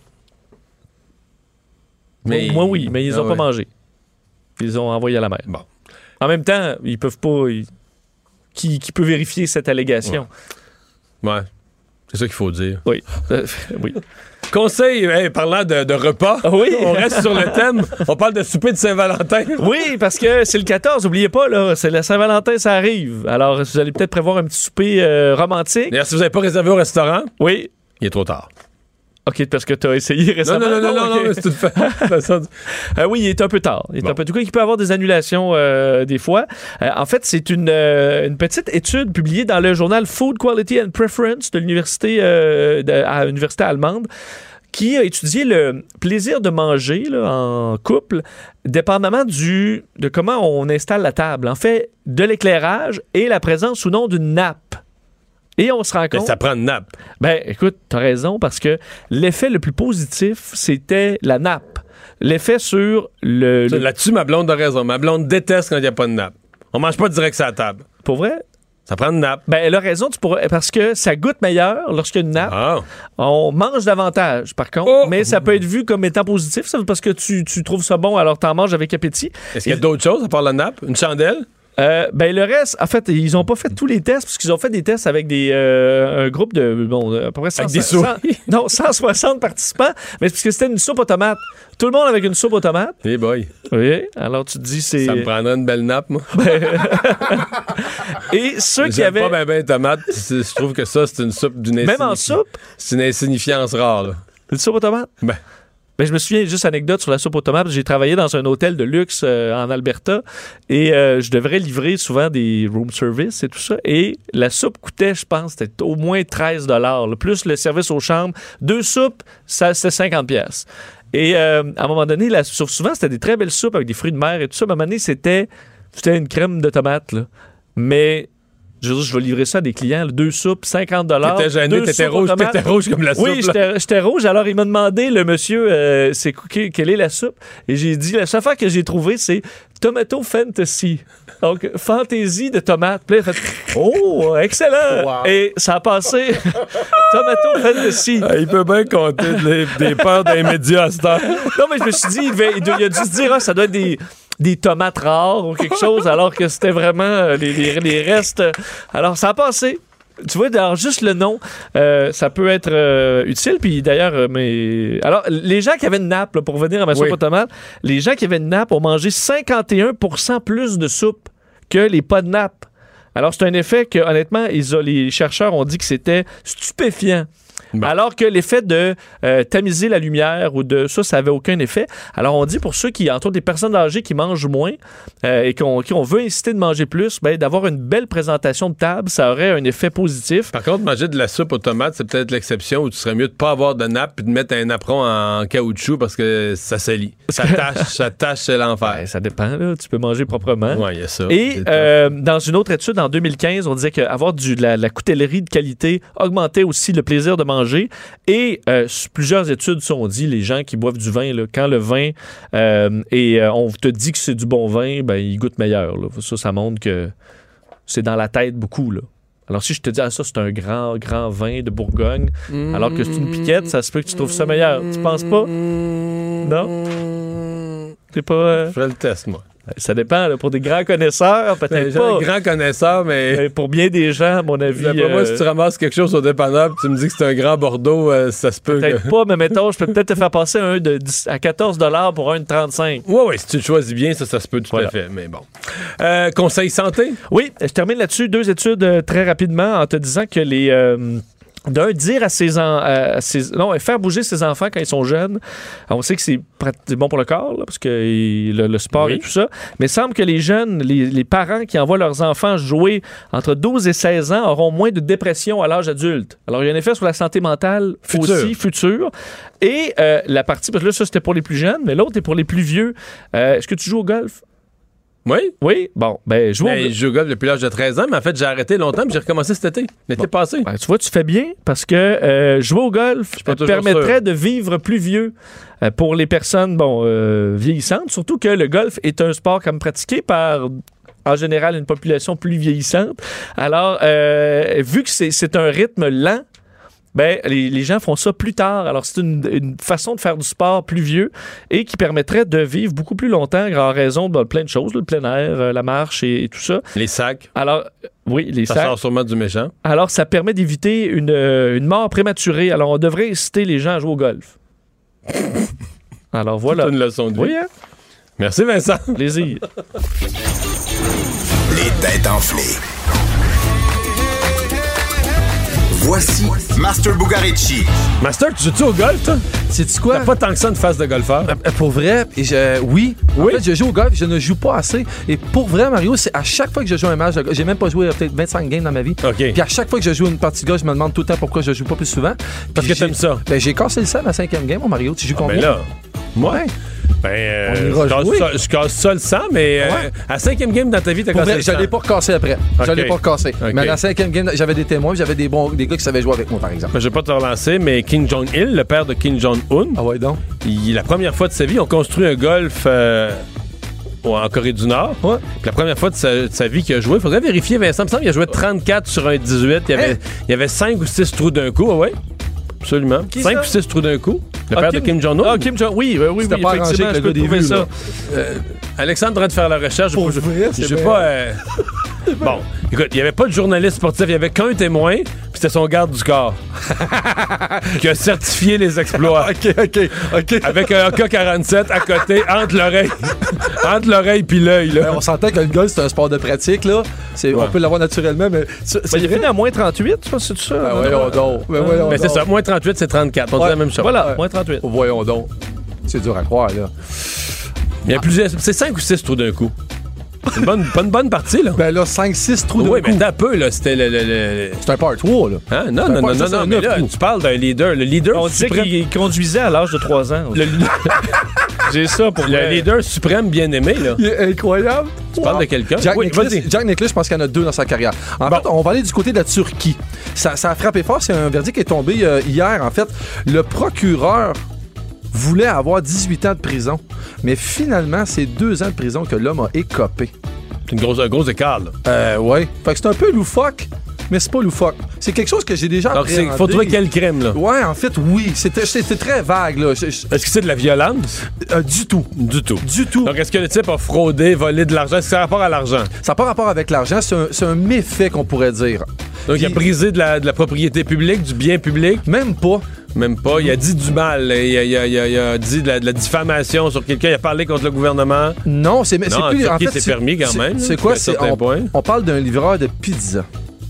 Mais... Moi, moi, oui, mais ils ah, ont ouais. pas mangé. Ils ont envoyé à la mer. Bon. En même temps, ils peuvent pas... Ils... Qui, qui peut vérifier cette allégation? Ouais. ouais. C'est ça qu'il faut dire. Oui. Euh, oui. Conseil, hey, parlant de, de repas, oui. on reste sur le thème. On parle de souper de Saint-Valentin. Oui, parce que c'est le quatorze, n'oubliez pas, là, c'est la Saint-Valentin, ça arrive. Alors, vous allez peut-être prévoir un petit souper euh, romantique. D'ailleurs, si vous n'avez pas réservé au restaurant, oui. il est trop tard. OK, parce que tu as essayé récemment. Non, non, non, non, non, okay. non mais c'est tout fait. euh, oui, il est un peu tard. Il est bon. un peu... En tout cas, il peut y avoir des annulations euh, des fois. Euh, en fait, c'est une, euh, une petite étude publiée dans le journal Food Quality and Preference de l'université, euh, de, à l'université allemande, qui a étudié le plaisir de manger là, en couple, dépendamment du, de comment on installe la table. En fait, de l'éclairage et la présence ou non d'une nappe. Et on se rend compte... Mais ça prend une nappe. Ben, écoute, t'as raison, parce que l'effet le plus positif, c'était la nappe. L'effet sur le... Ça, le... Là-dessus, ma blonde a raison. Ma blonde déteste quand il n'y a pas de nappe. On mange pas direct sur la table. Pour vrai? Ça prend une nappe. Ben, elle a raison, tu pourrais, parce que ça goûte meilleur lorsqu'il y a une nappe. Ah. On mange davantage, par contre, oh. mais ça peut être vu comme étant positif, ça, parce que tu, tu trouves ça bon, alors t'en manges avec appétit. Est-ce qu'il y a d'autres choses à part la nappe? Une chandelle? Euh, ben le reste, en fait, ils ont pas fait tous les tests parce qu'ils ont fait des tests avec des euh, un groupe de bon à peu près cent, avec des cent, non cent soixante participants, mais c'est parce que c'était une soupe aux tomates. Tout le monde avec une soupe aux tomates. Hey boy. Oui. Alors tu te dis c'est. Ça me prendrait une belle nappe, moi. Et ceux J'aime qui avaient pas ben ben tomates, je trouve que ça c'est une soupe d'une insignifiance. Même en soupe. C'est une insignifiance rare là. Une soupe aux tomates. Ben. Ben, je me souviens, juste anecdote sur la soupe aux tomates, j'ai travaillé dans un hôtel de luxe euh, en Alberta et euh, je devrais livrer souvent des room service et tout ça. Et la soupe coûtait, je pense, c'était au moins treize dollars. Plus le service aux chambres. Deux soupes, ça, c'était cinquante pièces. Et euh, à un moment donné, la, souvent, c'était des très belles soupes avec des fruits de mer et tout ça. À un moment donné, c'était, c'était une crème de tomate. Là. Mais... Je veux dire, je vais livrer ça à des clients, là, deux soupes, cinquante dollars. T'étais gêné, t'étais rouge, t'étais rouge comme la soupe. Oui, j'étais, j'étais rouge. Alors, il m'a demandé, le monsieur, euh, c'est quelle est la soupe? Et j'ai dit, la seule affaire que j'ai trouvée, c'est Tomato Fantasy. Donc, fantaisie de tomate. Puis là, il a fait, oh, excellent! Wow. Et ça a passé. Tomato Fantasy. Ah, il peut bien compter des, des peurs des médias à cette heure. Non, mais je me suis dit, il, devait, il a dû se dire, ah, ça doit être des... des tomates rares ou quelque chose, alors que c'était vraiment les, les, les restes. Alors, ça a passé. Tu vois, alors, juste le nom, euh, ça peut être euh, utile. Puis d'ailleurs, euh, mais... Alors, les gens qui avaient une nappe, là, pour revenir à ma soupe oui. aux tomates, les gens qui avaient une nappe ont mangé cinquante et un pour cent plus de soupe que les pas de nappe. Alors, c'est un effet que, honnêtement, ils ont, les chercheurs ont dit que c'était stupéfiant. Bon. Alors que l'effet de euh, tamiser la lumière ou de ça, ça n'avait aucun effet. Alors on dit pour ceux qui, entre autres des personnes âgées qui mangent moins euh, et qu'on, qui on veut inciter de manger plus, ben, d'avoir une belle présentation de table, ça aurait un effet positif. Par contre, manger de la soupe aux tomates, c'est peut-être l'exception où tu serais mieux de pas avoir de nappe et de mettre un apron en caoutchouc parce que ça salit. Ça tâche, ça tâche, c'est l'enfer. Ben, ça dépend, là. Tu peux manger proprement. Oui, il y a ça. Et euh, dans une autre étude, en deux mille quinze, on disait qu'avoir du, de la, de la coutellerie de qualité augmentait aussi le plaisir de manger. Et euh, plusieurs études sont dit, les gens qui boivent du vin, là, quand le vin euh, et euh, on te dit que c'est du bon vin, ben il goûte meilleur. Là. Ça, ça montre que c'est dans la tête beaucoup. Là. Alors si je te dis, ah, ça c'est un grand, grand vin de Bourgogne, mmh, alors que c'est une piquette, ça se peut que tu trouves ça meilleur. Tu penses pas? Non? C'est pas... Euh... Je ferai le test, moi. Ça dépend, là, pour des grands connaisseurs, peut-être pas. Des grands connaisseurs, mais... mais... pour bien des gens, à mon avis... D'après moi, euh... si tu ramasses quelque chose au dépanneur tu me dis que c'est un grand Bordeaux, euh, ça se peut Peut-être que... pas, mais mettons, je peux peut-être te faire passer un de dix à quatorze dollars pour un de trente-cinq. Oui, oui, si tu le choisis bien, ça, ça se peut tout voilà. à fait, mais bon. Euh, conseil santé? Oui, je termine là-dessus. Deux études euh, très rapidement en te disant que les... Euh, D'un, dire à ses, en, à ses... Non, faire bouger ses enfants quand ils sont jeunes. Alors, on sait que c'est, c'est bon pour le corps, là, parce que le, le sport oui. et tout ça. Mais il semble que les jeunes, les, les parents qui envoient leurs enfants jouer entre douze et seize ans auront moins de dépression à l'âge adulte. Alors, il y a un effet sur la santé mentale future. aussi, future. Et euh, la partie... Parce que là, ça, c'était pour les plus jeunes, mais l'autre est pour les plus vieux. Euh, est-ce que tu joues au golf? Oui? Oui? Bon, ben, je ben, je joue au golf depuis l'âge de treize ans, mais en fait, j'ai arrêté longtemps, mais j'ai recommencé cet été, l'été bon. passé. Ben, tu vois, tu fais bien, parce que euh, jouer au golf permettrait sûr. de vivre plus vieux euh, pour les personnes, bon, euh, vieillissantes, surtout que le golf est un sport comme pratiqué par... en général, une population plus vieillissante. Alors, euh, vu que c'est, c'est un rythme lent, ben, les, les gens font ça plus tard. Alors, c'est une, une façon de faire du sport plus vieux et qui permettrait de vivre beaucoup plus longtemps en raison de plein de choses, le plein air, la marche et, et tout ça. Les sacs. Alors, oui, les ça sacs. Ça sort sûrement du méchant. Alors, ça permet d'éviter une, une mort prématurée. Alors, on devrait inciter les gens à jouer au golf. Alors, voilà. C'est une leçon de vie. Oui, hein? Merci, Vincent. Plaisir. Les têtes enflées. Voici Master Bugarici. Master, tu joues-tu au golf, toi? Sais-tu quoi? T'as pas tant que ça de face de golfeur. Euh, pour vrai, et je, oui. oui. En fait, je joue au golf, je ne joue pas assez. Et pour vrai, Mario, c'est à chaque fois que je joue un match de golf, j'ai même pas joué peut-être vingt-cinq games dans ma vie. Okay. Puis à chaque fois que je joue une partie de golf, je me demande tout le temps pourquoi je joue pas plus souvent. Parce Puis que t'aimes ça. Ben, j'ai cassé le sang à ma cinquième game, mon Mario. Tu joues ah, combien? Ben là, moi? Ouais. Ben, euh, je, casse ça, je casse ça le sang, mais euh, ouais. à la cinquième game dans ta vie, t'as pour cassé vrai, le sang. Je l'ai pas recassé après. Okay. Je l'ai pas recassé. Okay. Mais à la cinquième game, j'avais des témoins, j'avais des bons, des gars qui savaient jouer avec moi, par exemple. Ben, je vais pas te relancer, mais Kim Jong-il, le père de Kim Jong-un, ah ouais donc. Il, la première fois de sa vie, on construit un golf euh, en Corée du Nord. Ouais. Puis la première fois de sa, de sa vie qu'il a joué, il faudrait vérifier, Vincent, il me semble qu'il a joué trente-quatre sur un dix-huit. Il y avait, hein? il y avait cinq ou six trous d'un coup, ah ouais. Absolument. cinq ou six trous d'un coup. Le ah, père Kim... de Kim Jong-un. Ah, Kim Jong-un. Oui, oui, oui, oui pas effectivement, je peux trouver ça. Euh, Alexandre train de faire la recherche. Pour je vrai, je sais pas. Euh... bon, écoute, il n'y avait pas de journaliste sportif, il n'y avait qu'un témoin, puis c'était son garde du corps qui a certifié les exploits. OK, OK, OK. Avec un A K quarante-sept à côté, entre l'oreille. entre l'oreille puis l'œil. Là. Ben, on s'entend que le golf, c'est un sport de pratique, là. C'est, ouais. On peut l'avoir naturellement, mais... C'est, c'est ben, il est fini à moins trente-huit, je pense, c'est tout ça? Ben, voyons donc. Ben, voyons ben, donc. c'est ça, moins trente-huit, c'est trente-quatre. On ouais. dit la même chose. Voilà, ouais. moins trente-huit. Oh, voyons donc. C'est dur à croire, là. Il y a ah. plusieurs... C'est cinq ou six trous d'un coup. C'est une bonne, pas une bonne partie, là. Ben là, cinq six trous d'un oui, coup. Oui, mais t'as peu, là. C'était le... le, le... C'est un par trois, là. Hein? Non, non, non, non, non, mais là, tu parles d'un leader. Le leader On disait suprême... qu'il conduisait à l'âge de trois ans. Le... J'ai ça pour le vrai. Leader suprême bien aimé, là. Il est incroyable. Tu wow. parles de quelqu'un? Jack, oui, Nicklaus, Jack Nicklaus, je pense qu'il y en a deux dans sa carrière. En bon. fait, on va aller du côté de la Turquie. Ça, ça a frappé fort. C'est un verdict qui est tombé euh, hier. En fait, le procureur voulait avoir dix-huit ans de prison. Mais finalement, c'est deux ans de prison que l'homme a écopé. C'est une grosse, un gros écart, là. Euh, ouais. Fait que c'est un peu loufoque, mais c'est pas loufoque. C'est quelque chose que j'ai déjà appris. Donc, il faut trouver quel crime, là. Ouais, en fait, oui. C'était, c'était très vague, là. Je, je... Est-ce que c'est de la violence? Euh, du tout. Du tout. Du tout. Donc, est-ce que le type a fraudé, volé de l'argent? Est-ce que ça a rapport à l'argent? Ça n'a pas rapport avec l'argent. C'est un, c'est un méfait qu'on pourrait dire. Donc, il, il a brisé de la, de la propriété publique, du bien public? Même pas. Même pas. Il a dit du mal. Il a, il a, il a, il a dit de la, de la diffamation sur quelqu'un. Il a parlé contre le gouvernement. Non, c'est, non, c'est plus... En, en fait, c'est permis quand c'est, même. C'est quoi? C'est, on, on parle d'un livreur de pizza.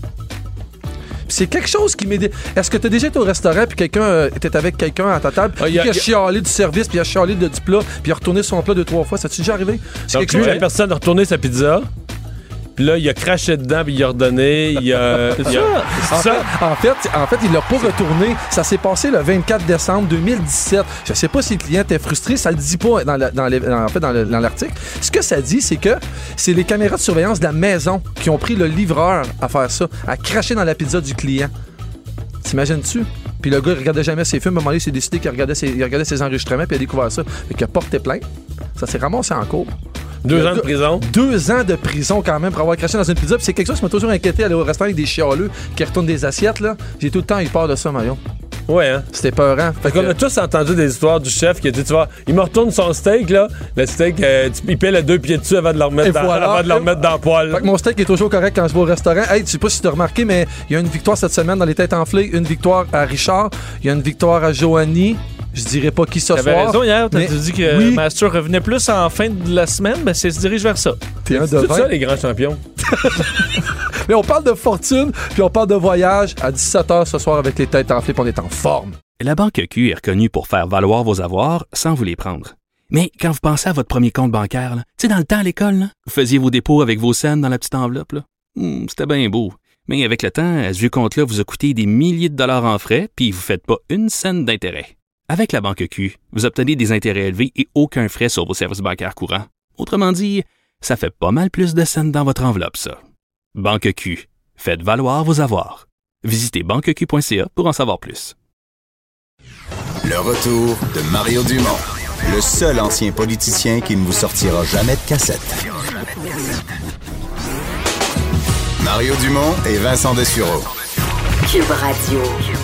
C'est quelque chose qui m'est... Dé... Est-ce que tu as déjà été au restaurant puis quelqu'un euh, était avec quelqu'un à ta table ah, puis a, il a chialé du service puis il a chialé de, du plat puis il a retourné son plat deux trois fois? Ça t'est déjà arrivé? C'est donc, quelque chose... la personne a retourné sa pizza. Puis là, il a craché dedans, puis il a redonné. Il a, c'est il a... ça. En, ça. Fait, en, fait, en fait, il l'a pas retourné. Ça s'est passé le vingt-quatre décembre deux mille dix-sept. Je sais pas si le client était frustré. Ça le dit pas dans, la, dans, les, dans, en fait, dans, le, dans l'article. Ce que ça dit, c'est que c'est les caméras de surveillance de la maison qui ont pris le livreur à faire ça, à cracher dans la pizza du client. T'imagines-tu? Puis le gars, il regardait jamais ses films. À un moment donné, il s'est décidé qu'il regardait ses, il regardait ses enregistrements, puis il a découvert ça. Et qu'il a porté plainte. Ça s'est ramassé en cours. Deux ans de prison. Deux ans de prison quand même pour avoir craché dans une pizza. Puis c'est quelque chose qui m'a toujours inquiété, aller au restaurant avec des chialeux qui retournent des assiettes, là. J'ai tout le temps eu peur de ça, Marion. Ouais, hein? C'était peurant. Fait, fait qu'on que... a tous entendu des histoires du chef qui a dit, tu vois, il me retourne son steak, là. Le steak, euh, il pèle à deux pieds dessus avant de le remettre, dans, voilà. avant de le remettre dans le poêle. Fait que mon steak est toujours correct quand je vais au restaurant. Hey, tu sais pas si tu as remarqué, mais il y a une victoire cette semaine dans les têtes enflées, une victoire à Richard, il y a une victoire à Joanie. Je dirais pas qui ce soir. T'avais raison hier, t'as dit que oui. Master revenait plus en fin de la semaine, ben c'est se dirige vers ça. T'es un c'est de tout ça, les grands champions. Mais on parle de fortune, puis on parle de voyage à dix-sept heures ce soir avec les têtes enflées, puis on est en forme. La Banque Q est reconnue pour faire valoir vos avoirs sans vous les prendre. Mais quand vous pensez à votre premier compte bancaire, tu sais, dans le temps à l'école, là, vous faisiez vos dépôts avec vos scènes dans la petite enveloppe. Là. Hum, c'était bien beau. Mais avec le temps, ce vieux compte-là vous a coûté des milliers de dollars en frais, puis vous ne faites pas une scène d'intérêt. Avec la Banque Q, vous obtenez des intérêts élevés et aucun frais sur vos services bancaires courants. Autrement dit, Ça fait pas mal plus de scènes dans votre enveloppe, ça. Banque Q. Faites valoir vos avoirs. Visitez banque q point c a pour en savoir plus. Le retour de Mario Dumont, le seul ancien politicien qui ne vous sortira jamais de cassette. Mario Dumont et Vincent Dessureau. Cube Radio.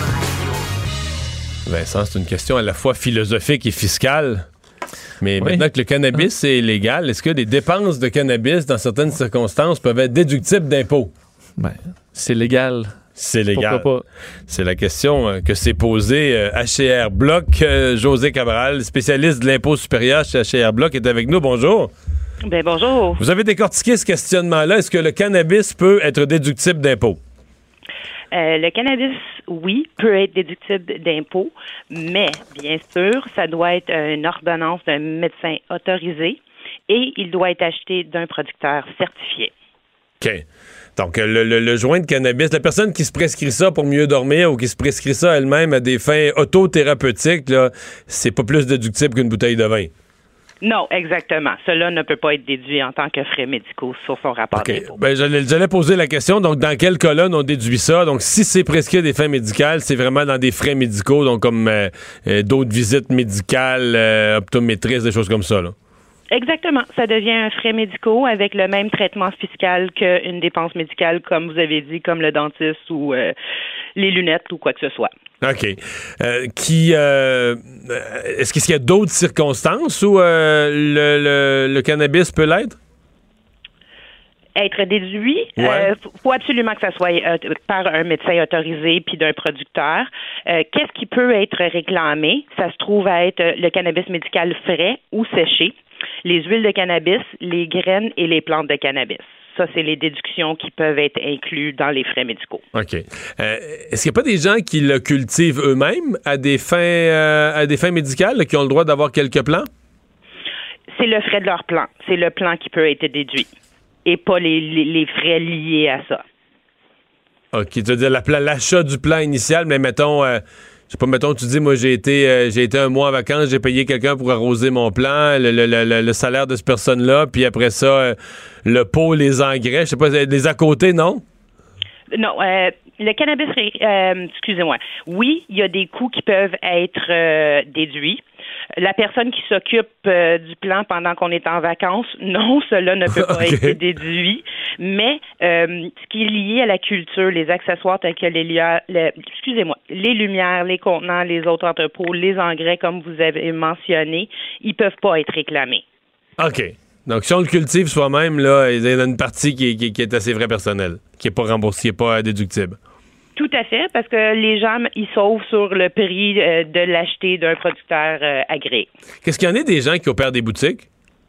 Vincent, c'est une question à la fois philosophique et fiscale. Mais Oui. maintenant que le cannabis est légal, est-ce que les dépenses de cannabis, dans certaines circonstances, peuvent être déductibles d'impôts? Ben, c'est légal. C'est légal. Pourquoi pas? C'est la question euh, que s'est posée euh, H C R Bloc. Euh, José Cabral, spécialiste de l'impôt supérieur chez H C R Bloc, est avec nous. Bonjour. Ben bonjour. Vous avez décortiqué ce questionnement-là. Est-ce que le cannabis peut être déductible d'impôts? Euh, le cannabis, oui, peut être déductible d'impôts, mais bien sûr, ça doit être une ordonnance d'un médecin autorisé et il doit être acheté d'un producteur certifié. OK. Donc, le, le, le joint de cannabis, la personne qui se prescrit ça pour mieux dormir ou qui se prescrit ça elle-même à des fins autothérapeutiques, là, c'est pas plus déductible qu'une bouteille de vin. Non, exactement. Cela ne peut pas être déduit en tant que frais médicaux sur son rapport OK. d'impôt. Ben, j'allais, j'allais poser la question. Donc, dans quelle colonne on déduit ça? Donc, si c'est prescrit à des fins médicales, c'est vraiment dans des frais médicaux, donc comme euh, euh, d'autres visites médicales, euh, optométristes, des choses comme ça, là. Exactement. Ça devient un frais médicaux avec le même traitement fiscal qu'une dépense médicale, comme vous avez dit, comme le dentiste ou euh, les lunettes ou quoi que ce soit. OK. Euh, qui euh, est-ce qu'il y a d'autres circonstances où euh, le, le, le cannabis peut l'être? Être déduit, il Ouais. euh, faut absolument que ça soit euh, par un médecin autorisé puis d'un producteur. Euh, qu'est-ce qui peut être réclamé? Ça se trouve à être le cannabis médical frais ou séché, les huiles de cannabis, les graines et les plantes de cannabis. Ça, c'est les déductions qui peuvent être incluses dans les frais médicaux. OK. Euh, est-ce qu'il n'y a pas des gens qui le cultivent eux-mêmes à des fins euh, à des fins médicales, là, qui ont le droit d'avoir quelques plants? C'est le frais de leur plan. C'est le plan qui peut être déduit et pas les, les, les frais liés à ça. OK. Tu veux dire la, l'achat du plan initial, mais mettons... Euh, je sais pas, mettons, tu dis, moi, j'ai été euh, j'ai été un mois en vacances, j'ai payé quelqu'un pour arroser mon plan, le, le, le, le salaire de cette personne-là, puis après ça, euh, le pot, les engrais, je sais pas, les à côté, non? Non, euh, le cannabis, euh, excusez-moi, oui, il y a des coûts qui peuvent être euh, déduits. La personne qui s'occupe euh, du plan pendant qu'on est en vacances, non, cela ne peut pas okay. être déduit. Mais euh, ce qui est lié à la culture, les accessoires tels que les, lia- les excusez-moi, les lumières, les contenants, les autres entrepôts, les engrais, comme vous avez mentionné, ils peuvent pas être réclamés. OK. Donc, si on le cultive soi-même, là, il y a une partie qui est, qui, qui est assez vraie personnelle, qui n'est pas remboursée, qui n'est pas déductible. Tout à fait, parce que les gens, ils sauvent sur le prix euh, de l'acheter d'un producteur euh, agréé. Qu'est-ce qu'il y en a des gens qui opèrent des boutiques?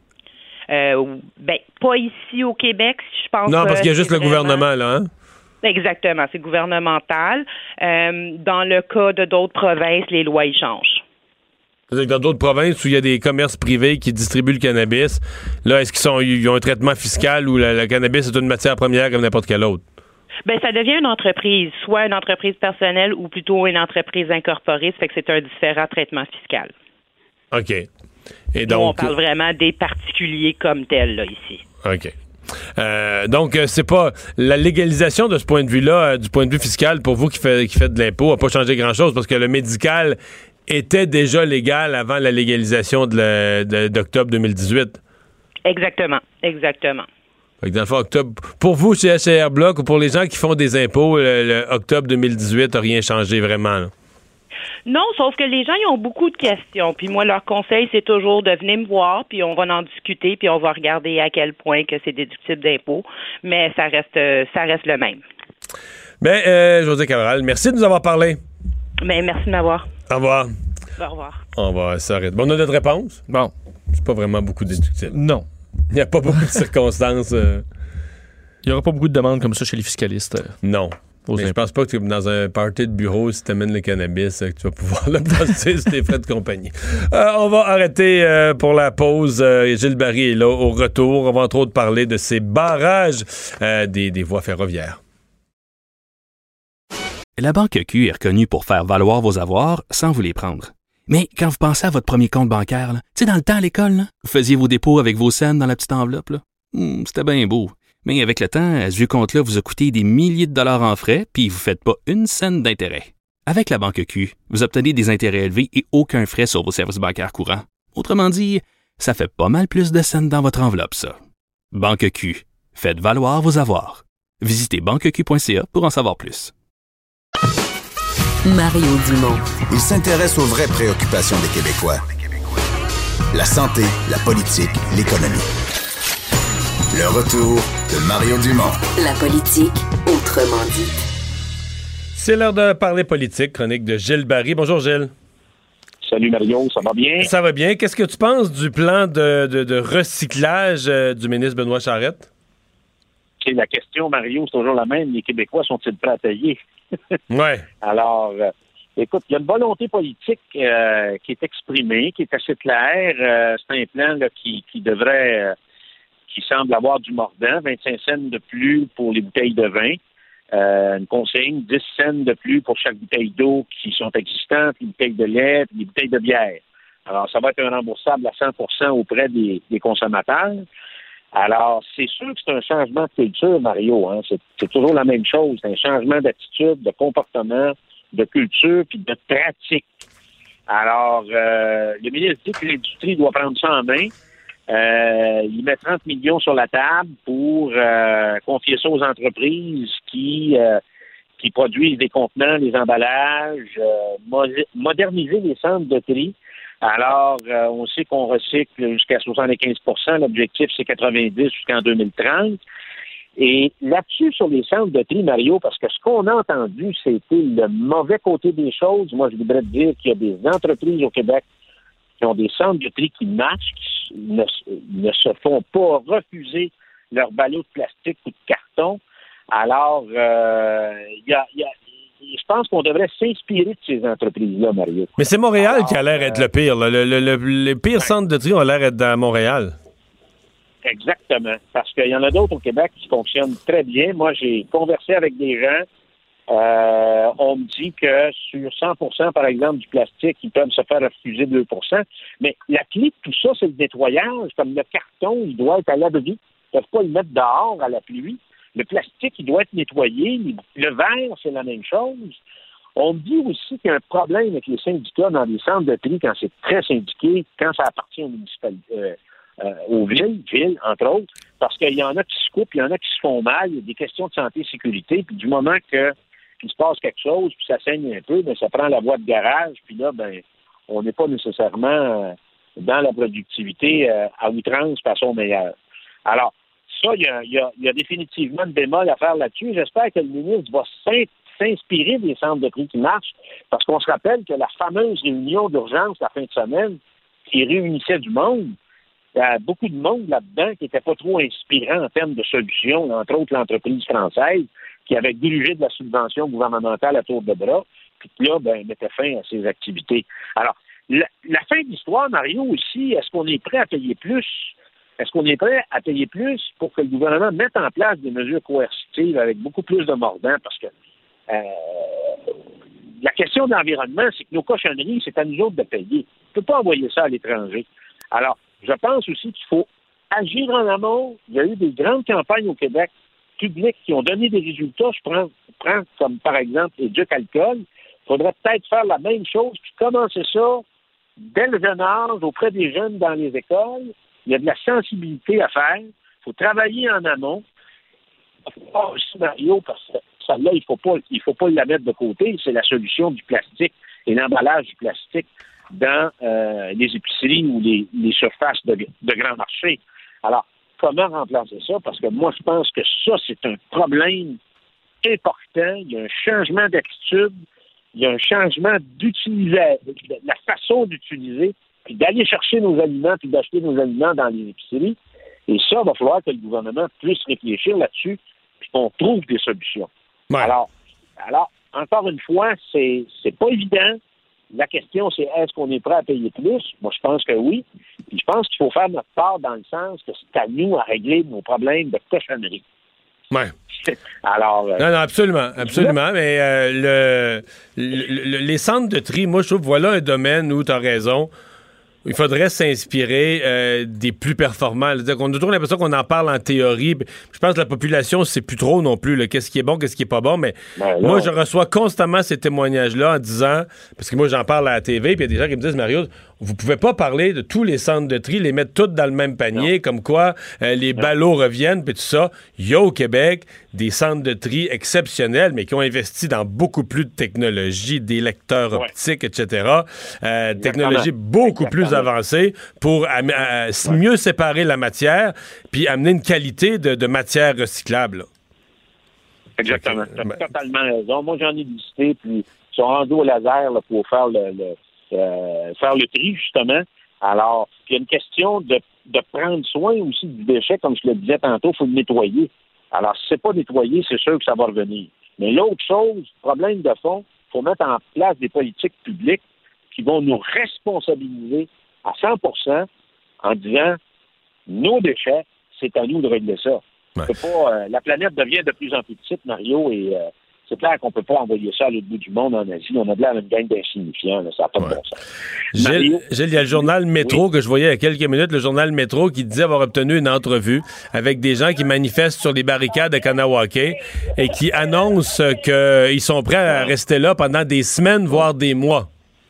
Euh, ben, pas ici au Québec, je pense. Non, parce qu'il y a juste le vraiment... gouvernement, là, hein? Exactement, c'est gouvernemental. Euh, dans le cas de d'autres provinces, les lois y changent. C'est-à-dire que dans d'autres provinces où il y a des commerces privés qui distribuent le cannabis, là, est-ce qu'ils sont, ils ont un traitement fiscal où le, le cannabis est une matière première comme n'importe quelle autre? Ben, ça devient une entreprise, soit une entreprise personnelle ou plutôt une entreprise incorporée, ça fait que c'est un différent traitement fiscal. OK. Et donc, Nous, on parle vraiment des particuliers comme tels, là, ici. OK. Euh, donc, euh, c'est pas la légalisation de ce point de vue-là, euh, du point de vue fiscal, pour vous qui, fait, qui faites de l'impôt, n'a pas changé grand-chose parce que le médical était déjà légal avant la légalisation de la, de, d'octobre deux mille dix-huit. Exactement, exactement. Fait que dans le fond, octobre, pour vous, chez H C R Bloc, ou pour les gens qui font des impôts, le, le octobre deux mille dix-huit n'a rien changé vraiment, là. Non, sauf que les gens, ils ont beaucoup de questions. Puis moi, leur conseil, c'est toujours de venir me voir, puis on va en discuter, puis on va regarder à quel point que c'est déductible d'impôt. Mais ça reste, ça reste le même. Bien, euh, José Cabral, merci de nous avoir parlé. Bien, merci de m'avoir. Au revoir. Au revoir. On va s'arrêter. Bon, on a notre réponse. Bon. C'est pas vraiment beaucoup déductible. Non. Il n'y a pas beaucoup de circonstances. Euh... Il n'y aura pas beaucoup de demandes comme ça chez les fiscalistes. Euh, non. Mais je pense pas que dans un party de bureau, si tu amènes le cannabis, que tu vas pouvoir le passer sur tes frais de compagnie. Euh, on va arrêter euh, pour la pause. Euh, Gilles Barry est là au retour. On va entre autres parler de ces barrages euh, des, des voies ferroviaires. La Banque Q est reconnue pour faire valoir vos avoirs sans vous les prendre. Mais quand vous pensez à votre premier compte bancaire, tu sais, dans le temps à l'école, là, vous faisiez vos dépôts avec vos scènes dans la petite enveloppe. Là. Hmm, c'était bien beau. Mais avec le temps, à ce vieux compte-là vous a coûté des milliers de dollars en frais, puis vous ne faites pas une scène d'intérêt. Avec la Banque Q, vous obtenez des intérêts élevés et aucun frais sur vos services bancaires courants. Autrement dit, ça fait pas mal plus de scènes dans votre enveloppe, ça. Banque Q. Faites valoir vos avoirs. Visitez banque q point c a pour en savoir plus. Mario Dumont. Il s'intéresse aux vraies préoccupations des Québécois. La santé, la politique, l'économie. Le retour de Mario Dumont. La politique, autrement dit. C'est l'heure de parler politique, chronique de Gilles Barry. Bonjour Gilles. Salut Mario, ça va bien? Ça va bien. Qu'est-ce que tu penses du plan de, de, de recyclage euh, du ministre Benoît Charette? C'est la question, Mario, c'est toujours la même. Les Québécois sont-ils prêts à payer? Ouais. Alors, euh, écoute, il y a une volonté politique euh, qui est exprimée, qui est assez claire. Euh, c'est un plan là, qui, qui devrait, euh, qui semble avoir du mordant, vingt-cinq cents de plus pour les bouteilles de vin. Euh, une consigne, dix cents de plus pour chaque bouteille d'eau qui sont existantes, les bouteilles de lait, puis les bouteilles de bière. Alors, ça va être un remboursable à cent pour cent auprès des, des consommateurs. Alors, c'est sûr que c'est un changement de culture, Mario. Hein? C'est, c'est toujours la même chose. C'est un changement d'attitude, de comportement, de culture, puis de pratique. Alors, euh, le ministre dit que l'industrie doit prendre ça en main. Euh, il met trente millions sur la table pour euh, confier ça aux entreprises qui euh, qui produisent des contenants, des emballages, euh, mo- moderniser les centres de tri. Alors, euh, on sait qu'on recycle jusqu'à soixante-quinze pour cent. L'objectif, c'est quatre-vingt-dix jusqu'en deux mille trente. Et là-dessus, sur les centres de tri, Mario, parce que ce qu'on a entendu, c'était le mauvais côté des choses. Moi, je voudrais te dire qu'il y a des entreprises au Québec qui ont des centres de tri qui marchent, qui ne, ne se font pas refuser leurs ballots de plastique ou de carton. Alors, euh, y a, y a, je pense qu'on devrait s'inspirer de ces entreprises-là, Mario. Mais c'est Montréal Alors, qui a l'air être le pire. Là. Le, le, le, les pires ouais. centres de tri ont l'air d'être à Montréal. Exactement. Parce qu'il y en a d'autres au Québec qui fonctionnent très bien. Moi, j'ai conversé avec des gens. Euh, on me dit que sur cent pour cent, par exemple, du plastique, ils peuvent se faire refuser deux pour cent. Mais la clé de tout ça, c'est le nettoyage. Comme le carton, il doit être à l'abri. Ils ne peuvent pas le mettre dehors à la pluie. Le plastique, il doit être nettoyé. Le verre, c'est la même chose. On me dit aussi qu'il y a un problème avec les syndicats dans les centres de tri quand c'est très syndiqué, quand ça appartient aux municipalités, euh, euh, aux villes, villes, entre autres, parce qu'il y en a qui se coupent, il y en a qui se font mal, il y a des questions de santé et sécurité, puis du moment que qu'il se passe quelque chose, puis ça saigne un peu, ben ça prend la voie de garage, puis là, ben on n'est pas nécessairement dans la productivité euh, à outrance façon meilleure. Alors, ça, il y a, y, a, y a définitivement de bémol à faire là-dessus. J'espère que le ministre va s'inspirer des centres de tri qui marchent, parce qu'on se rappelle que la fameuse réunion d'urgence la fin de semaine qui réunissait du monde, il y a beaucoup de monde là-dedans qui n'était pas trop inspirant en termes de solutions, entre autres l'entreprise française, qui avait dirigé de la subvention gouvernementale à tour de bras, puis là, ben, mettait fin à ses activités. Alors, la, la fin de l'histoire, Mario, aussi, est-ce qu'on est prêt à payer plus? Est-ce qu'on est prêt à payer plus pour que le gouvernement mette en place des mesures coercitives avec beaucoup plus de mordants? Parce que euh, la question de l'environnement, c'est que nos cochonneries, c'est à nous autres de payer. On ne peut pas envoyer ça à l'étranger. Alors, je pense aussi qu'il faut agir en amont. Il y a eu des grandes campagnes au Québec publiques qui ont donné des résultats. Je prends, je prends comme par exemple Éduc Alcool. Il faudrait peut-être faire la même chose, puis commencer ça dès le jeune âge, auprès des jeunes dans les écoles. Il y a de la sensibilité à faire. Il faut travailler en amont. Il faut pas aussi, Mario, parce que celle-là, il ne faut pas, il faut pas la mettre de côté. C'est la solution du plastique et l'emballage du plastique dans euh, les épiceries ou les, les surfaces de, de grands marchés. Alors, comment remplacer ça? Parce que moi, je pense que ça, c'est un problème important. Il y a un changement d'attitude. Il y a un changement d'utiliser, de la façon d'utiliser, puis d'aller chercher nos aliments, puis d'acheter nos aliments dans les épiceries. Et ça, il va falloir que le gouvernement puisse réfléchir là-dessus, puis qu'on trouve des solutions. Ouais. Alors, alors, encore une fois, c'est c'est pas évident. La question, c'est est-ce qu'on est prêt à payer plus? Moi, je pense que oui. Puis je pense qu'il faut faire notre part dans le sens que c'est à nous à régler nos problèmes de cochonnerie. Ouais. Alors, euh, non, non, absolument, absolument. Mais euh, le, le, le, les centres de tri, moi, je trouve, voilà un domaine où tu as raison. il faudrait s'inspirer euh, des plus performants. C'est-à-dire qu'on a toujours l'impression qu'on en parle en théorie. Je pense que la population ne sait plus trop non plus là, qu'est-ce qui est bon, qu'est-ce qui est pas bon. Mais ben moi, je reçois constamment ces témoignages-là en disant, parce que moi, j'en parle à la T V, puis il y a des gens qui me disent, Mario, vous pouvez pas parler de tous les centres de tri, les mettre tous dans le même panier, non. comme quoi euh, les non. ballots reviennent, puis tout ça. Il y a au Québec des centres de tri exceptionnels, mais qui ont investi dans beaucoup plus de technologies, des lecteurs ouais. optiques, et cetera. Euh, technologies beaucoup Exactement. plus avancées pour am- euh, ouais. mieux séparer la matière, puis amener une qualité de, de matière recyclable. Là. Exactement. Tu as ben... totalement raison. Moi, j'en ai visité, puis ils sont rendus au laser là, pour faire le... le Euh, faire le tri, justement. Alors, il y a une question de, de prendre soin aussi du déchet, comme je le disais tantôt, il faut le nettoyer. Alors, si c'est pas nettoyé, c'est sûr que ça va revenir. Mais l'autre chose, problème de fond, il faut mettre en place des politiques publiques qui vont nous responsabiliser à cent pour cent en disant nos déchets, c'est à nous de régler ça. Ouais. C'est pas, euh, la planète devient de plus en plus petite, Mario, et euh, c'est clair qu'on peut pas envoyer ça à l'autre bout du monde en Asie. On a de l'air une gang d'insignifiants. Là. Ça n'a pas ouais. de bon sens. Gilles, Gilles, il y a le journal Métro oui. que je voyais il y a quelques minutes, le journal Métro qui disait avoir obtenu une entrevue avec des gens qui manifestent sur les barricades de Kanawake et qui annoncent qu'ils sont prêts à rester là pendant des semaines, voire des mois.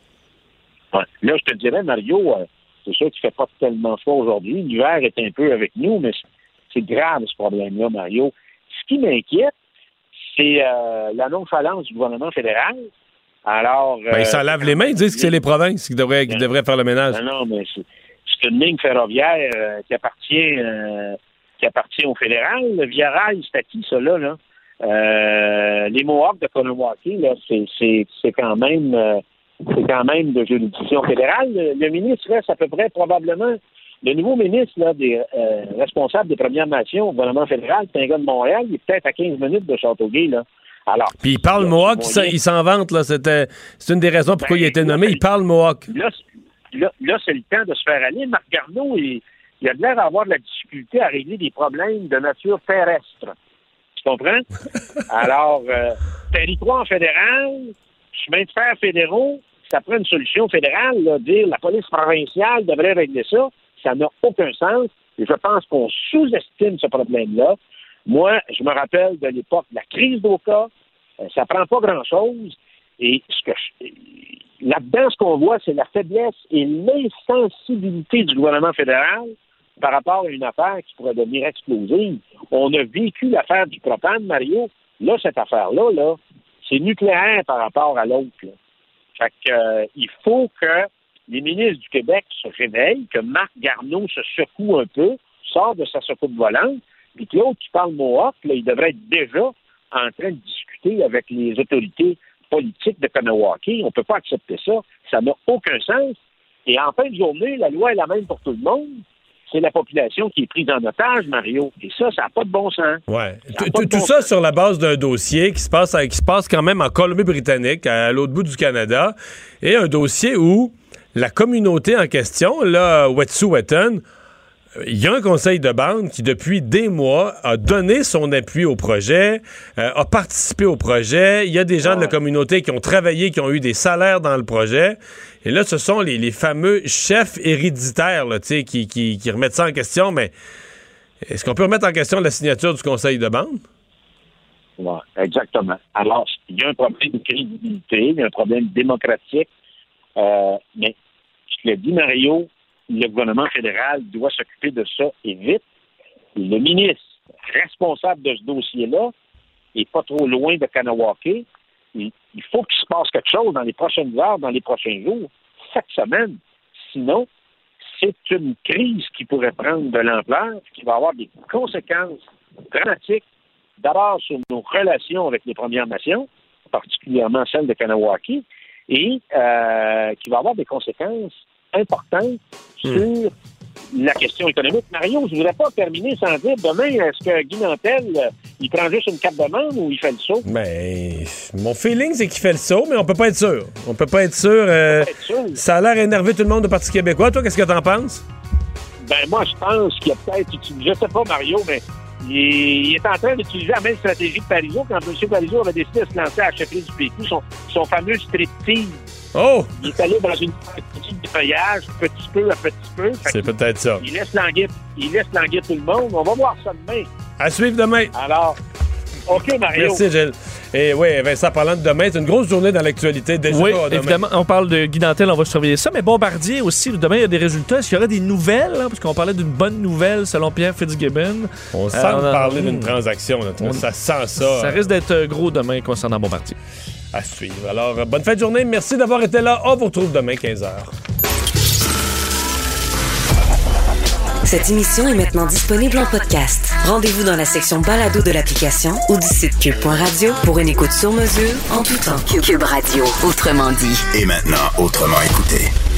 Ouais. Là, je te dirais, Mario, euh, c'est sûr qu'il ne fait pas tellement froid aujourd'hui. L'hiver est un peu avec nous, mais c'est grave ce problème-là, Mario. Ce qui m'inquiète, c'est euh, la nonchalance du gouvernement fédéral. Alors, ben, ils s'en euh, lavent les mains, ils disent que c'est les provinces qui devraient, qui devraient faire le ménage. Non, non, mais c'est, c'est une ligne ferroviaire euh, qui appartient euh, qui appartient au fédéral. Le Via Rail, c'est à qui, ça, là? là? Euh, les Mohawks de Kanawake, là, c'est, c'est, c'est quand même euh, c'est quand même de juridiction fédérale. Le, le ministre reste à peu près, probablement, le nouveau ministre là, des euh, responsables des Premières Nations au gouvernement fédéral, c'est un gars de Montréal, il est peut-être à quinze minutes de Châteauguay, là. Alors, puis il parle Mohawk, il s'en vante, là. C'était, c'est une des raisons pourquoi ben, il a été nommé. Là, il parle Mohawk. Là, là, là, c'est le temps de se faire aller. Marc Garneau, il, il a l'air d'avoir de la difficulté à régler des problèmes de nature terrestre. Tu comprends? Alors, euh, territoire fédéral, chemin de fer fédéraux, ça prend une solution fédérale, là, dire la police provinciale devrait régler ça. Ça n'a aucun sens. Et je pense qu'on sous-estime ce problème-là. Moi, je me rappelle de l'époque de la crise d'Oka. Euh, ça prend pas grand-chose. Et ce que je, là-dedans, ce qu'on voit, c'est la faiblesse et l'insensibilité du gouvernement fédéral par rapport à une affaire qui pourrait devenir explosive. On a vécu l'affaire du propane, Mario. Là, cette affaire-là, là, c'est nucléaire par rapport à l'autre. Là. Fait que, euh, il faut que les ministres du Québec se réveillent, que Marc Garneau se secoue un peu, sort de sa secoupe volante, puis que l'autre qui parle Mohawk, là, il devrait être déjà en train de discuter avec les autorités politiques de Kanawake. On ne peut pas accepter ça. Ça n'a aucun sens. Et en fin de journée, la loi est la même pour tout le monde. C'est la population qui est prise en otage, Mario. Et ça, ça n'a pas de bon sens. Ouais. Tout, tout, tout ça sur la base d'un dossier qui se passe, qui se passe quand même en Colombie-Britannique, à l'autre bout du Canada, et un dossier où la communauté en question, là, Wet'suwet'en, il y a un conseil de bande qui, depuis des mois, a donné son appui au projet, euh, a participé au projet. Il y a des gens ouais. de la communauté qui ont travaillé, qui ont eu des salaires dans le projet. Et là, ce sont les, les fameux chefs héréditaires là, qui, qui, qui remettent ça en question. Mais est-ce qu'on peut remettre en question la signature du conseil de bande? Oui, exactement. Alors, il y a un problème de crédibilité, il y a un problème démocratique. Euh, mais, je te l'ai dit, Mario, le gouvernement fédéral doit s'occuper de ça et vite. Et le ministre responsable de ce dossier-là est pas trop loin de Kanawake. Il, il faut qu'il se passe quelque chose dans les prochaines heures, dans les prochains jours, chaque semaine. Sinon, c'est une crise qui pourrait prendre de l'ampleur, qui va avoir des conséquences dramatiques, d'abord sur nos relations avec les Premières Nations, particulièrement celles de Kanawake, et euh, qui va avoir des conséquences importantes sur mmh. la question économique. Mario, je ne voudrais pas terminer sans dire demain, est-ce que Guy Nantel, il prend juste une carte de membre ou il fait le saut? Ben, mon feeling, c'est qu'il fait le saut, mais on peut pas être sûr. On peut pas être sûr. Euh, être sûr. Ça a l'air énervé tout le monde du Parti québécois. Toi, qu'est-ce que t'en penses? Ben, moi, je pense qu'il y a peut-être utilisé, je sais pas, Mario, mais il est, il est en train d'utiliser la même stratégie que Parizeau quand M. Parizeau avait décidé de se lancer à la chefferie du P Q, son, son fameux striptease Oh! Il est allé dans une petite de feuillage, petit peu à petit peu. C'est peut-être ça. Il laisse languir, il laisse languir tout le monde. On va voir ça demain. À suivre demain. Alors, OK, Mario. Merci, Gilles. Et oui, Vincent, parlant de demain, c'est une grosse journée dans l'actualité déjà. Oui, demain. Évidemment, on parle de Guy Nantel, on va surveiller ça, mais Bombardier aussi, demain, il y a des résultats. Est-ce qu'il y aura des nouvelles? Hein, parce qu'on parlait d'une bonne nouvelle selon Pierre Fitzgibbon. On sent euh, parler on... d'une transaction. Là, on... Ça sent ça. Ça risque d'être gros demain concernant Bombardier. À suivre. Alors, bonne fin de journée. Merci d'avoir été là. On vous retrouve demain, quinze heures. Cette émission est maintenant disponible en podcast. Rendez-vous dans la section balado de l'application ou du site cube point radio pour une écoute sur mesure en tout temps. Cube Radio, autrement dit. Et maintenant, autrement écouté.